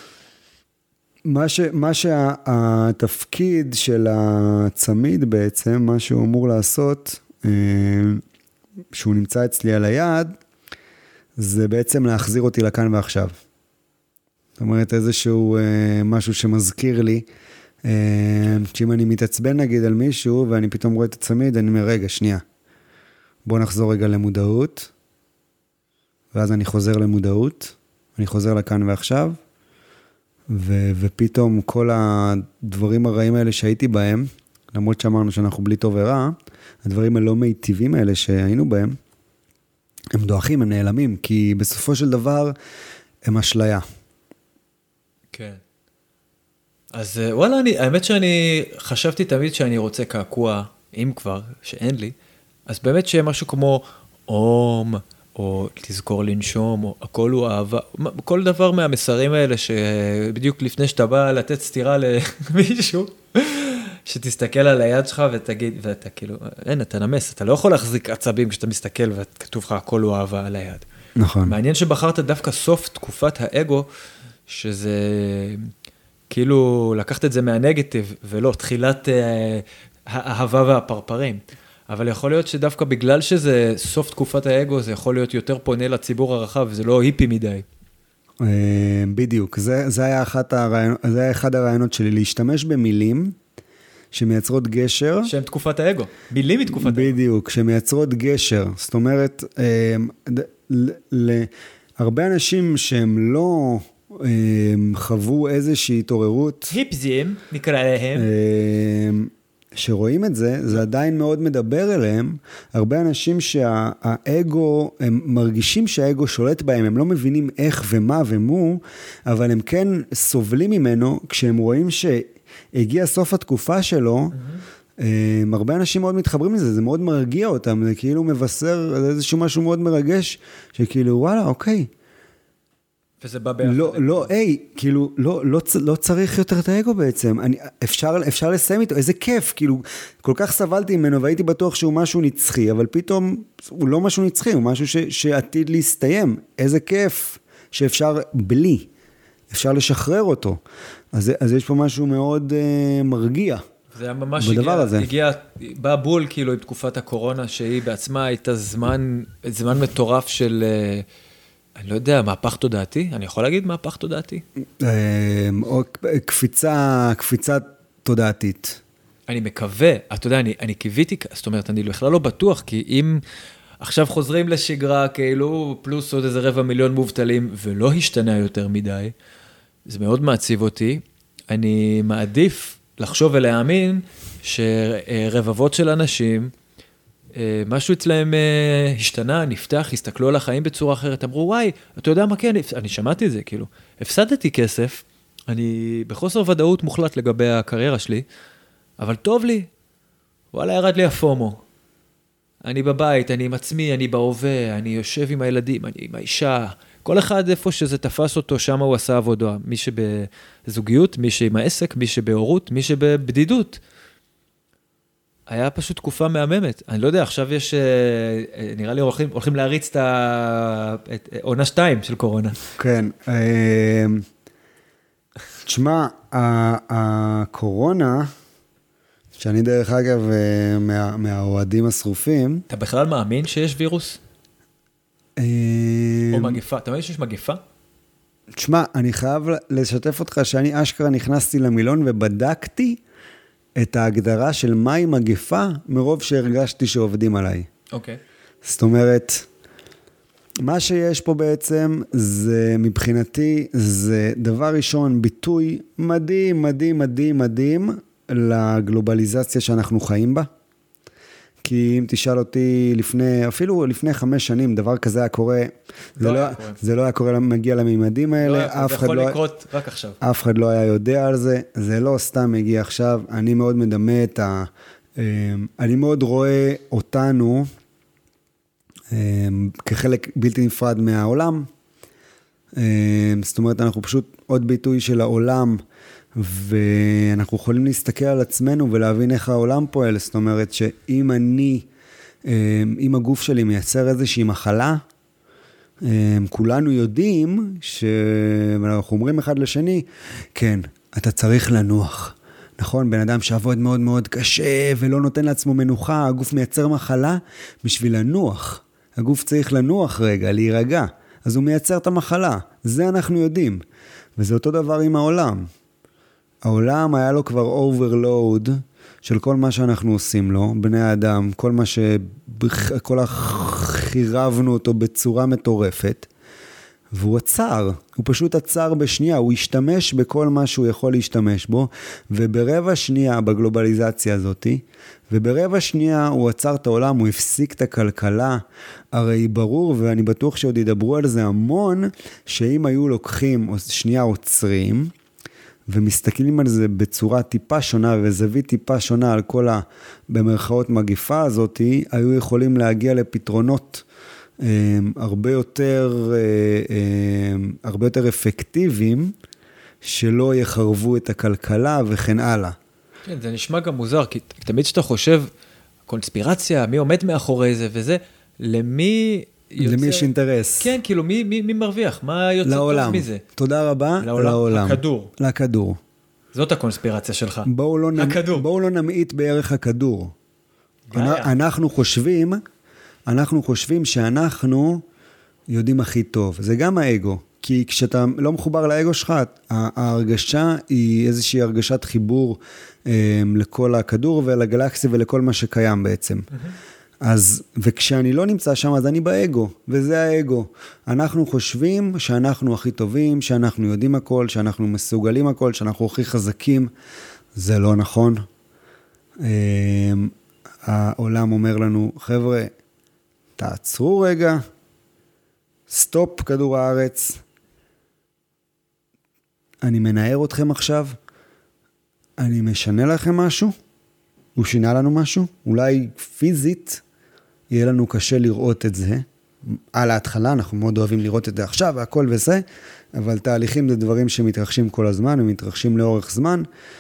מה שהתפקיד של הצמיד בעצם, מה שהוא אמור לעשות, שהוא נמצא אצלי על היד, זה בעצם להחזיר אותי לכאן ועכשיו. זאת אומרת, איזשהו משהו שמזכיר לי, שאם אני מתעצבן נגיד על מישהו, ואני פתאום רואה את הצמיד, אני אומר, רגע, שנייה, בוא נחזור רגע למודעות, ואז אני חוזר למודעות, אני חוזר לכאן ועכשיו, ופתאום כל הדברים הרעים האלה שהייתי בהם, למרות שאמרנו שאנחנו בלי טוב ורע, הדברים הלא מיטיבים האלה שהיינו בהם, הם דועכים, הם נעלמים, כי בסופו של דבר הם אשליה. כן. אז וואלה, האמת שאני חשבתי תמיד שאני רוצה קעקוע, אם כבר, שאין לי, אז באמת שיהיה משהו כמו אום, או תזכור לנשום, או הכל הוא אהבה, כל דבר מהמסרים האלה שבדיוק לפני שאתה בא לתת סתירה למישהו, שתסתכל על היד שלך ותגיד, ואתה כאילו, אין, אתה נמס, אתה לא יכול להחזיק עצבים כשאתה מסתכל וכתוב לך הכל הוא אהבה על היד. נכון. מעניין שבחרת דווקא סוף תקופת האגו, שזה כאילו לקחת את זה מהנגטיב, ולא תחילת האהבה והפרפרים. אבל יכול להיות שדווקא בגלל שזה סוף תקופת האגו, זה יכול להיות יותר פונה לציבור הרחב, זה לא היפי מדי. בדיוק, זה היה אחד הרעיונות שלי, להשתמש במילים שמייצרות גשר. שהם תקופת האגו, מילים מתקופת האגו. בדיוק, שמייצרות גשר. זאת אומרת, להרבה אנשים שהם לא חוו איזושהי התעוררות. היפזים, נקרא להם. שרואים את זה, זה עדיין מאוד מדבר אליהם. הרבה אנשים שהאגו, הם מרגישים שהאגו שולט בהם, הם לא מבינים איך ומה ומו, אבל הם כן סובלים ממנו, כשהם רואים שהגיע סוף התקופה שלו, הרבה אנשים מאוד מתחברים לזה, זה מאוד מרגיע אותם, זה כאילו מבשר איזשהו משהו מאוד מרגש, שכאילו וואלה, אוקיי. וזה בא ביחד. לא, כאילו, לא צריך יותר את האגו בעצם. אפשר לסיים איתו, איזה כיף, כאילו, כל כך סבלתי ממנו, והייתי בטוח שהוא משהו נצחי, אבל פתאום הוא לא משהו נצחי, הוא משהו שעתיד להסתיים. איזה כיף שאפשר בלי, אפשר לשחרר אותו. אז יש פה משהו מאוד מרגיע. זה היה ממש בא בול כאילו עם תקופת הקורונה, שהיא בעצמה הייתה זמן מטורף של... אני לא יודע, מהפך תודעתי? אני יכול להגיד מהפך תודעתי? או קפיצה תודעתית. אני מקווה, אתה יודע, אני קיוויתי, זאת אומרת, אני בכלל לא בטוח, כי אם עכשיו חוזרים לשגרה, כאילו, פלוס עוד איזה 250,000 מובטלים, ולא השתנה יותר מדי, זה מאוד מעציב אותי. אני מעדיף לחשוב ולהאמין שרבבות של אנשים, משהו אצלהם השתנה, נפתח, הסתכלו על החיים בצורה אחרת, אמרו, וואי, אתה יודע מה כן, אני שמעתי את זה, כאילו, הפסדתי כסף, אני בחוסר ודאות מוחלט לגבי הקריירה שלי, אבל טוב לי, וואלה, ירד לי הפומו, אני בבית, אני עם עצמי, אני בהווה, אני יושב עם הילדים, אני עם האישה, כל אחד איפה שזה תפס אותו, שם הוא עשה עבודה, מי שבזוגיות, מי שעם העסק, מי שבהורות, מי שבבדידות, היה פשוט תקופה מהממת. אני לא יודע, עכשיו יש, נראה לי הולכים להריץ את עונה 2 של קורונה. כן. תשמע, הקורונה, שאני דרך אגב, מהאוהדים השרופים. אתה בכלל מאמין שיש וירוס? או מגפה? אתה מאמין שיש מגפה? תשמע, אני חייב לשתף אותך שאני אשכרה נכנסתי למילון ובדקתי את ההגדרה של מהי מגפה מרוב שהרגשתי שעובדים עליי. אוקיי. זאת אומרת, מה שיש פה בעצם זה מבחינתי, זה דבר ראשון ביטוי מדהים, מדהים, מדהים, מדהים לגלובליזציה שאנחנו חיים בה. כי אם תשאל אותי אפילו לפני 5 שנים, דבר כזה היה קורה, זה לא היה קורה, מגיע לממדים האלה, זה יכול לקרות רק עכשיו. אף אחד לא היה יודע על זה, זה לא סתם מגיע עכשיו, אני מאוד מדמה אני מאוד רואה אותנו, כחלק בלתי נפרד מהעולם, זאת אומרת, אנחנו פשוט עוד ביטוי של העולם, ואנחנו יכולים להסתכל על עצמנו ולהבין איך העולם פועל, זאת אומרת שאם אם הגוף שלי מייצר איזושהי מחלה, כולנו יודעים שאנחנו אומרים אחד לשני, כן, אתה צריך לנוח. נכון, בן אדם שעבוד מאוד מאוד קשה ולא נותן לעצמו מנוחה, הגוף מייצר מחלה בשביל לנוח. הגוף צריך לנוח רגע, להירגע. אז הוא מייצר את המחלה. זה אנחנו יודעים. וזה אותו דבר עם העולם. העולם היה לו כבר אוברלואוד של כל מה שאנחנו עושים לו, בני האדם, כל חירבנו אותו בצורה מטורפת, והוא עצר, הוא פשוט עצר בשנייה, הוא השתמש בכל מה שהוא יכול להשתמש בו, וברבע שנייה בגלובליזציה הזאת, וברבע שנייה הוא עצר את העולם, הוא הפסיק את הכלכלה, הרי ברור, ואני בטוח שעוד ידברו על זה המון, שאם היו לוקחים, או שנייה עוצרים, ומסתכלים על זה בצורה טיפה שונה, וזווית טיפה שונה על כל במרכאות מגיפה הזאת, היו יכולים להגיע לפתרונות הרבה יותר אפקטיביים, שלא יחרבו את הכלכלה וכן הלאה. כן, זה נשמע גם מוזר, כי תמיד שאתה חושב, קונספירציה, מי עומד מאחורי זה וזה, למי יש אינטרס? כן, כאילו, מי מרוויח? מה יוצא טוב מזה? תודה רבה, לעולם. לכדור. זאת הקונספירציה שלך. בואו לא נמעיט בערך הכדור. אנחנו חושבים שאנחנו יודעים הכי טוב. זה גם האגו. כי כשאתה לא מחובר לאגו שלך, ההרגשה היא איזושהי הרגשת חיבור לכל הכדור ולגלקסיה ולכל מה שקיים בעצם. אז, וכשאני לא נמצא שם, אז אני באגו, וזה האגו. אנחנו חושבים שאנחנו הכי טובים, שאנחנו יודעים הכל, שאנחנו מסוגלים הכל, שאנחנו הכי חזקים. זה לא נכון. העולם אומר לנו, חבר'ה, תעצרו רגע, סטופ כדור הארץ, אני מנער אתכם עכשיו, אני משנה לכם משהו, הוא שינה לנו משהו, אולי פיזית יהיה לנו קשה לראות את זה, על ההתחלה אנחנו מאוד אוהבים לראות את זה עכשיו והכל וזה, אבל תהליכים זה דברים שמתרחשים כל הזמן, הם מתרחשים לאורך זמן,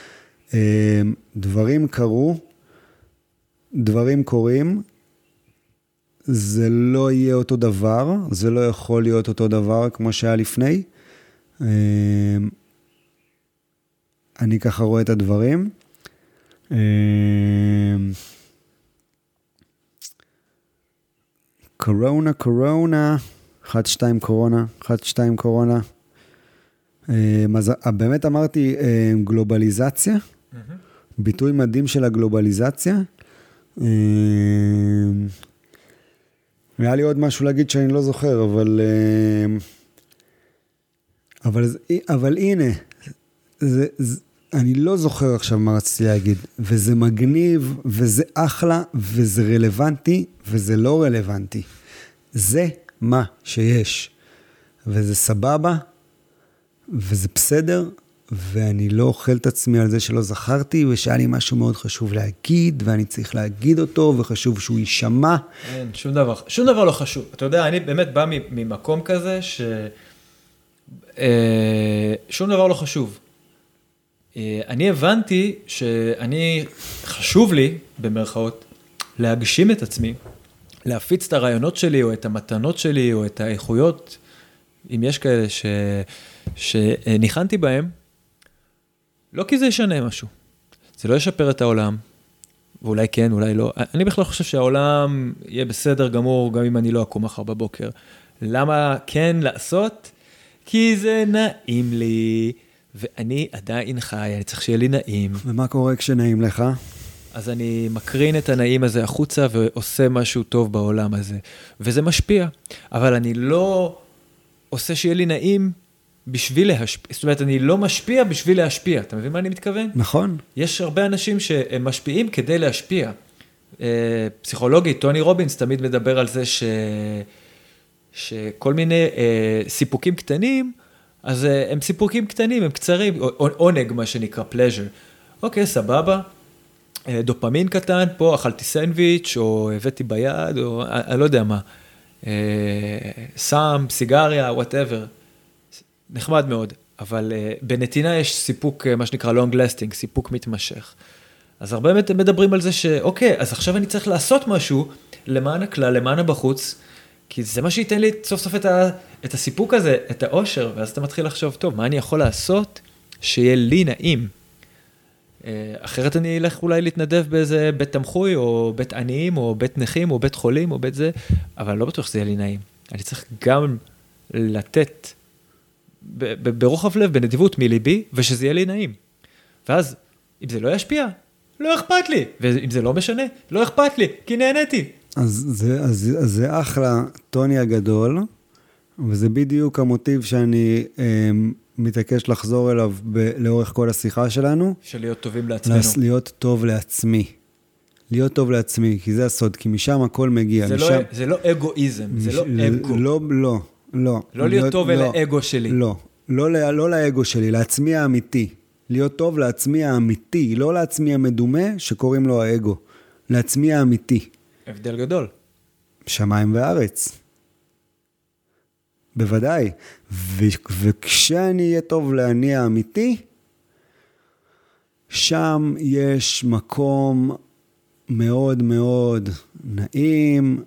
דברים קרו, דברים קורים, זה לא יהיה אותו דבר, זה לא יכול להיות אותו דבר כמו שהיה לפני, אני ככה רואה את הדברים, קורונה, 1-2 קורונה, באמת אמרתי גלובליזציה, ביטוי מדהים של הגלובליזציה, היה לי עוד משהו להגיד שאני לא זוכר, אבל הנה, אני לא זוכר עכשיו מה רציתי להגיד, וזה מגניב, וזה אחלה, וזה רלוונטי, וזה לא רלוונטי. זה מה שיש, וזה סבבה, וזה בסדר, ואני לא אוכל את עצמי על זה שלא זכרתי, ושהיה לי משהו מאוד חשוב להגיד, ואני צריך להגיד אותו, וחשוב שהוא יישמע. אין, שום דבר לא חשוב. אתה יודע, אני באמת בא ממקום כזה, שום דבר לא חשוב. אני הבנתי חשוב לי, במרכאות, להגשים את עצמי, להפיץ את הרעיונות שלי, או את המתנות שלי, או את האיכויות, אם יש כאלה שניחנתי בהם, לא כי זה ישנה משהו. זה לא ישפר את העולם, ואולי כן, אולי לא. אני בכלל חושב שהעולם יהיה בסדר גמור, גם אם אני לא אקום מחר בבוקר. למה כן לעשות? כי זה נעים לי, ואני עדיין חי, אני צריך שיהיה לי נעים. ומה קורה כשנעים לך? אז אני מקרין את הנעים הזה החוצה, ועושה משהו טוב בעולם הזה. וזה משפיע. אבל אני לא עושה שיהיה לי נעים בשביל להשפיע. זאת אומרת, אני לא משפיע בשביל להשפיע. אתה מבין מה אני מתכוון? נכון. יש הרבה אנשים שהם משפיעים כדי להשפיע. פסיכולוגית, טוני רובינס תמיד מדבר על זה שכל מיני סיפוקים קטנים, אז הם סיפוקים קטנים, הם קצרים, עונג מה שנקרא pleasure. אוקיי, סבבה. דופמין קטן, פה אכלתי סנדוויץ' או הבאתי ביד, או אני לא יודע מה. סם, סיגריה, whatever. נחמד מאוד, אבל בנתינה יש סיפוק, מה שנקרא long lasting, סיפוק מתמשך. אז הרבה מדברים על זה שאוקיי, אז עכשיו אני צריך לעשות משהו למען הכלל, למען הבחוץ, כי זה מה שייתן לי סוף סוף את הסיפוק הזה, את האושר, ואז אתה מתחיל לחשוב, טוב, מה אני יכול לעשות שיהיה לי נעים? אחרת אני אלך אולי להתנדב באיזה בית תמחוי, או בית עניים, או בית נכים, או בית חולים, או בית זה, אבל לא בטוח שזה יהיה לי נעים. אני צריך גם לתת ברוחב לב, בנדיבות מליבי, ושזה יהיה לי נעים. ואז, אם זה לא ישפיע, לא אכפת לי. ואם זה לא משנה, לא אכפת לי, כי נהניתי. אז זה אחלה, טוני הגדול, וזה בדיוק המוטיב שאני מתעקש לחזור אליו לאורך כל השיחה שלנו. של להיות טובים לעצמנו. להיות טוב לעצמי. להיות טוב לעצמי, כי זה הסוד, כי משם הכל מגיע. זה לא אגואיזם, זה לא אגו. לא. לא להיות טוב אל האגו שלי. לא לאגו שלי, לעצמי האמיתי. להיות טוב לעצמי האמיתי, לא לעצמי המדומה שקוראים לו האגו. לעצמי האמיתי. הבדל גדול. שמיים וארץ. בוודאי. וכשאני אהיה טוב לעני האמיתי, שם יש מקום מאוד מאוד נעים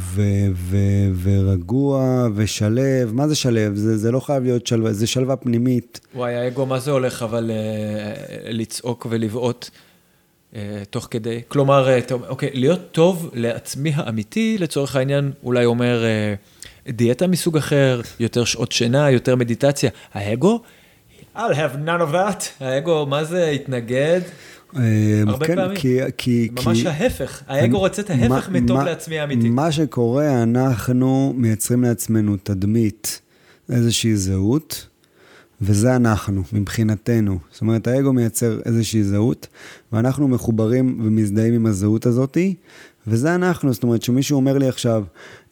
ורגוע ושלב. מה זה שלב? זה לא חייב להיות שלווה, זה שלווה פנימית. וואי, האגו, מה זה הולך אבל לצעוק ולבעוט תוך כדי? כלומר, אוקיי, להיות טוב לעצמי האמיתי, לצורך העניין, אולי אומר דיאטה מסוג אחר, יותר שעות שינה, יותר מדיטציה. האגו? I'll have none of that. האגו, מה זה? התנגד? הרבה פעמים. ממש ההפך. האגו רוצה את ההפך מטוב לעצמי האמיתי. מה שקורה, אנחנו מייצרים לעצמנו תדמית, איזושהי זהות, וזה אנחנו, מבחינתנו. זאת אומרת, האגו מייצר איזושהי זהות, ואנחנו מחוברים ומזדהים עם הזהות הזאת, וזה אנחנו. זאת אומרת, שמישהו אומר לי עכשיו,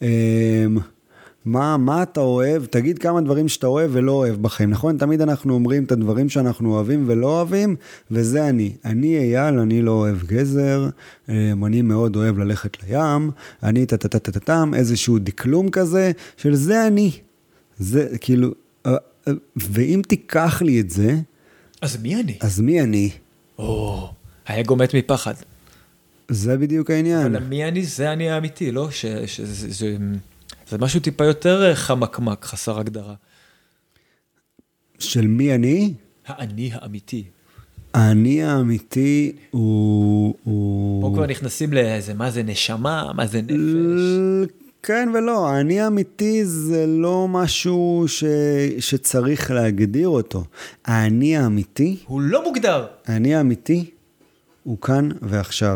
מה אתה אוהב? תגיד כמה דברים שאתה אוהב ולא אוהב בחיים, נכון? תמיד אנחנו אומרים את הדברים שאנחנו אוהבים ולא אוהבים, וזה אני. אני אייל, אני לא אוהב גזר, אני מאוד אוהב ללכת לים, אני טטטטטטם, איזשהו דקלום כזה, של זה אני. זה כאילו, ואם תיקח לי את זה... אז מי אני? אז מי אני? האגו מת מפחד. זה בדיוק העניין. אבל מי אני? זה אני האמיתי, לא? זה משהו טיפה יותר חמקמק, חסר הגדרה. של מי אני? האני האמיתי. האני האמיתי הוא... פה כבר נכנסים לאיזה, מה זה נשמה, מה זה נפש? כן ולא, האני האמיתי זה לא משהו שצריך להגדיר אותו. האני האמיתי... הוא לא מוגדר. האני האמיתי הוא כאן ועכשיו.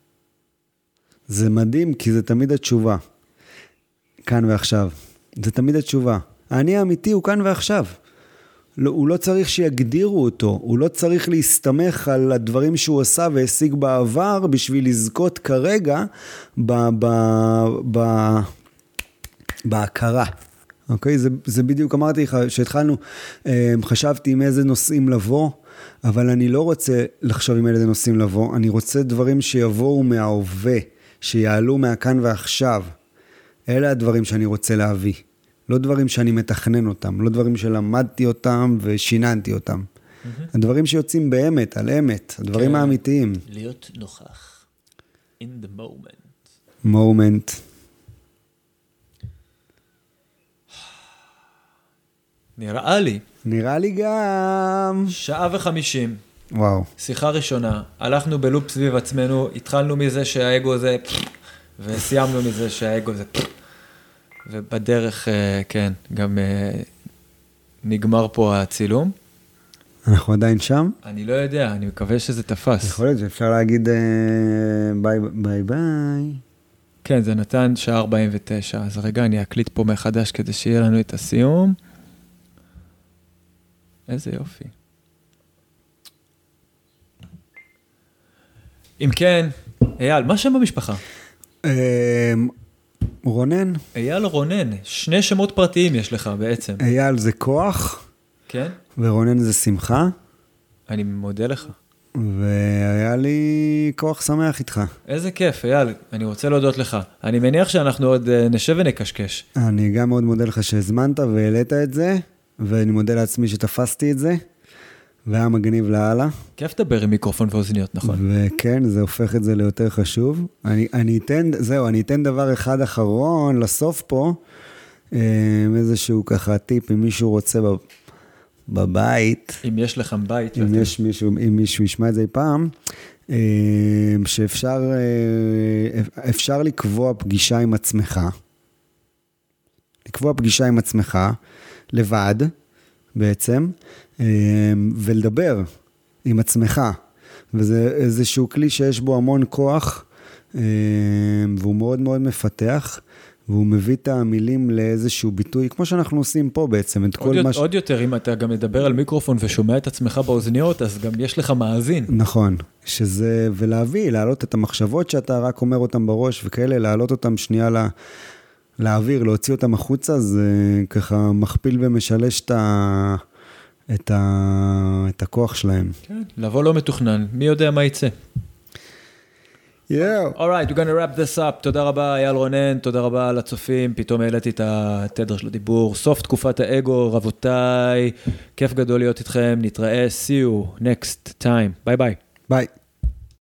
זה מדהים כי זה תמיד התשובה. כאן ועכשיו. זה תמיד התשובה. האני האמיתי הוא כאן ועכשיו. הוא לא צריך שיגדירו אותו, הוא לא צריך להסתמך על הדברים שהוא עשה והשיג בעבר בשביל לזכות כרגע בהכרה. אוקיי? זה בדיוק אמרתי לך, שהתחלנו, חשבתי עם איזה נושאים לבוא, אבל אני לא רוצה לחשוב עם איזה נושאים לבוא, אני רוצה דברים שיבואו מההווה, שיעלו מהכאן ועכשיו. אלה הדברים שאני רוצה להביא. לא דברים שאני מתכנן אותם, לא דברים שלמדתי אותם ושיננתי אותם. הדברים שיוצאים באמת, על אמת, הדברים האמיתיים. להיות נוכח. In the moment. moment. נראה לי. נראה לי גם. 1:50. וואו. שיחה ראשונה, הלכנו בלופ סביב עצמנו, התחלנו מזה שהאגו זה, וסיימנו מזה שהאגו זה, ובדרך, כן, גם נגמר פה הצילום. אנחנו עדיין שם? אני לא יודע, אני מקווה שזה תפס. יכול להיות שאפשר להגיד ביי ביי ביי. כן, זה נתן שעה 49, אז רגע, אני אקליט פה מחדש כדי שיהיה לנו את הסיום. איזה יופי. אם כן, אייל, מה שם במשפחה? רונן. אייל רונן, 2 שמות פרטיים יש לך בעצם. אייל זה כוח, כן? ורונן זה שמחה, אני מודה לך. והיה לי כוח שמח איתך. איזה כיף, אייל, אני רוצה להודות לך. אני מניח שאנחנו עוד נשב ונקשקש. אני גם מאוד מודה לך שהזמנת והעלית את זה, ואני מודה לעצמי שתפסתי את זה, והיה מגניב להלאה. כיף לדבר עם מיקרופון ואוזניות, נכון? וכן, זה הופך את זה ליותר חשוב. אני אתן דבר אחד אחרון לסוף פה, איזשהו ככה טיפ, אם מישהו רוצה בבית, אם יש לכם בית. אם מישהו ישמע את זה פעם, שאפשר לקבוע פגישה עם עצמך, לבד בעצם, ולדבר עם עצמך, וזה איזשהו כלי שיש בו המון כוח, והוא מאוד מאוד מפתח, והוא מביא את המילים לאיזשהו ביטוי, כמו שאנחנו עושים פה בעצם. עוד יותר, אם אתה גם מדבר על מיקרופון ושומע את עצמך באוזניות, אז גם יש לך מאזין. נכון, שזה, להעלות את המחשבות שאתה רק אומר אותם בראש, וכאלה, להעלות אותם שנייה לאוויר, להוציא אותם החוצה, זה ככה מכפיל ומשלש את הכוח שלהם. כן, לבוא לא מתוכנן, מי יודע מה יצא. Yeah. All right, we're going to wrap this up. תודה רבה, אייל רונן, תודה רבה לצופים. פתאום העליתי את התדר של הדיבור. סוף תקופת האגו, רבותיי. כיף גדול להיות איתכם. נתראה. See you next time. ביי ביי. ביי.